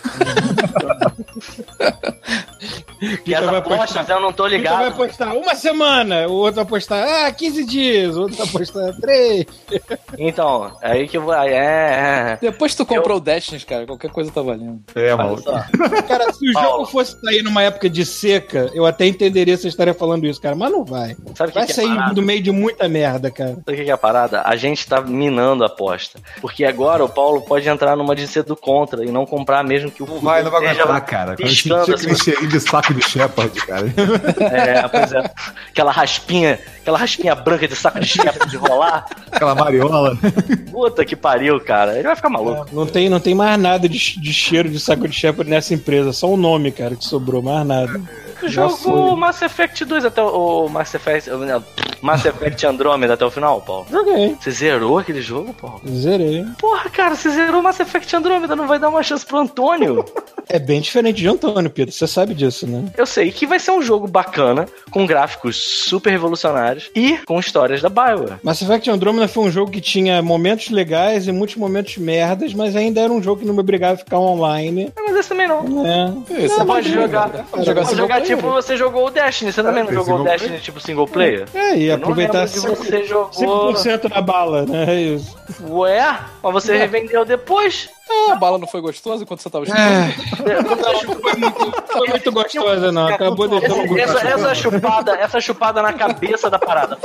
E as apostas eu não tô ligado. Um vai postar uma semana, o outro vai postar 15 dias, o outro vai postar 3. Então, aí que eu vou. Depois tu comprou o Destiny, cara, qualquer coisa tá valendo. Maluco. Cara, se o jogo fosse sair numa época de seca, eu até entenderia se eu estaria falando isso, cara, mas não vai. Vai sair do meio de muita merda, cara. Sabe o que é a parada? A gente tá minando a aposta. Porque agora o Paulo pode entrar numa de ser do contra e não comprar mesmo que o Não vai aguentar, cara. Piscando, aquele cheirinho de saco de Shepard, cara. Pois é. Aquela raspinha branca de saco de Shepard de rolar. Aquela mariola. Puta que pariu, cara. Ele vai ficar maluco. Não tem mais nada de cheiro de saco de Shepard nessa empresa. Só o nome, cara, que sobrou. Mais nada. Jogou Mass Effect 2 até o Mass Effect Andromeda até o final, Paulo? Joguei. Você zerou aquele jogo, Paulo? Zerei. Porra, cara, você zerou Mass Effect Andromeda, não vai dar uma chance pro Antônio? É bem diferente de Antônio, Pedro. Você sabe disso, né? Eu sei que vai ser um jogo bacana, com gráficos super revolucionários e com histórias da BioWare. Mass Effect Andromeda foi um jogo que tinha momentos legais e muitos momentos merdas, mas ainda era um jogo que não me obrigava a ficar online. Mas esse também não. Você pode jogar tipo você jogou o Destiny. Você também não jogou o Destiny tipo single player? E aproveitar você jogou 5% da bala, né? É isso. Ué? Mas você revendeu depois? A bala não foi gostosa enquanto você tava jogando? Foi muito gostosa, não. Acabou deixando essa chupada na cabeça da parada.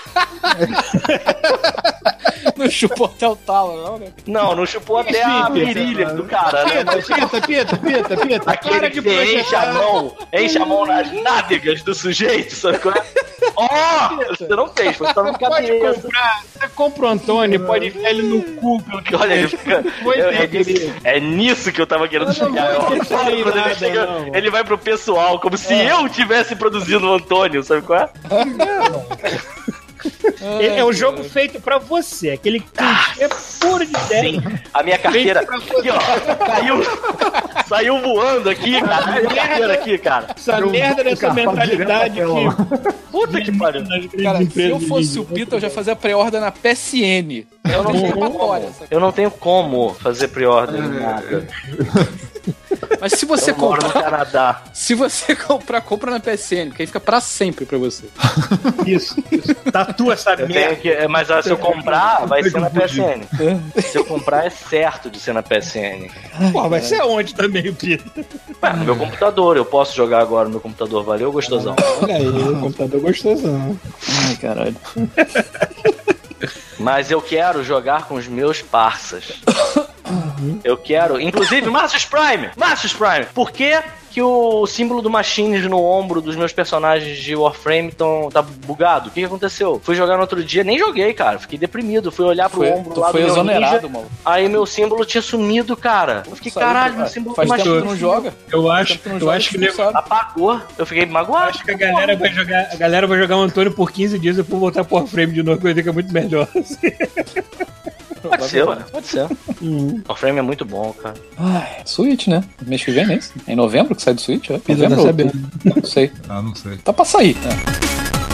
Não chupou até o talo, não, né? Não chupou até a virilha do cara, né? Pita. Aquele que enche a mão nas nádegas do sujeito, sabe qual é? Você não fez, você tava no cabeça. Você compra o Antônio, pode enfiar ele no cu. Olha, ele fica... É nisso que eu tava querendo chegar. Ele vai pro pessoal, como se eu tivesse produzindo o Antônio, sabe qual é? É um jogo feito pra você. Aquele clichê puro de ideia. Sim, a minha carteira aqui, ó, saiu voando aqui, cara. A minha carteira aqui, cara. Essa merda dessa mentalidade que... Puta que pariu. Cara, se eu fosse o Pita, eu já fazia pré-order na PSN. Eu não tenho como. Eu não tenho como fazer pre-order em nada. Mas se você Eu moro no comprar... Canadá. Se você compra na PSN, porque aí fica pra sempre pra você. Isso. Tatua essa Eu merda. tenho que, mas se eu comprar, vai ser na PSN. Se eu comprar, é certo de ser na PSN. Pô, vai ser onde também, Pita? Ué, no meu computador, eu posso jogar agora no meu computador. Valeu, gostosão. Olha aí, o computador gostosão. Ai, caralho. Mas eu quero jogar com os meus parças. Eu quero, inclusive, Marcius Prime! Por que que o símbolo do Machines no ombro dos meus personagens de Warframe tá bugado? O que aconteceu? Fui jogar no outro dia, nem joguei, cara. Fiquei deprimido. Fui olhar pro ombro lá do meu ninja. Mano. Aí meu símbolo tinha sumido, cara. Eu fiquei, caralho, meu símbolo do Machines. Não joga. Eu acho que apagou. Eu fiquei magoado. Acho que a galera vai jogar o Antônio por 15 dias e depois voltar pro Warframe de novo, que vai ver que é muito melhor. Pode ser, mano. Pode ser. O Warframe é muito bom, cara. Ai, Switch, né? Mês que vem, né? É em novembro que sai do Switch? É? Pisa Novembro? sabendo. Não sei. Não sei. Tá pra sair. É.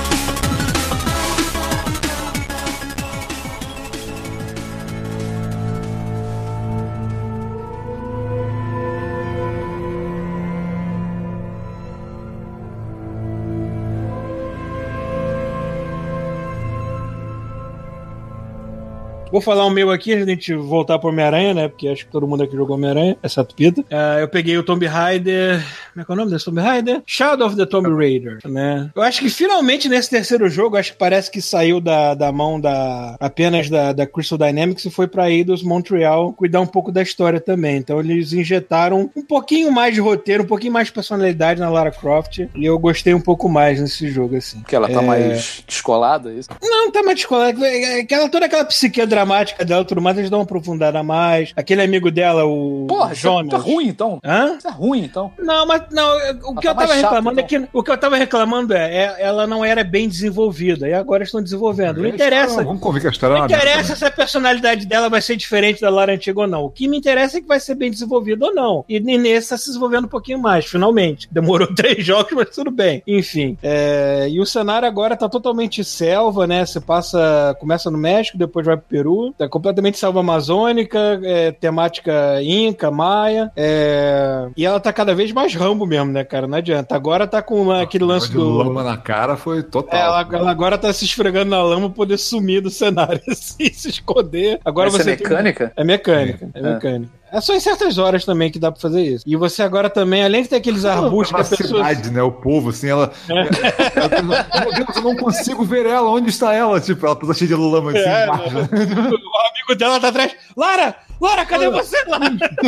Vou falar o meu aqui, antes de a gente voltar pro Homem-Aranha, né? Porque acho que todo mundo aqui jogou Homem-Aranha, exceto Pita. Eu peguei o Tomb Raider... Como é que é o nome desse Tomb Raider? Shadow of the Tomb Raider, né? Eu acho que finalmente nesse terceiro jogo, acho que parece que saiu da mão apenas da Crystal Dynamics e foi pra Eidos Montreal cuidar um pouco da história também. Então eles injetaram um pouquinho mais de roteiro, um pouquinho mais de personalidade na Lara Croft. E eu gostei um pouco mais nesse jogo, assim. Porque ela tá mais descolada, é isso? Não, tá mais descolada. Toda aquela psique dramática dela e tudo mais, eles dão uma aprofundada a mais. Aquele amigo dela, o Jonas. Isso é ruim, então? Hã? Isso é ruim, então? Não, mas não, o que eu tava reclamando é que o que eu tava reclamando ela não era bem desenvolvida, e agora estão desenvolvendo. Não interessa. Vamos convir que a história não interessa se a personalidade dela vai ser diferente da Lara antiga ou não. O que me interessa é que vai ser bem desenvolvida ou não. E nesse tá se desenvolvendo um pouquinho mais, finalmente. Demorou 3 jogos, mas tudo bem. Enfim. E o cenário agora tá totalmente selva, né? Você começa no México, depois vai pro Peru. Tá completamente selva amazônica, temática inca, maia. E ela tá cada vez mais Rambo mesmo, né, cara? Não adianta. Agora tá com aquele lance do... lama na cara foi total. Ela agora tá se esfregando na lama pra poder sumir do cenário, assim, se esconder. Agora você é mecânica? É mecânica. É só em certas horas também que dá pra fazer isso. E você agora também, além de ter aqueles arbustos que a pessoa... cidade, né? O povo, assim, ela meu Deus, eu não consigo ver ela. Onde está ela? Tipo, ela tá cheia de lama, assim, embaixo. O amigo dela tá atrás. Lara, cadê você, Lara?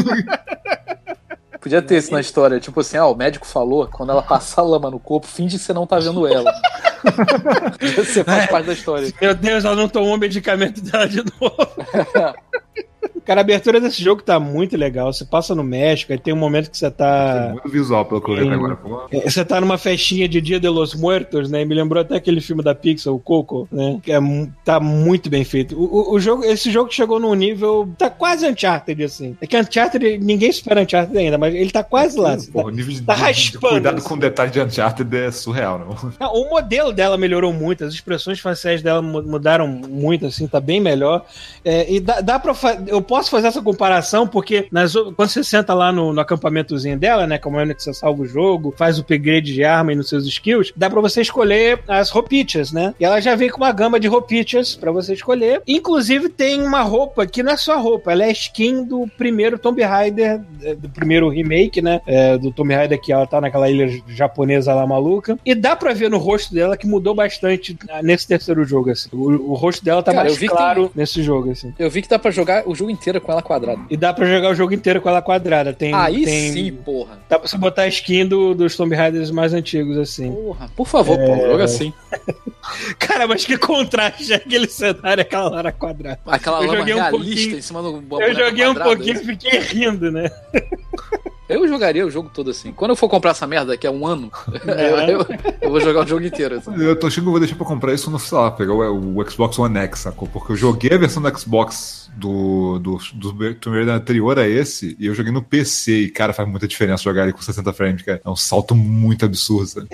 Podia ter isso na história, tipo assim, o médico falou, quando ela passar lama no corpo, finge que você não tá vendo ela. Você faz parte da história. Meu Deus, ela não tomou o medicamento dela de novo. Cara, a abertura desse jogo tá muito legal. Você passa no México, aí tem um momento que você tá... Tem muito visual pelo que eu vi agora. Você tá numa festinha de Dia de los Muertos, né? Me lembrou até aquele filme da Pixar, o Coco, né? Que tá muito bem feito. Esse jogo chegou num nível... Tá quase Uncharted, assim. É que Uncharted, ninguém espera Uncharted ainda, mas ele tá quase lá. Porra, o nível de cuidado assim. Com o detalhe de Uncharted é surreal, não? O modelo dela melhorou muito, as expressões faciais dela mudaram muito, assim, tá bem melhor. E dá pra eu posso fazer essa comparação porque quando você senta lá no acampamentozinho dela, né, como é que você salva o jogo, faz o upgrade de arma e nos seus skills, dá pra você escolher as roupitas, né? E ela já vem com uma gama de roupitas pra você escolher. Inclusive tem uma roupa que não é só roupa, ela é skin do primeiro Tomb Raider, do primeiro remake, né, do Tomb Raider, que ela tá naquela ilha japonesa lá maluca. E dá pra ver no rosto dela que mudou bastante nesse terceiro jogo, assim. O rosto dela tá mais claro nesse jogo, assim. Eu vi que dá pra jogar o jogo inteiro com ela quadrada. E dá pra jogar o jogo inteiro com ela quadrada. Sim, porra. Dá pra você botar a skin dos Tomb Raiders mais antigos, assim. Porra, por favor, pô, joga assim. Cara, mas que contraste aquele cenário, aquela Lara quadrada. Aquela lama realista em cima do... Eu joguei um pouquinho e fiquei rindo, né? Eu jogaria o jogo todo assim. Quando eu for comprar essa merda daqui a um ano, eu vou jogar o jogo inteiro. Assim. Eu tô achando que eu vou deixar pra comprar isso no, sei lá, pegar o Xbox One X, sacou? Porque eu joguei a versão do Xbox do Tomb Raider anterior a esse, e eu joguei no PC, e, cara, faz muita diferença jogar ele com 60 frames, cara. É um salto muito absurdo, sabe?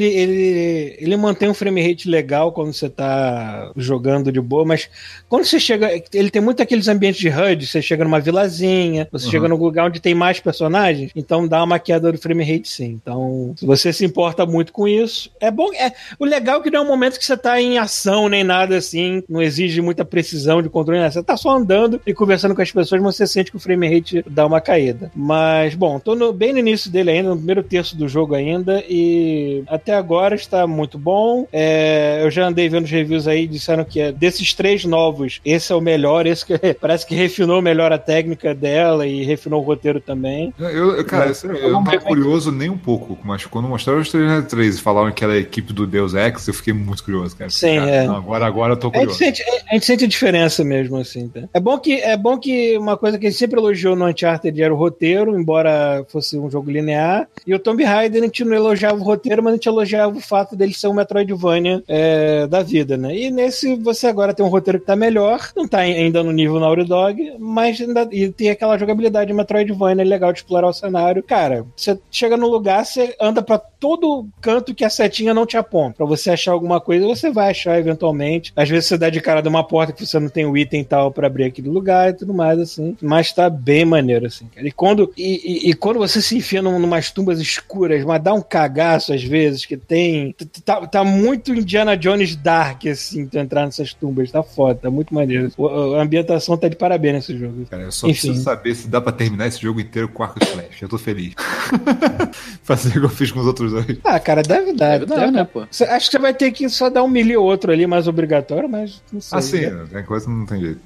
Ele mantém um frame rate legal quando você tá jogando de boa, mas quando você chega, ele tem muito aqueles ambientes de HUD, você chega numa vilazinha, você chega num lugar onde tem mais personagens, então dá uma queda do frame rate sim. Então, se você se importa muito com isso, é bom. O legal é que não é um momento que você tá em ação nem nada assim, não exige muita precisão de controle, né? Você tá só andando e conversando com as pessoas, mas você sente que o frame rate dá uma caída. Mas, bom, tô bem no início dele ainda, no primeiro terço do jogo ainda, e até agora está muito bom. Eu já andei vendo os reviews aí, disseram que desses 3 novos, esse é o melhor, esse que parece que refinou melhor a técnica dela e refinou o roteiro também. Cara, eu não tava curioso nem um pouco, mas quando mostraram os 3 e falaram que era a equipe do Deus Ex, eu fiquei muito curioso, cara. Sim, cara, não, agora eu tô curioso. A gente sente a diferença mesmo, assim, tá? É bom que uma coisa que a gente sempre elogiou no Uncharted era o roteiro, embora fosse um jogo linear, e o Tomb Raider a gente não elogiava o roteiro, mas a gente elogiava o fato dele ser um Metroidvania da vida, né? E nesse você agora tem um roteiro que tá melhor, não tá ainda no nível Naughty Dog, mas ainda e tem aquela jogabilidade Metroidvania legal de explorar o cenário. Cara, você chega no lugar, você anda pra todo canto que a setinha não te aponta. Pra você achar alguma coisa, você vai achar eventualmente. Às vezes você dá de cara de uma porta que você não tem o item e tal pra abrir aquele lugar e tudo mais, assim. Mas tá bem maneiro, assim, cara. E quando você se enfia numas tumbas escuras, mas dá um cagaço às vezes, que tem... Tá muito Indiana Jones Dark, assim, tu entrar nessas tumbas. Tá foda, tá muito maneiro. A ambientação tá de parabéns nesse jogo. Cara, eu só preciso saber se dá pra terminar esse jogo inteiro com arco e flecha. Eu tô feliz. Fazer o que eu fiz com os outros dois. Ah, cara, deve dar, né, pô? Acho que você vai ter que só dar um melee ou outro ali, mais obrigatório, mas não sei. Ah, sim, né? Tem coisa que não tem jeito.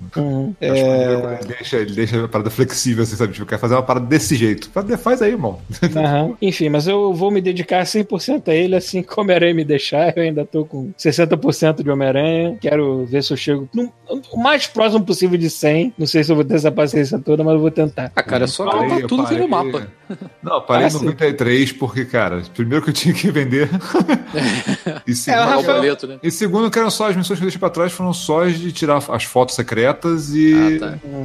Ele deixa a parada flexível, assim, sabe? Tipo, quer fazer uma parada desse jeito. Faz aí, irmão. Enfim, mas eu vou me dedicar 100% a ele, assim como o Homem-Aranha me deixar. Eu ainda tô com 60% de Homem-Aranha. Quero ver se eu chego o mais próximo possível de 100. Não sei se eu vou ter essa paciência toda, mas eu vou tentar. Ah, cara, é só colocar tudo no mapa. Não, parei no 93 porque, cara, primeiro que eu tinha que vender. E segundo, que eram só as missões que eu deixei pra trás, foram só as de tirar as fotos secretas e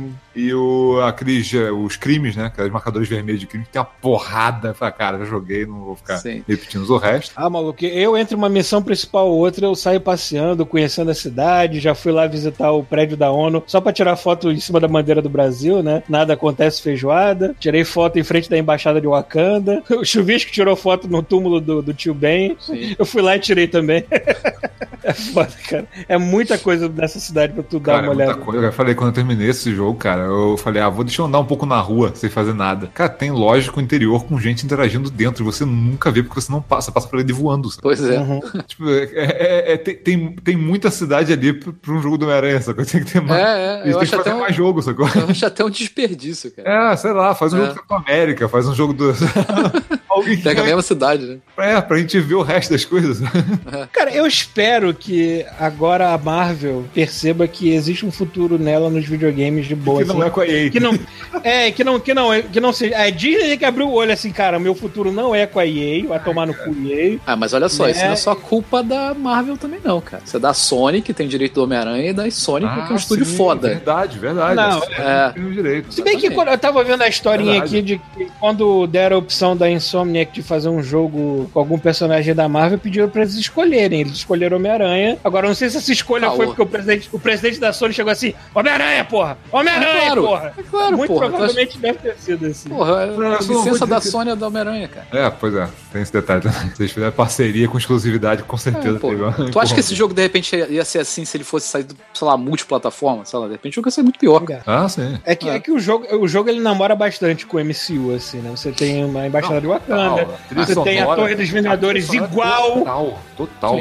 os crimes, né? Aqueles marcadores vermelhos de crime, que tem uma porrada. Falei, cara, já joguei, não vou ficar repetindo o resto. Ah, maluco, eu entre uma missão principal ou outra, eu saio passeando, conhecendo a cidade, já fui lá visitar o prédio da ONU, só pra tirar foto em cima da bandeira do Brasil, né? Nada acontece feijoada. Tirei foto em frente da embaixada de Wakanda. O Chuvisco tirou foto no túmulo do tio Ben. Sim. Eu fui lá e tirei também. É foda, cara. É muita coisa nessa cidade pra tu dar uma olhada. Muita coisa. Eu falei, quando eu terminei esse jogo, cara, eu falei, deixa eu andar um pouco na rua, sem fazer nada. Cara, tem lógico interior com gente interagindo dentro, e você nunca vê porque você não passa por ele voando. Sabe? Pois é. Tipo, tem muita cidade ali pra um jogo do Homem-Aranha, sacou? Tem que ter mais. Eu tem que fazer mais jogo, sacou? Eu acho até um desperdício, cara. Sei lá, faz um jogo do Capitão América, faz um jogo do... Pega a mesma cidade, né? Pra gente ver o resto das coisas. Cara, eu espero que agora a Marvel perceba que existe um futuro nela nos videogames de boa. Que não é com a EA. Que não seja. A Disney que abriu o olho assim, cara, meu futuro não é com a EA, vai tomar no cu EA. Ah, mas olha só, isso não é só culpa da Marvel também não, cara. Isso é da Sony, que tem o direito do Homem-Aranha, e da Sony, que é um estúdio foda. Verdade. Não, tem o direito. Se bem que quando eu tava vendo a historinha aqui de que quando deram a opção da Insomniac de fazer um jogo com algum personagem da Marvel, pediram pra eles escolherem. Eles escolheram Homem-Aranha. Agora, não sei se essa escolha foi porque o presidente da Sony chegou assim: Homem-Aranha, porra! Homem-Aranha, porra! É claro, muito provavelmente deve ter sido assim. Porra, a licença da Sony é da Homem-Aranha, cara. Pois é, tem esse detalhe também. Se eles fizerem parceria com exclusividade, com certeza Tu acha que esse jogo, de repente, ia ser assim se ele fosse sair do, sei lá, multiplataforma? Sei lá, de repente o jogo ia ser muito pior. Sim. É que o jogo ele namora bastante com o MCU, assim, né? Você tem uma embaixada de Wakanda, você tem a Torre dos Vingadores igual. Total.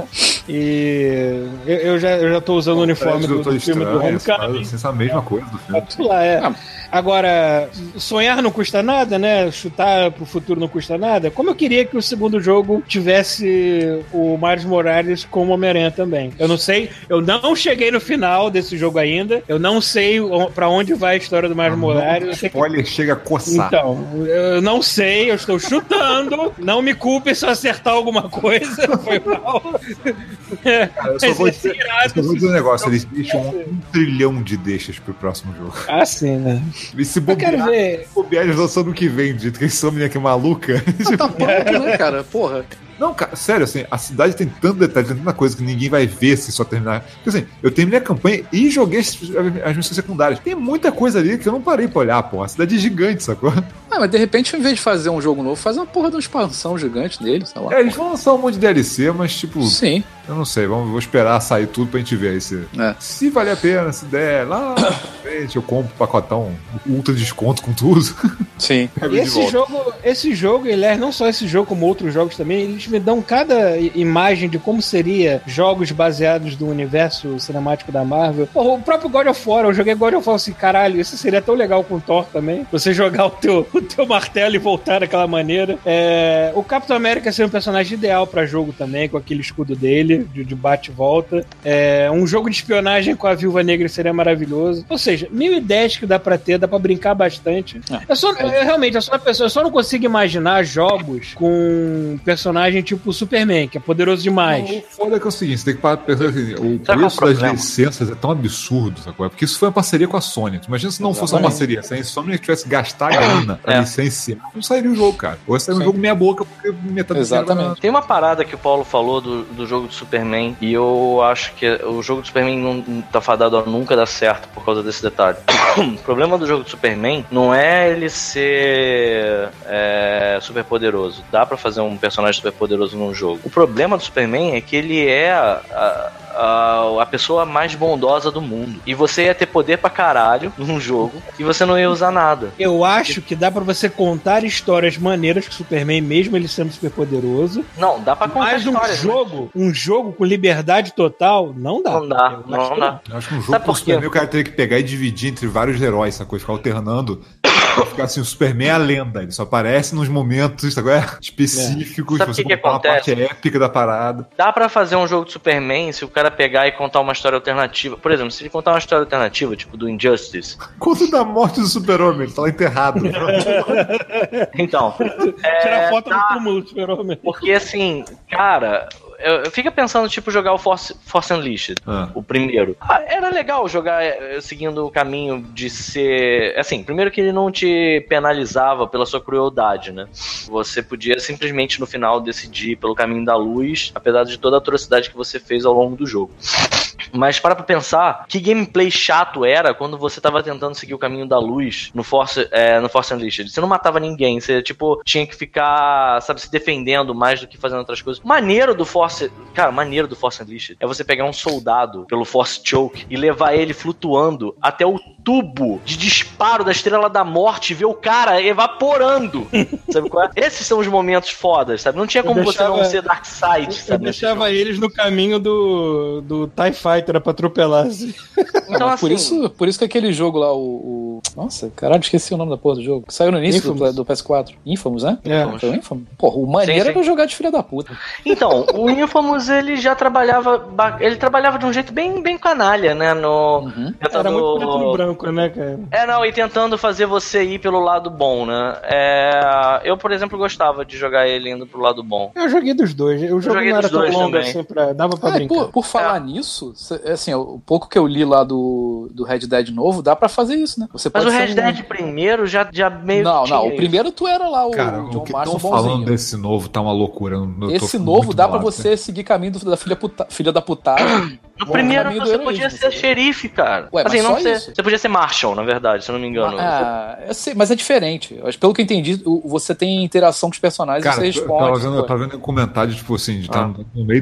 E eu já tô usando o uniforme do filme do Homecoming. Essa mesma coisa do filme. Agora, sonhar não custa nada, né? Chutar pro futuro não custa nada. Como queria que o segundo jogo tivesse o Miles Morales como Homem-Aranha também. Eu não sei, eu não cheguei no final desse jogo ainda, eu não sei pra onde vai a história do Miles Morales. Spoiler chega a coçar. Então, eu não sei, eu estou chutando, não me culpe se eu acertar alguma coisa, foi mal. Cara, eu só vou dizer um negócio, eles deixam 1 trilhão de deixas pro próximo jogo. Ah, sim, né? E se bobear, eles lançam no que vem, do jeito que eles são menina que é maluca. Tá pronto, né, cara? Porra. Não, cara, sério, assim, a cidade tem tanto detalhe, tem tanta coisa que ninguém vai ver se só terminar. Porque assim, eu terminei a campanha e joguei as missões secundárias. Tem muita coisa ali que eu não parei pra olhar, pô. A cidade é gigante, sacou? Ah, mas de repente, ao invés de fazer um jogo novo, faz uma porra de uma expansão gigante dele, sei lá. Eles vão lançar um monte de DLC, mas tipo... Sim. Eu não sei, vou esperar sair tudo pra gente ver aí se valer a pena, se der lá pra frente, eu compro o pacotão ultra desconto com tudo. Sim. E esse jogo, aliás, não só esse jogo, como outros jogos também, eles me dão cada imagem de como seria jogos baseados no universo cinemático da Marvel. Porra, o próprio God of War, eu joguei God of War assim, caralho, isso seria tão legal com o Thor também. Você jogar o teu martelo e voltar daquela maneira. O Capitão América seria um personagem ideal pra jogo também, com aquele escudo dele, de bate e volta. Um jogo de espionagem com a Viúva Negra seria maravilhoso. Ou seja, 1010 que dá pra ter, dá pra brincar bastante. Eu só não consigo imaginar jogos com personagem tipo o Superman, que é poderoso demais. Não, o foda é que é o seguinte, você tem que parar pra pensar assim, o preço das licenças é tão absurdo, sacou? Porque isso foi uma parceria com a Sony. Imagina se não fosse uma parceria, se a Sony tivesse que gastar grana pra licenciar, não sairia o jogo, cara. Ou sairia um jogo meia boca, porque metade Exatamente. Tem uma parada que o Paulo falou do jogo do Superman, e eu acho que o jogo do Superman não tá fadado a nunca dar certo por causa desse detalhe. O problema do jogo do Superman não é ele ser super poderoso. Dá pra fazer um personagem super poderoso num jogo. O problema do Superman é que ele é a pessoa mais bondosa do mundo. E você ia ter poder pra caralho num jogo e você não ia usar nada. Eu acho que dá pra você contar histórias maneiras com o Superman, mesmo ele sendo super poderoso. Não, dá pra contar histórias. Mas um jogo com liberdade total, não dá. Não dá. Eu acho que um jogo com o Superman o cara teria que pegar e dividir entre vários heróis, sacou? Ficar alternando. Ficar assim, o Superman é a lenda, ele só aparece nos momentos específicos. Sabe o que acontece? A parte épica da parada. Dá pra fazer um jogo de Superman se o cara pegar e contar uma história alternativa. Por exemplo, se ele contar uma história alternativa, tipo do Injustice. Conta da morte do Super-Homem, ele tá lá enterrado. Então. Tira foto do túmulo do Super-Homem. Porque assim, cara... Eu fico pensando, tipo, jogar o Force Unleashed, o primeiro. Era legal jogar seguindo o caminho de ser... Assim, primeiro que ele não te penalizava pela sua crueldade, né? Você podia simplesmente, no final, decidir pelo caminho da luz, apesar de toda a atrocidade que você fez ao longo do jogo. Mas para pra pensar, que gameplay chato era quando você tava tentando seguir o caminho da luz no Force Unleashed. Você não matava ninguém, você, tipo, tinha que ficar, sabe, se defendendo mais do que fazendo outras coisas. Maneiro do Force Unleashed é você pegar um soldado pelo Force Choke e levar ele flutuando até o tubo de disparo da Estrela da Morte e ver o cara evaporando. Sabe qual é? Esses são os momentos fodas, sabe? Não tinha como você não ser Darkseid, sabe? Eu deixava eles no caminho do TIE Fighter pra atropelar, assim. Então, assim, por isso que aquele jogo lá, Nossa, caralho, esqueci o nome da porra do jogo. Saiu no início do PS4. Infamous, né? Foi o Infamous? Porra, o maneiro era jogar de filha da puta. Então, o Infamous, ele já trabalhava... Ele trabalhava de um jeito bem canalha, né? Era muito preto no branco, né, cara? E tentando fazer você ir pelo lado bom, né? Eu, por exemplo, gostava de jogar ele indo pro lado bom. Eu joguei dos dois. O jogo não era tão longo também. Assim, dava pra brincar. Por falar nisso, assim, o pouco que eu li lá do Red Dead novo, dá pra fazer isso, né? Você Mas o Red Dead primeiro já meio Não, o primeiro tu era lá o John Marston bonzinho. Falando desse novo tá uma loucura. Esse novo dá pra você seguir caminho da filha da putada. No primeiro você podia ser xerife, cara. Ué, assim, mas você podia ser Marshall, na verdade, se eu não me engano. Eu sei, mas é diferente. Pelo que eu entendi, você tem interação com os personagens, cara, e você responde. Eu tava vendo um comentário, tipo assim, de estar no meio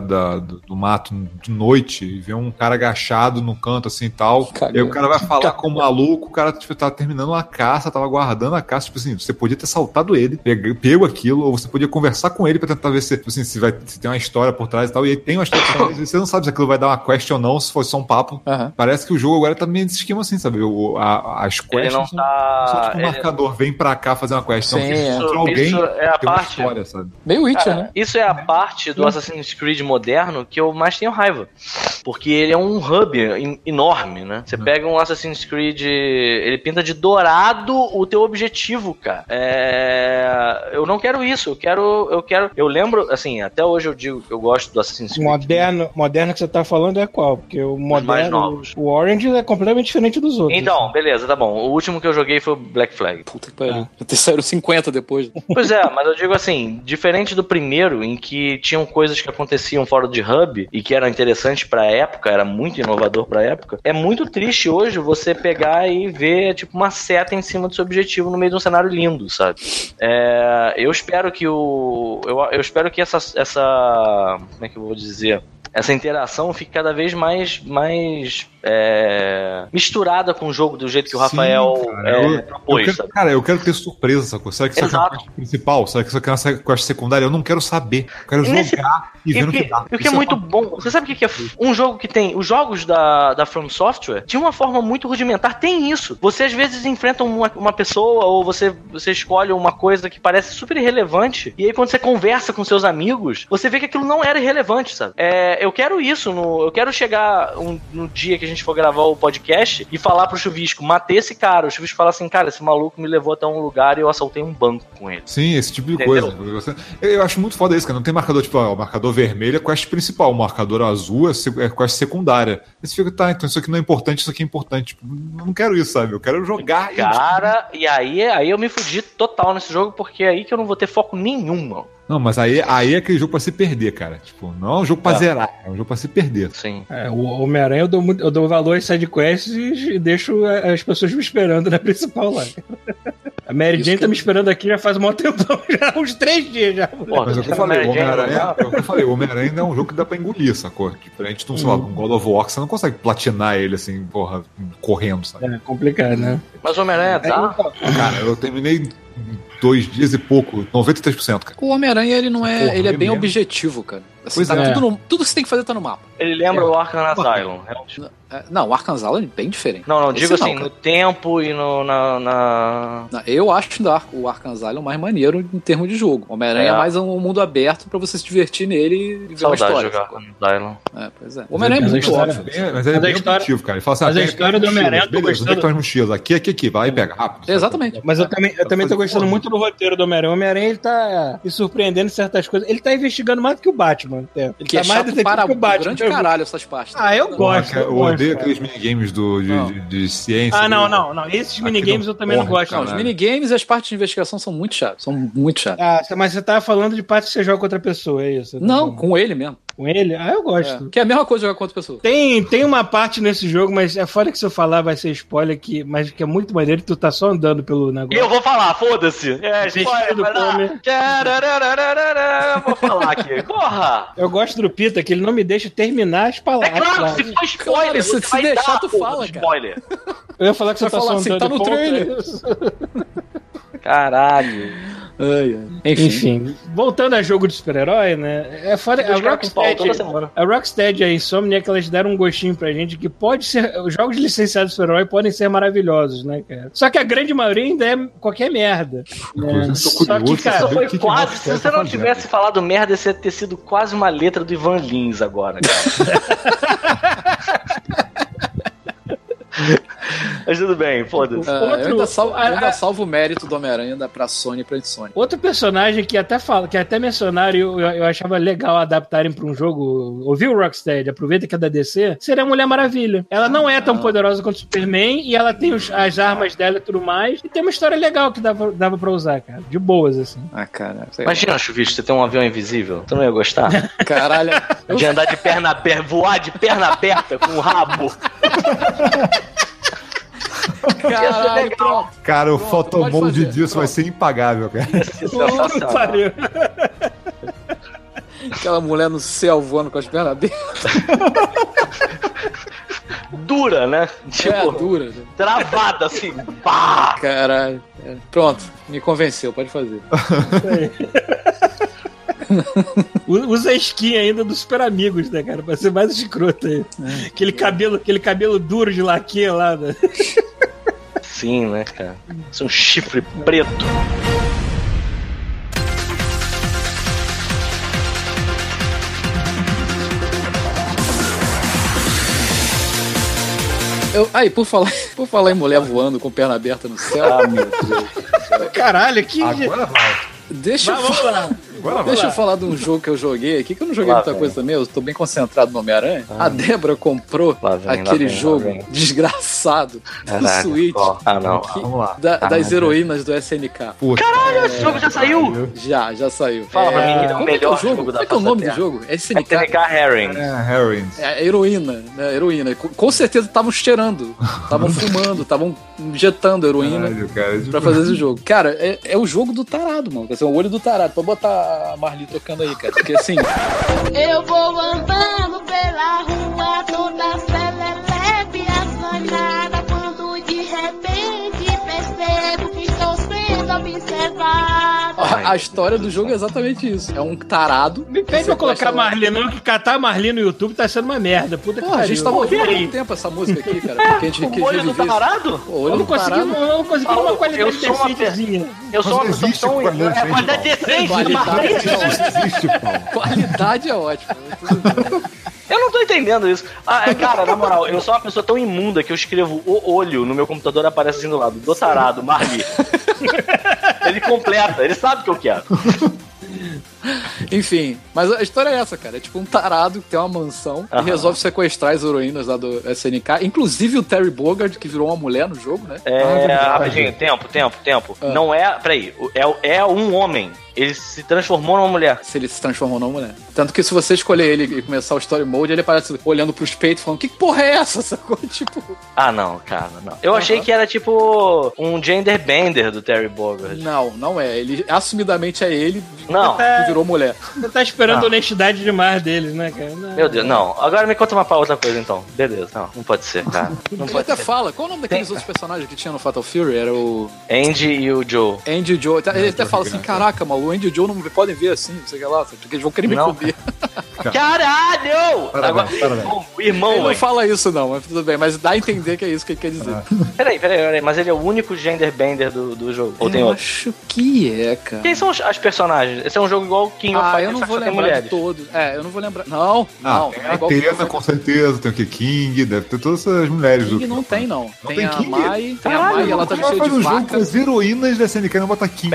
do mato de noite e ver um cara agachado no canto assim e tal. Caramba. E aí o cara vai falar com o maluco, o cara tipo, tava terminando uma caça, tava guardando a caça, tipo assim, você podia ter saltado ele, pego aquilo, ou você podia conversar com ele pra tentar ver se tem uma história por trás e tal, e aí tem uma história por trás, e você não sabe se aquilo vai dar uma quest ou não, se fosse só um papo. Parece que o jogo agora tá meio nesse esquema assim, sabe? As quests não são tipo um marcador, vem pra cá fazer uma quest. Sim, então, alguém isso é a tem uma parte... história, sabe? Meio Witcher, né? Isso é a parte do Assassin's Creed moderno que eu mais tenho raiva. Porque ele é um hub enorme, né? Você pega um Assassin's Creed, ele pinta de dourado o teu objetivo, cara. Eu não quero isso, eu lembro, assim, até hoje eu digo que eu gosto do Assassin's Creed. Moderno que você tá falando é qual? Porque o moderno, mais novos. O Orange é completamente diferente dos outros. Então, assim. beleza, tá bom. O último que eu joguei foi o Black Flag. Puta que pariu. Já saíram 50 depois. Pois é, mas eu digo assim, diferente do primeiro, em que tinham coisas que aconteciam fora de hub e que eram interessantes pra época, era muito inovador pra época, é muito triste hoje você pegar e ver, tipo, uma seta em cima do seu objetivo no meio de um cenário lindo, sabe? Eu espero que eu espero que essa como é que eu vou dizer? Essa interação fique cada vez mais misturada com o jogo do jeito que o Rafael propôs. Eu quero ter surpresa, sacou? Será que isso aqui é uma quest principal? Será que isso aqui é uma quest secundária? Eu não quero saber. Eu quero jogar e ver no que dá. O que é muito bom. Você sabe o que é um jogo que tem... Os jogos da From Software, de uma forma muito rudimentar, tem isso. Você às vezes enfrenta uma pessoa ou você escolhe uma coisa que parece super irrelevante e aí quando você conversa com seus amigos, você vê que aquilo não era irrelevante, sabe? Eu quero isso. Eu quero chegar no dia que a gente for gravar o podcast e falar pro Chuvisco, matei esse cara. O Chuvisco fala assim, cara, esse maluco me levou até um lugar e eu assaltei um banco com ele. Sim, esse tipo de coisa. Eu acho muito foda isso, cara. Não tem marcador, tipo, o marcador vermelho é quest principal, o marcador azul é quest secundária. Esse fica, tá, então isso aqui não é importante, isso aqui é importante. Tipo, eu não quero isso, sabe? Eu quero jogar. Cara, e aí eu me fudi total nesse jogo, porque é aí que eu não vou ter foco nenhum, mano. Não, mas aí é aquele jogo pra se perder, cara. Tipo, não é um jogo pra zerar, é um jogo pra se perder. Sim. O Homem-Aranha eu dou valor às sidequests e deixo as pessoas me esperando na principal lá. A Mary Jane tá me esperando aqui já faz um bom tempão, já uns 3 dias já. Mas é o que eu falei, o Homem-Aranha ainda é um jogo que dá pra engolir, sacou? Diferente de um, sei lá, um God of War, que você não consegue platinar ele assim, porra, correndo, sabe? É complicado, né? Mas o Homem-Aranha dá? Cara, eu terminei 2 dias e pouco, 93%, cara. O Homem-Aranha, ele não é. Ele é bem objetivo, cara. Assim, tá tudo que você tem que fazer tá no mapa. Ele lembra o Arkham Asylum. Não, o Arkham Asylum é bem diferente. Não, digo assim, no tempo e na... Eu acho o Arkham Asylum mais maneiro em termos de jogo. O Homem-Aranha é mais um mundo aberto pra você se divertir nele e ver uma história. Jogar Arkham Asylum. Pois é. O Homem-Aranha é muito óbvio. Mas ele é bem objetivo, cara. Ele fala assim, mas a história do Homem-Aranha eu tô gostando. Onde é que mochilas? Aqui, vai e pega rápido. Exatamente. Mas eu também tô gostando muito do roteiro do Homem-Aranha. O Homem-Aranha, ele tá me surpreendendo em certas coisas. Ele tá investigando mais do que o Batman. Ele que tá mais detetive que o Batman. Grande caralho essas partes. Eu gosto. Eu odeio aqueles minigames de ciência. Não. Esses minigames eu também não gosto. Não, os minigames e as partes de investigação são muito chatos. Mas você tava falando de partes que você joga com outra pessoa, é isso? Não, com ele mesmo. Com ele? Eu gosto. Que é a mesma coisa jogar com outra pessoa. Tem uma parte nesse jogo, mas é fora que se eu falar vai ser spoiler, mas que é muito maneiro, tu tá só andando pelo negócio. Eu vou falar, foda-se. Spoiler, vou falar aqui. Corra! Eu gosto do Pita, que ele não me deixa terminar as palavras. É claro, se for spoiler, você se deixar, tu fala, cara. Spoiler. Eu ia falar que você tá só andando tá no trailer. Caralho. Enfim, voltando a jogo de super-herói, né? É foda. A Rocksteady e a Insomniac, elas deram um gostinho pra gente que pode ser. Os jogos licenciados de super-herói podem ser maravilhosos, né, cara? Só que a grande maioria ainda é qualquer merda. Só que, cara, foi quase. Se você não tivesse falado merda, você ia ter sido quase uma letra do Ivan Lins agora, cara. Mas tudo bem, foda-se. Eu ainda salvo o mérito do Homem-Aranha pra Sony e pra Sony. Outro personagem que até mencionaram e eu achava legal adaptarem pra um jogo. Ouviu o Rocksteady? Aproveita que é da DC. Seria a Mulher Maravilha. Ela não é tão poderosa quanto o Superman e ela tem as armas dela e tudo mais. E tem uma história legal que dava pra usar, cara. De boas, assim. Cara. Imagina, Chuvisco, você tem um avião invisível. Tu não ia gostar? Caralho. De andar de perna aberta, voar de perna aberta com o rabo. Caralho, pronto. Cara, o fotomode disso vai ser impagável, cara. Pariu. Aquela mulher no céu voando com as pernas abertas. Dura, né? Tipo, dura. Travada, assim. Pá! Caralho. Pronto, me convenceu, pode fazer. Usa a skin ainda dos Super Amigos, né, cara? Pra ser mais escroto aí. Aquele cabelo duro de laque lá, né? Sim, né, cara? Isso é um chifre preto. Por falar em mulher voando com perna aberta no céu. Ah, meu Deus. Caralho, que... Agora vai. Deixa eu falar de um jogo que eu joguei aqui, que eu não joguei muita coisa também, eu tô bem concentrado no Homem-Aranha. A Débora comprou aquele jogo desgraçado do Switch. Não. Vamos lá. Das heroínas do SNK. Puta. Caralho, esse jogo já saiu? Já saiu. Fala pra mim, é o melhor jogo da Como é que é o nome do jogo? É SNK. SNK Herring. Harrings. É heroína, né? Heroína. Com certeza estavam cheirando, estavam fumando, estavam injetando heroína pra fazer esse jogo. Cara, é o jogo do tarado, mano. É o olho do tarado. Pode botar a Marli tocando aí, cara. Porque assim. Eu vou andando pela rua toda celelepe, assanhada, quando de repente percebo que estou sendo observado. A história do jogo é exatamente isso. É um tarado. Me pede pra colocar Marli, não, que catar Marli no YouTube tá sendo uma merda. Puta que Pô, a gente tava pariu. ouvindo há muito tempo essa música aqui, cara. Porque a gente O olho do tarado? O olho Eu do tarado. não consegui uma qualidade decentezinha. Eu sou uma Mas pessoa existe tão... qualidade qualidade decente, Existe, Paulo. Qualidade é ótima. Eu não tô entendendo isso. Cara, na moral, eu sou uma pessoa tão imunda que eu escrevo o olho no meu computador, aparece assim do lado, do tarado, Marli. Ele completa, ele sabe o que eu quero. Enfim, mas a história é essa, cara. É tipo um tarado que tem uma mansão e resolve sequestrar as heroínas lá do SNK. Inclusive o Terry Bogard, que virou uma mulher no jogo, né? Rapidinho, tempo. Não é... Peraí, é um homem. Ele se transformou numa mulher. Se ele se transformou numa mulher. Tanto que se você escolher ele e começar o story mode, ele aparece olhando pros peitos falando, que porra é essa? Sacou? Tipo... Não, cara, não. Eu achei que era tipo um gender bender do Terry Bogard. Não é. Ele assumidamente é ele que virou mulher. Você tá esperando a honestidade demais deles, né, cara? Meu Deus, não. Agora me conta uma outra coisa, então. Beleza. Não pode ser, cara. Não Ele pode até ser. fala. Qual o nome daqueles outros personagens que tinha no Fatal Fury? Era o... Andy e o Joe. Andy e o Joe. Ele até fala assim, caraca, mano, o Andy e o Joe não me podem ver assim, não sei o que lá, porque eles vão querer me comer. Caralho! Parabéns. O irmão, ele não fala isso não, mas tudo bem, mas dá a entender que é isso que ele quer dizer. Peraí, mas ele é o único gender bender do jogo. Ou tem Eu outro? acho que é, cara. Quem são as personagens? Esse é um jogo igual o King of Fighters, eu não só que vou só tem lembrar mulheres. de todos. Eu não vou lembrar. Não, Tem é a igual King of Atena, Fighters. com certeza. Tem o que? King, deve ter todas essas mulheres King do... não tem, não. Tem tem a King? Mai, ela tá vestida de um jogo vaca. com as heroínas da SNK e não botar King.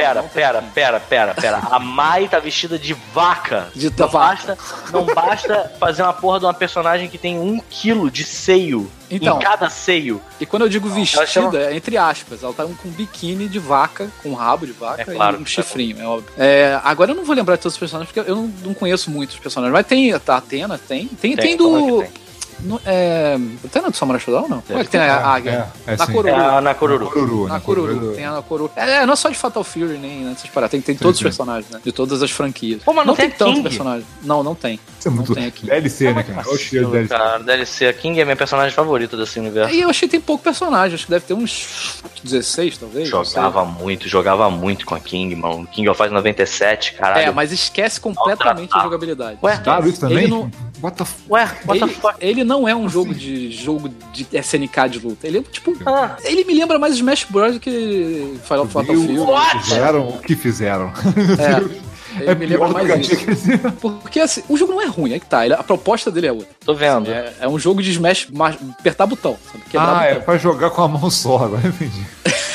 Pera. A Mai tá vestida de vaca. Da vaca. Não basta fazer uma porra de uma personagem que tem 1 quilo de seio Então, em cada seio. E quando eu digo vestida, chama- é entre aspas. Ela tá com um biquíni de vaca, com um rabo de vaca claro, e um chifrinho, é óbvio. Agora eu não vou lembrar de todos os personagens, porque eu não conheço muitos personagens. Mas tem a Atena, tem como do... é que tem? Tem na do Samurai Shodown, não? Como é que tem a águia? sim. Nakoruru. Nakoruru. Tem a Nakoruru. Não é só de Fatal Fury, nem essas paradas. Tem todos os personagens, né? De todas as franquias. Pô, mas não tem tanto King? personagem. Não tem. Isso é muito... Não tem aqui. DLC, né, cara? Olha o cheiro de DLC. Cara, DLC. A King é minha personagem favorita desse universo. E eu achei que tem pouco personagem. Acho que deve ter uns 16, talvez. Jogava muito com a King, mano. King of Fighters 97, caralho. Mas esquece completamente a jogabilidade. Claro, isso também? Ele não- What the Ele não é um jogo de SNK de luta. Ele é tipo. Ele me lembra mais Smash Bros. Que Fatal Fury. O que fizeram? Ele me lembra pior do mais que eu isso. achei que eles iam. Porque assim, o jogo não é ruim, é que tá. A proposta dele é outra. Tô vendo. É um jogo de Smash, apertar botão, sabe? Quebrar É botão. pra jogar com a mão só, agora eu entendi.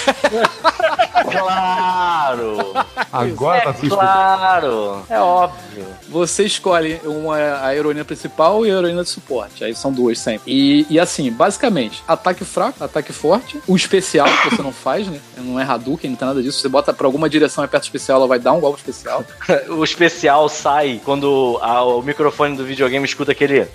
Claro! Agora tá triste. Claro! É óbvio. Você escolhe a heroína principal e a heroína de suporte. Aí são duas sempre. E assim, basicamente, ataque fraco, ataque forte. O especial, que você não faz, né? Não é Hadouken, não tem nada disso. Você bota pra alguma direção e aperta o especial, ela vai dar um golpe especial. O especial sai quando o microfone do videogame escuta aquele...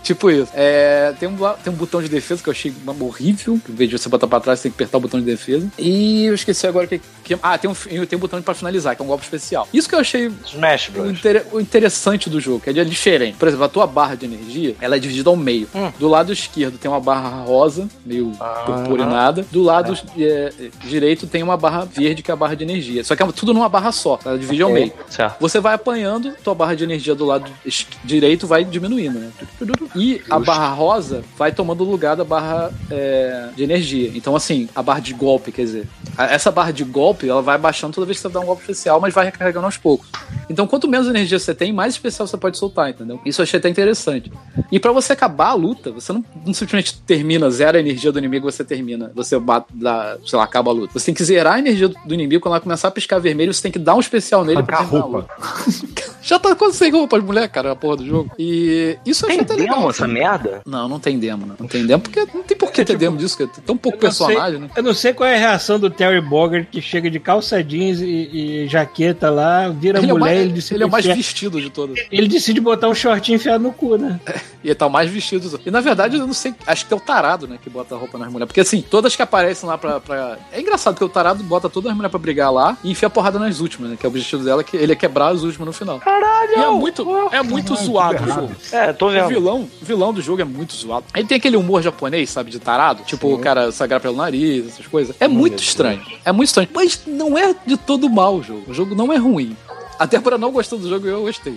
Tipo isso. Tem um botão de defesa que eu achei horrível. Em vez de você botar pra trás, você tem que apertar o botão de defesa. E eu esqueci agora que tem um botão pra finalizar, que é um golpe especial. Isso que eu achei Smash Bros. O interessante do jogo, que é diferente. Por exemplo, a tua barra de energia, ela é dividida ao meio. Do lado esquerdo tem uma barra rosa, meio purpurinada. Do lado direito tem uma barra verde, que é a barra de energia. Só que é tudo numa barra só, ela divide ao meio. Certo. Você vai apanhando, tua barra de energia do lado direito vai diminuindo, né? E a barra rosa vai tomando o lugar da barra de energia. Então, assim, a barra de golpe, quer dizer, essa barra de golpe, ela vai baixando toda vez que você dá um golpe especial, mas vai recarregando aos poucos. Então, quanto menos energia você tem, mais especial você pode soltar, entendeu? Isso eu achei até interessante. E pra você acabar a luta, você não simplesmente termina, zera a energia do inimigo, você termina, você acaba a luta. Você tem que zerar a energia do inimigo, quando ela começar a piscar vermelho, você tem que dar um especial nele pra terminar a luta. Já tá quase sem roupa de mulher, cara, a porra do jogo. E isso eu achei até legal. Tem demo essa merda? Não tem demo, não tem demo, porque não tem por que ter demo disso, que é tão pouco personagem, né? Eu não sei qual é a reação do Terry Bogard, que chega de calça jeans e jaqueta lá, vira mulher, ele é o mais vestido de todos. Ele decide botar um shortinho enfiado no cu, né? E ele tá o mais vestido. E na verdade, eu não sei, acho que é o tarado, né, que bota a roupa nas mulheres. Porque assim, todas que aparecem lá pra... É engraçado que o tarado bota todas as mulheres pra brigar lá e enfia a porrada nas últimas, né? Que é o objetivo dela, que ele é quebrar as últimas no final. Caralho! E é muito zoado o jogo. Tô vendo. O vilão do jogo é muito zoado. Ele tem aquele humor japonês, sabe, de tarado. Tipo, o cara sagrar pelo nariz, essas coisas. É muito estranho. É muito estranho. Mas não é de todo mal o jogo. O jogo não é ruim. Até pra não gostar do jogo, eu gostei.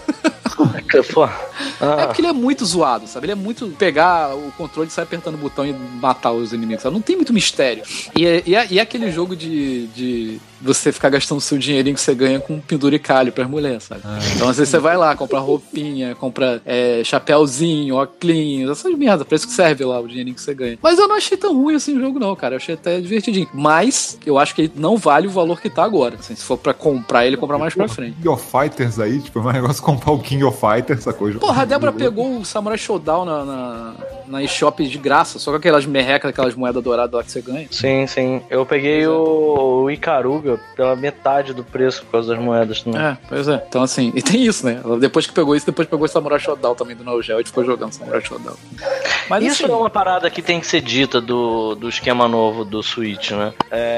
É porque ele é muito zoado, sabe? Ele é muito pegar o controle e sair apertando o botão e matar os inimigos, sabe? Não tem muito mistério. E é aquele jogo de você ficar gastando seu dinheirinho que você ganha com penduricalho pras mulheres, sabe? Então às vezes você vai lá, compra roupinha, compra chapéuzinho, óculos, essas merdas. Pra isso que serve lá o dinheirinho que você ganha. Mas eu não achei tão ruim assim o jogo não, cara. Eu achei até divertidinho. Mas eu acho que ele não vale o valor que tá agora. Assim, se for pra comprar ele, comprar mais pra frente. King of Fighters aí, tipo, é um negócio comprar o King of Fighters, essa coisa. Porra, a Débora pegou o Samurai Showdown na eShop de graça, só com aquelas merrecas, aquelas moedas douradas lá que você ganha. Sim. Eu peguei o Ikaruga pela metade do preço por causa das moedas também. Pois é. Então assim, e tem isso, né? Depois que pegou isso, depois pegou o Samurai Showdown também do Neo Geo e ficou jogando Samurai Showdown. Mas isso assim, é uma parada que tem que ser dita do esquema novo do Switch, né?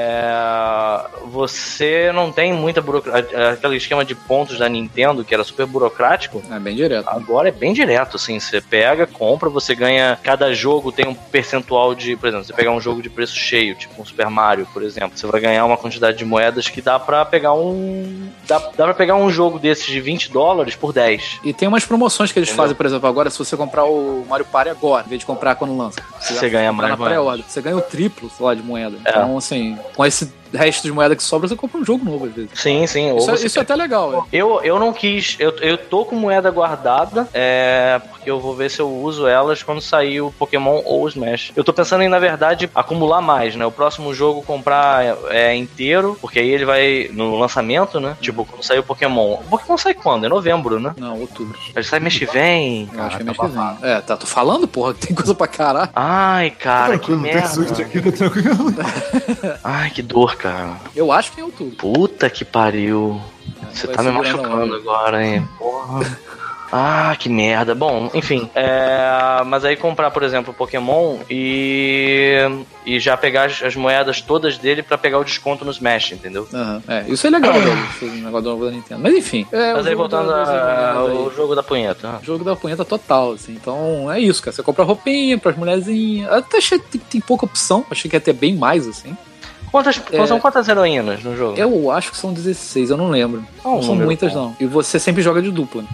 Você não tem muita burocracia. Aquele esquema de pontos da Nintendo, que era super burocrático. É bem direto. Agora é bem direto, assim. Você pega, compra, você ganha. Cada jogo tem um percentual de. Por exemplo, você pegar um jogo de preço cheio, tipo um Super Mario, por exemplo. Você vai ganhar uma quantidade de moedas que dá pra pegar dá pra pegar um jogo desses de $20 por 10. E tem umas promoções que eles fazem, por exemplo, agora, se você comprar o Mario Party agora, em vez de comprar quando lança. Você ganha mais moeda. Você ganha o triplo, sei lá, de moeda. Então, assim, com esse resto de moeda que sobra, você compra um jogo novo às vezes. Sim. Isso é até legal. Eu não quis. Eu tô com moeda guardada, porque eu vou ver se eu uso elas quando sair o Pokémon ou o Smash. Eu tô pensando em, na verdade, acumular mais, né? O próximo jogo comprar inteiro, porque aí ele vai no lançamento, né? Tipo, quando sair o Pokémon. O Pokémon sai quando? É novembro, né? Não, outubro. Ele sai mês que vem. Acho que é mês que vem. Tô falando, porra, que tem coisa pra caralho. Ai, cara, que merda. Tranquilo. Ai, que dor, cara. Eu acho que é outubro. Puta que pariu. Você tá me machucando agora, hein? Porra. Ah, que merda. Bom, enfim. Mas aí comprar, por exemplo, o Pokémon e já pegar as moedas todas dele pra pegar o desconto no Smash, entendeu? Isso é legal, esse negócio novo da Nintendo. Mas enfim. Mas aí voltando ao jogo da punheta. Jogo da punheta total, assim. Então é isso, cara. Você compra roupinha pras mulherzinhas. Até achei que tem pouca opção. Achei que ia ter bem mais, assim. São quantas heroínas no jogo? Eu acho que são 16, eu não lembro. Não são muitas, não. E você sempre joga de dupla.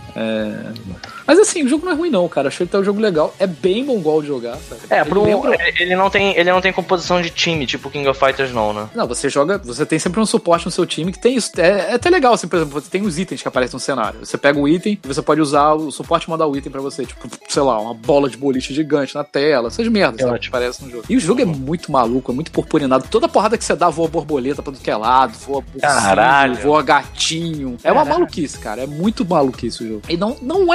Mas assim, o jogo não é ruim não, cara. Achei que tá um jogo legal. É bem bom igual de jogar, sabe? Ele não tem composição de time, tipo King of Fighters não, né? Não, você tem sempre um suporte no seu time que tem isso. É até legal, assim, por exemplo, você tem os itens que aparecem no cenário. Você pega o item e você pode usar o suporte e mandar o item pra você. Tipo, sei lá, uma bola de boliche gigante na tela. Essas merdas, sabe, que aparecem no jogo. E o jogo é muito maluco, é muito purpurinado. Toda porrada que você dá, voa borboleta pra tudo que é lado, voa ursinho, voa gatinho. É uma maluquice, cara. É muito maluquice o jogo. E não é ruim.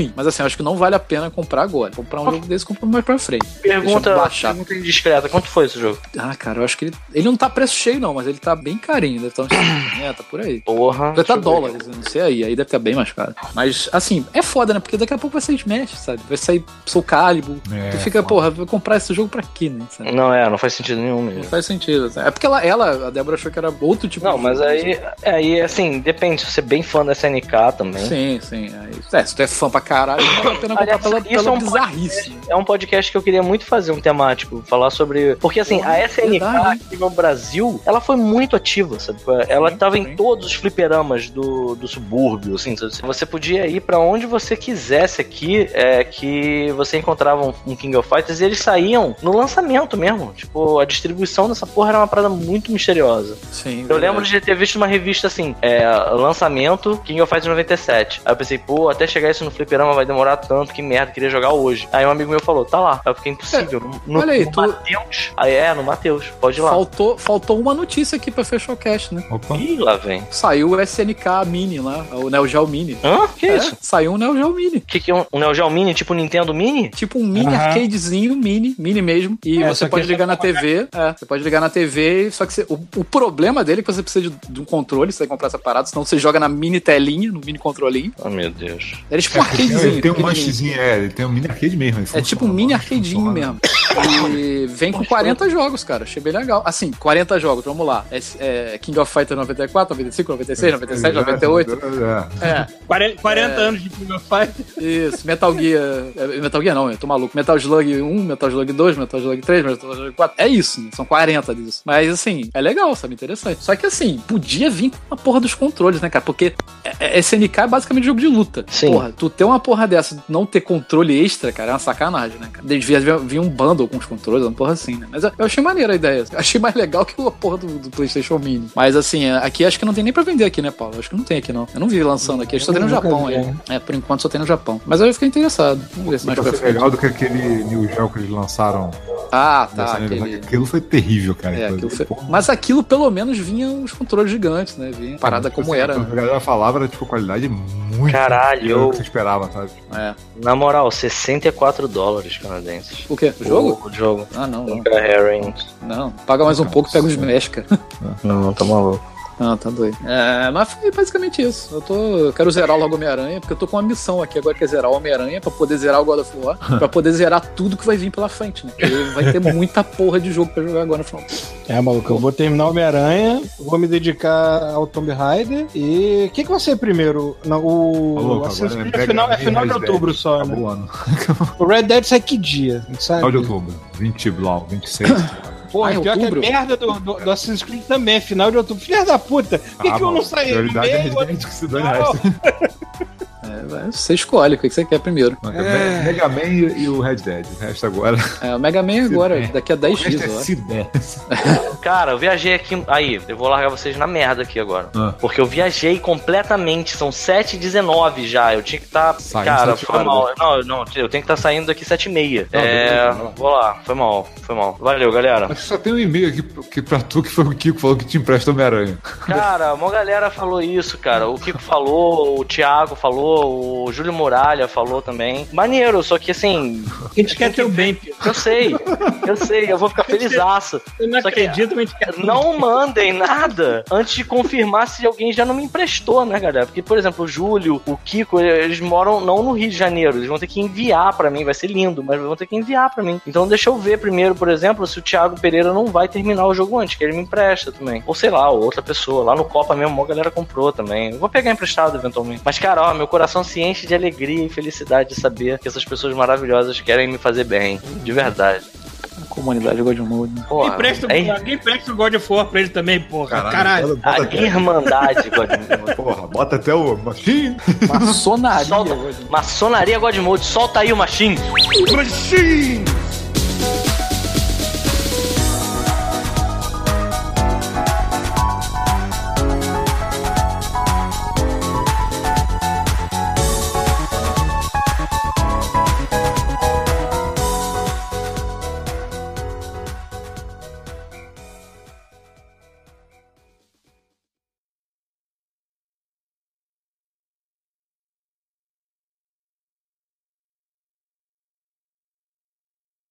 sim. Mas assim, eu acho que não vale a pena comprar agora. Comprar um jogo desse, comprar mais pra frente. Pergunta indiscreta, quanto foi esse jogo? Ah, cara, eu acho que ele não tá preço cheio não, mas ele tá bem carinho. Deve estar uns 50, por aí. Porra. Deve estar dólares, eu não sei aí deve estar bem mais caro. Mas, assim, é foda, né? Porque daqui a pouco vai sair Smash, sabe? Vai sair Soul Calibur. Tu fica, porra, vou comprar esse jogo pra quê, né? Sabe? Não faz sentido nenhum mesmo. Não faz sentido. É porque a Débora achou que era outro tipo de jogo. Não, mas aí, assim, depende. Se você é bem fã da SNK também. Sim. Se tu é fã pra caralho, não vale a pena comprar pela bizarrice. É um podcast que eu queria muito fazer, um temático, falar sobre... Porque, assim, a SNK aqui no Brasil, ela foi muito ativa, sabe? Ela tava em todos os fliperamas do subúrbio, assim. Você podia ir pra onde você quisesse aqui, que você encontrava um King of Fighters e eles saíam no lançamento mesmo. Tipo, a distribuição dessa porra era uma parada muito misteriosa. Sim. Eu lembro de ter visto uma revista assim, lançamento King of Fighters 97. Aí eu pensei, pô, até chegar isso no fliperama vai demorar tanto, que merda, queria jogar hoje. Aí um amigo meu falou, tá lá. Aí eu fiquei impossível. Olha aí, Mateus. No Mateus, pode ir lá. Faltou uma notícia aqui pra fechar o cast, né? Opa. Ih, lá vem. Saiu o SNK Mini lá, o Neo Geo Mini. Hã? Que isso? Saiu um Neo Geo Mini. Que é um Neo Geo Mini, tipo um Nintendo Mini? Tipo um mini arcadezinho, mini mesmo. E você pode ligar na TV. Você pode ligar na TV, só que o problema dele é que você precisa de um controle, você vai comprar essa parada, senão você joga na mini telinha, no mini controlinho. Oh, meu Deus. Ele é tipo um arcadezinho. Ele tem um manchezinho, ele tem um mini arcade mesmo. É tipo um mini arcadinho mesmo. E vem com 40 jogos, cara. Achei bem legal. Assim, 40 jogos, vamos lá. King of Fighters 94, 95, 96, 97, 98. 40 anos de King of Fighters. Isso, Metal Gear não, eu tô maluco. Metal Slug 1, Metal Slug 2, Metal Slug 3, Metal Slug 4. É isso, né? São 40 disso. Mas assim, é legal, sabe? Interessante. Só que assim, podia vir com a porra dos controles, né, cara? Porque SNK é basicamente jogo de luta. Sim. Porra, tu ter uma porra dessa, não ter controle extra, cara, é uma sacanagem, né, cara? Devia vir um bundle com os controles, uma porra assim, né? Mas eu achei maneira a ideia. Eu achei mais legal que a porra do PlayStation Mini. Mas assim, aqui acho que não tem nem pra vender aqui, né, Paulo? Acho que não tem aqui, não. Eu não vi lançando aqui. Acho que só tem no Japão aí. Por enquanto só tem no Japão. Mas aí eu fiquei interessado. Vamos ver se mais pra frente. Legal do que aquele New Geo que eles lançaram. Tá. Aquilo foi terrível, cara. Mas aquilo pelo menos vinha os controles gigantes, né? Vinha parada como era. A galera falava, era tipo qualidade muito. Caralho. Que você esperava, sabe? Na moral, $64 canadenses. O quê? O jogo? O jogo. Ah, não. Não, paga mais um pouco e pega os Smash, cara. Não, tá maluco. Ah, tá doido. Mas foi basicamente isso. Eu quero zerar logo o Homem-Aranha, porque eu tô com uma missão aqui agora, que é zerar o Homem-Aranha, pra poder zerar o God of War, pra poder zerar tudo que vai vir pela frente, né? Porque vai ter muita porra de jogo pra jogar agora no final. Maluco, eu vou terminar o Homem-Aranha, vou me dedicar ao Tomb Raider e... O que vai ser primeiro? Não, é final de outubro só, né? O Red Dead sai que dia? Sabe? Final de outubro. 26. Porra, pior outubro? Que a merda do Assassin's Creed também é final de outubro. Filha da puta! Por que eu não saí? Prioridade é Red Dead que se dane resto. Você escolhe o que você quer primeiro. Mega Man e o Red Dead. O resto agora. O Mega Man agora, daqui a 10 dias. Se der. Cara, eu viajei aqui. Aí, eu vou largar vocês na merda aqui agora. Porque eu viajei completamente. São 7h19 já. Eu tinha que estar. Cara, foi mal. Não, eu tenho que estar saindo daqui 7h30. Vou lá. Foi mal. Valeu, galera. Mas só tem um e-mail aqui pra tu que foi o Kiko falou que te empresta Homem-Aranha. Cara, uma galera falou isso, cara. O Kiko falou, o Thiago falou, o Júlio Muralha falou também. Maneiro, só que assim... A gente quer teu bem, Pio. Eu sei, eu vou ficar felizaço. Eu não acredito, mas a gente quer não mandem nada antes de confirmar se alguém já não me emprestou, né, galera? Porque, por exemplo, o Júlio, o Kiko, eles moram não no Rio de Janeiro. Eles vão ter que enviar pra mim, vai ser lindo, mas vão ter que enviar pra mim. Então deixa eu ver primeiro, por exemplo, se o Thiago Pereira não vai terminar o jogo antes, que ele me empresta também. Ou sei lá, outra pessoa. Lá no Copa mesmo, a galera comprou também. Eu vou pegar emprestado eventualmente. Mas, cara, meu coração se enche de alegria e felicidade de saber que essas pessoas maravilhosas querem me fazer bem. De verdade. A comunidade God Mode. Alguém presta o God of War pra ele também, porra. Caralho. A Irmandade God Mode. Porra, bota até o Machine. Maçonaria God Mode. Solta aí o Machine.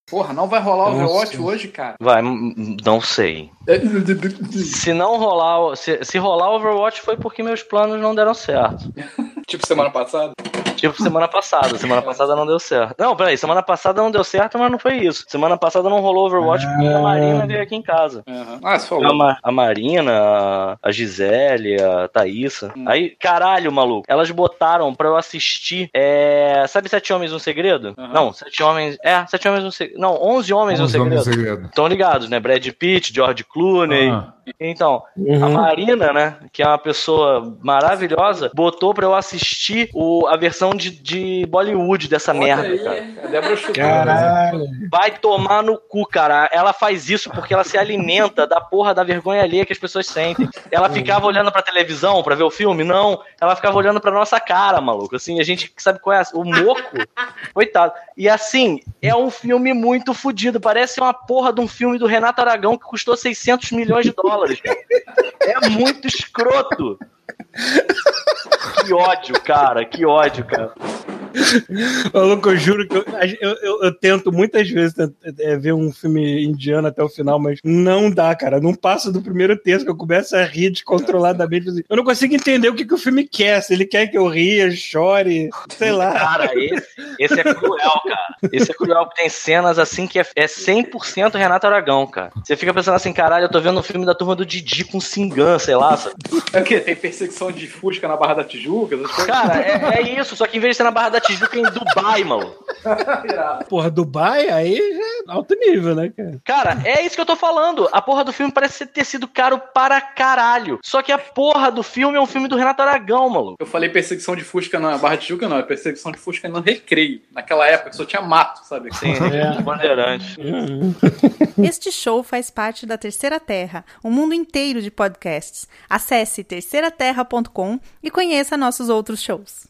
Porra, não vai rolar Overwatch hoje, cara? Vai, não sei. Se não rolar... Se rolar Overwatch foi porque meus planos não deram certo. Tipo semana passada? Tipo semana passada. Semana passada não deu certo. Não, peraí. Semana passada não deu certo, mas não foi isso. Semana passada não rolou Overwatch porque a Marina veio aqui em casa. Ah, você falou. A Marina, a Gisele, a Thaísa. Aí, caralho, maluco. Elas botaram pra eu assistir... Sabe 7 Homens um Segredo? Não, 7 Homens... 7 Homens um Segredo. Não, 11 Homens um Segredo. Estão ligados, né? Brad Pitt, George Clooney... Então, a Marina, né, que é uma pessoa maravilhosa, botou pra eu assistir a versão de Bollywood dessa merda, cara. Caralho. Vai tomar no cu, cara. Ela faz isso porque ela se alimenta da porra da vergonha alheia que as pessoas sentem. Ela ficava olhando pra televisão pra ver o filme? Não. Ela ficava olhando pra nossa cara, maluco. Assim, a gente sabe qual é o moco. Coitado. E assim, é um filme muito fodido. Parece uma porra de um filme do Renato Aragão que custou $600 milhões. Cara. É muito escroto. Que ódio, cara. Que ódio, cara. Maluco, eu juro que eu tento muitas vezes ver um filme indiano até o final, mas não dá, cara. Não passa do primeiro terço que eu começo a rir descontroladamente. Eu não consigo entender o que o filme quer. Se ele quer que eu ria, chore, sei lá. Cara, esse é cruel, cara. Esse é cruel, porque tem cenas assim que é 100% Renato Aragão, cara. Você fica pensando assim, caralho, eu tô vendo um filme da Turma do Didi com Singan, sei lá. Sabe? É o quê? Tem perseguição de Fusca na Barra da Tijuca? Cara, é isso. Só que em vez de ser na Barra da Tijuca, é em Dubai, mano. Porra, Dubai, aí já é alto nível, né, cara? Cara, é isso que eu tô falando. A porra do filme parece ter sido caro para caralho. Só que a porra do filme é um filme do Renato Aragão, maluco. Eu falei perseguição de Fusca na Barra da Tijuca, não. É perseguição de Fusca no Recreio. Naquela época só tinha mato, sabe? Sim, Bandeirante. Este show faz parte da Terceira Terra, um mundo inteiro de podcasts. Acesse terceiraterra.com e conheça nossos outros shows.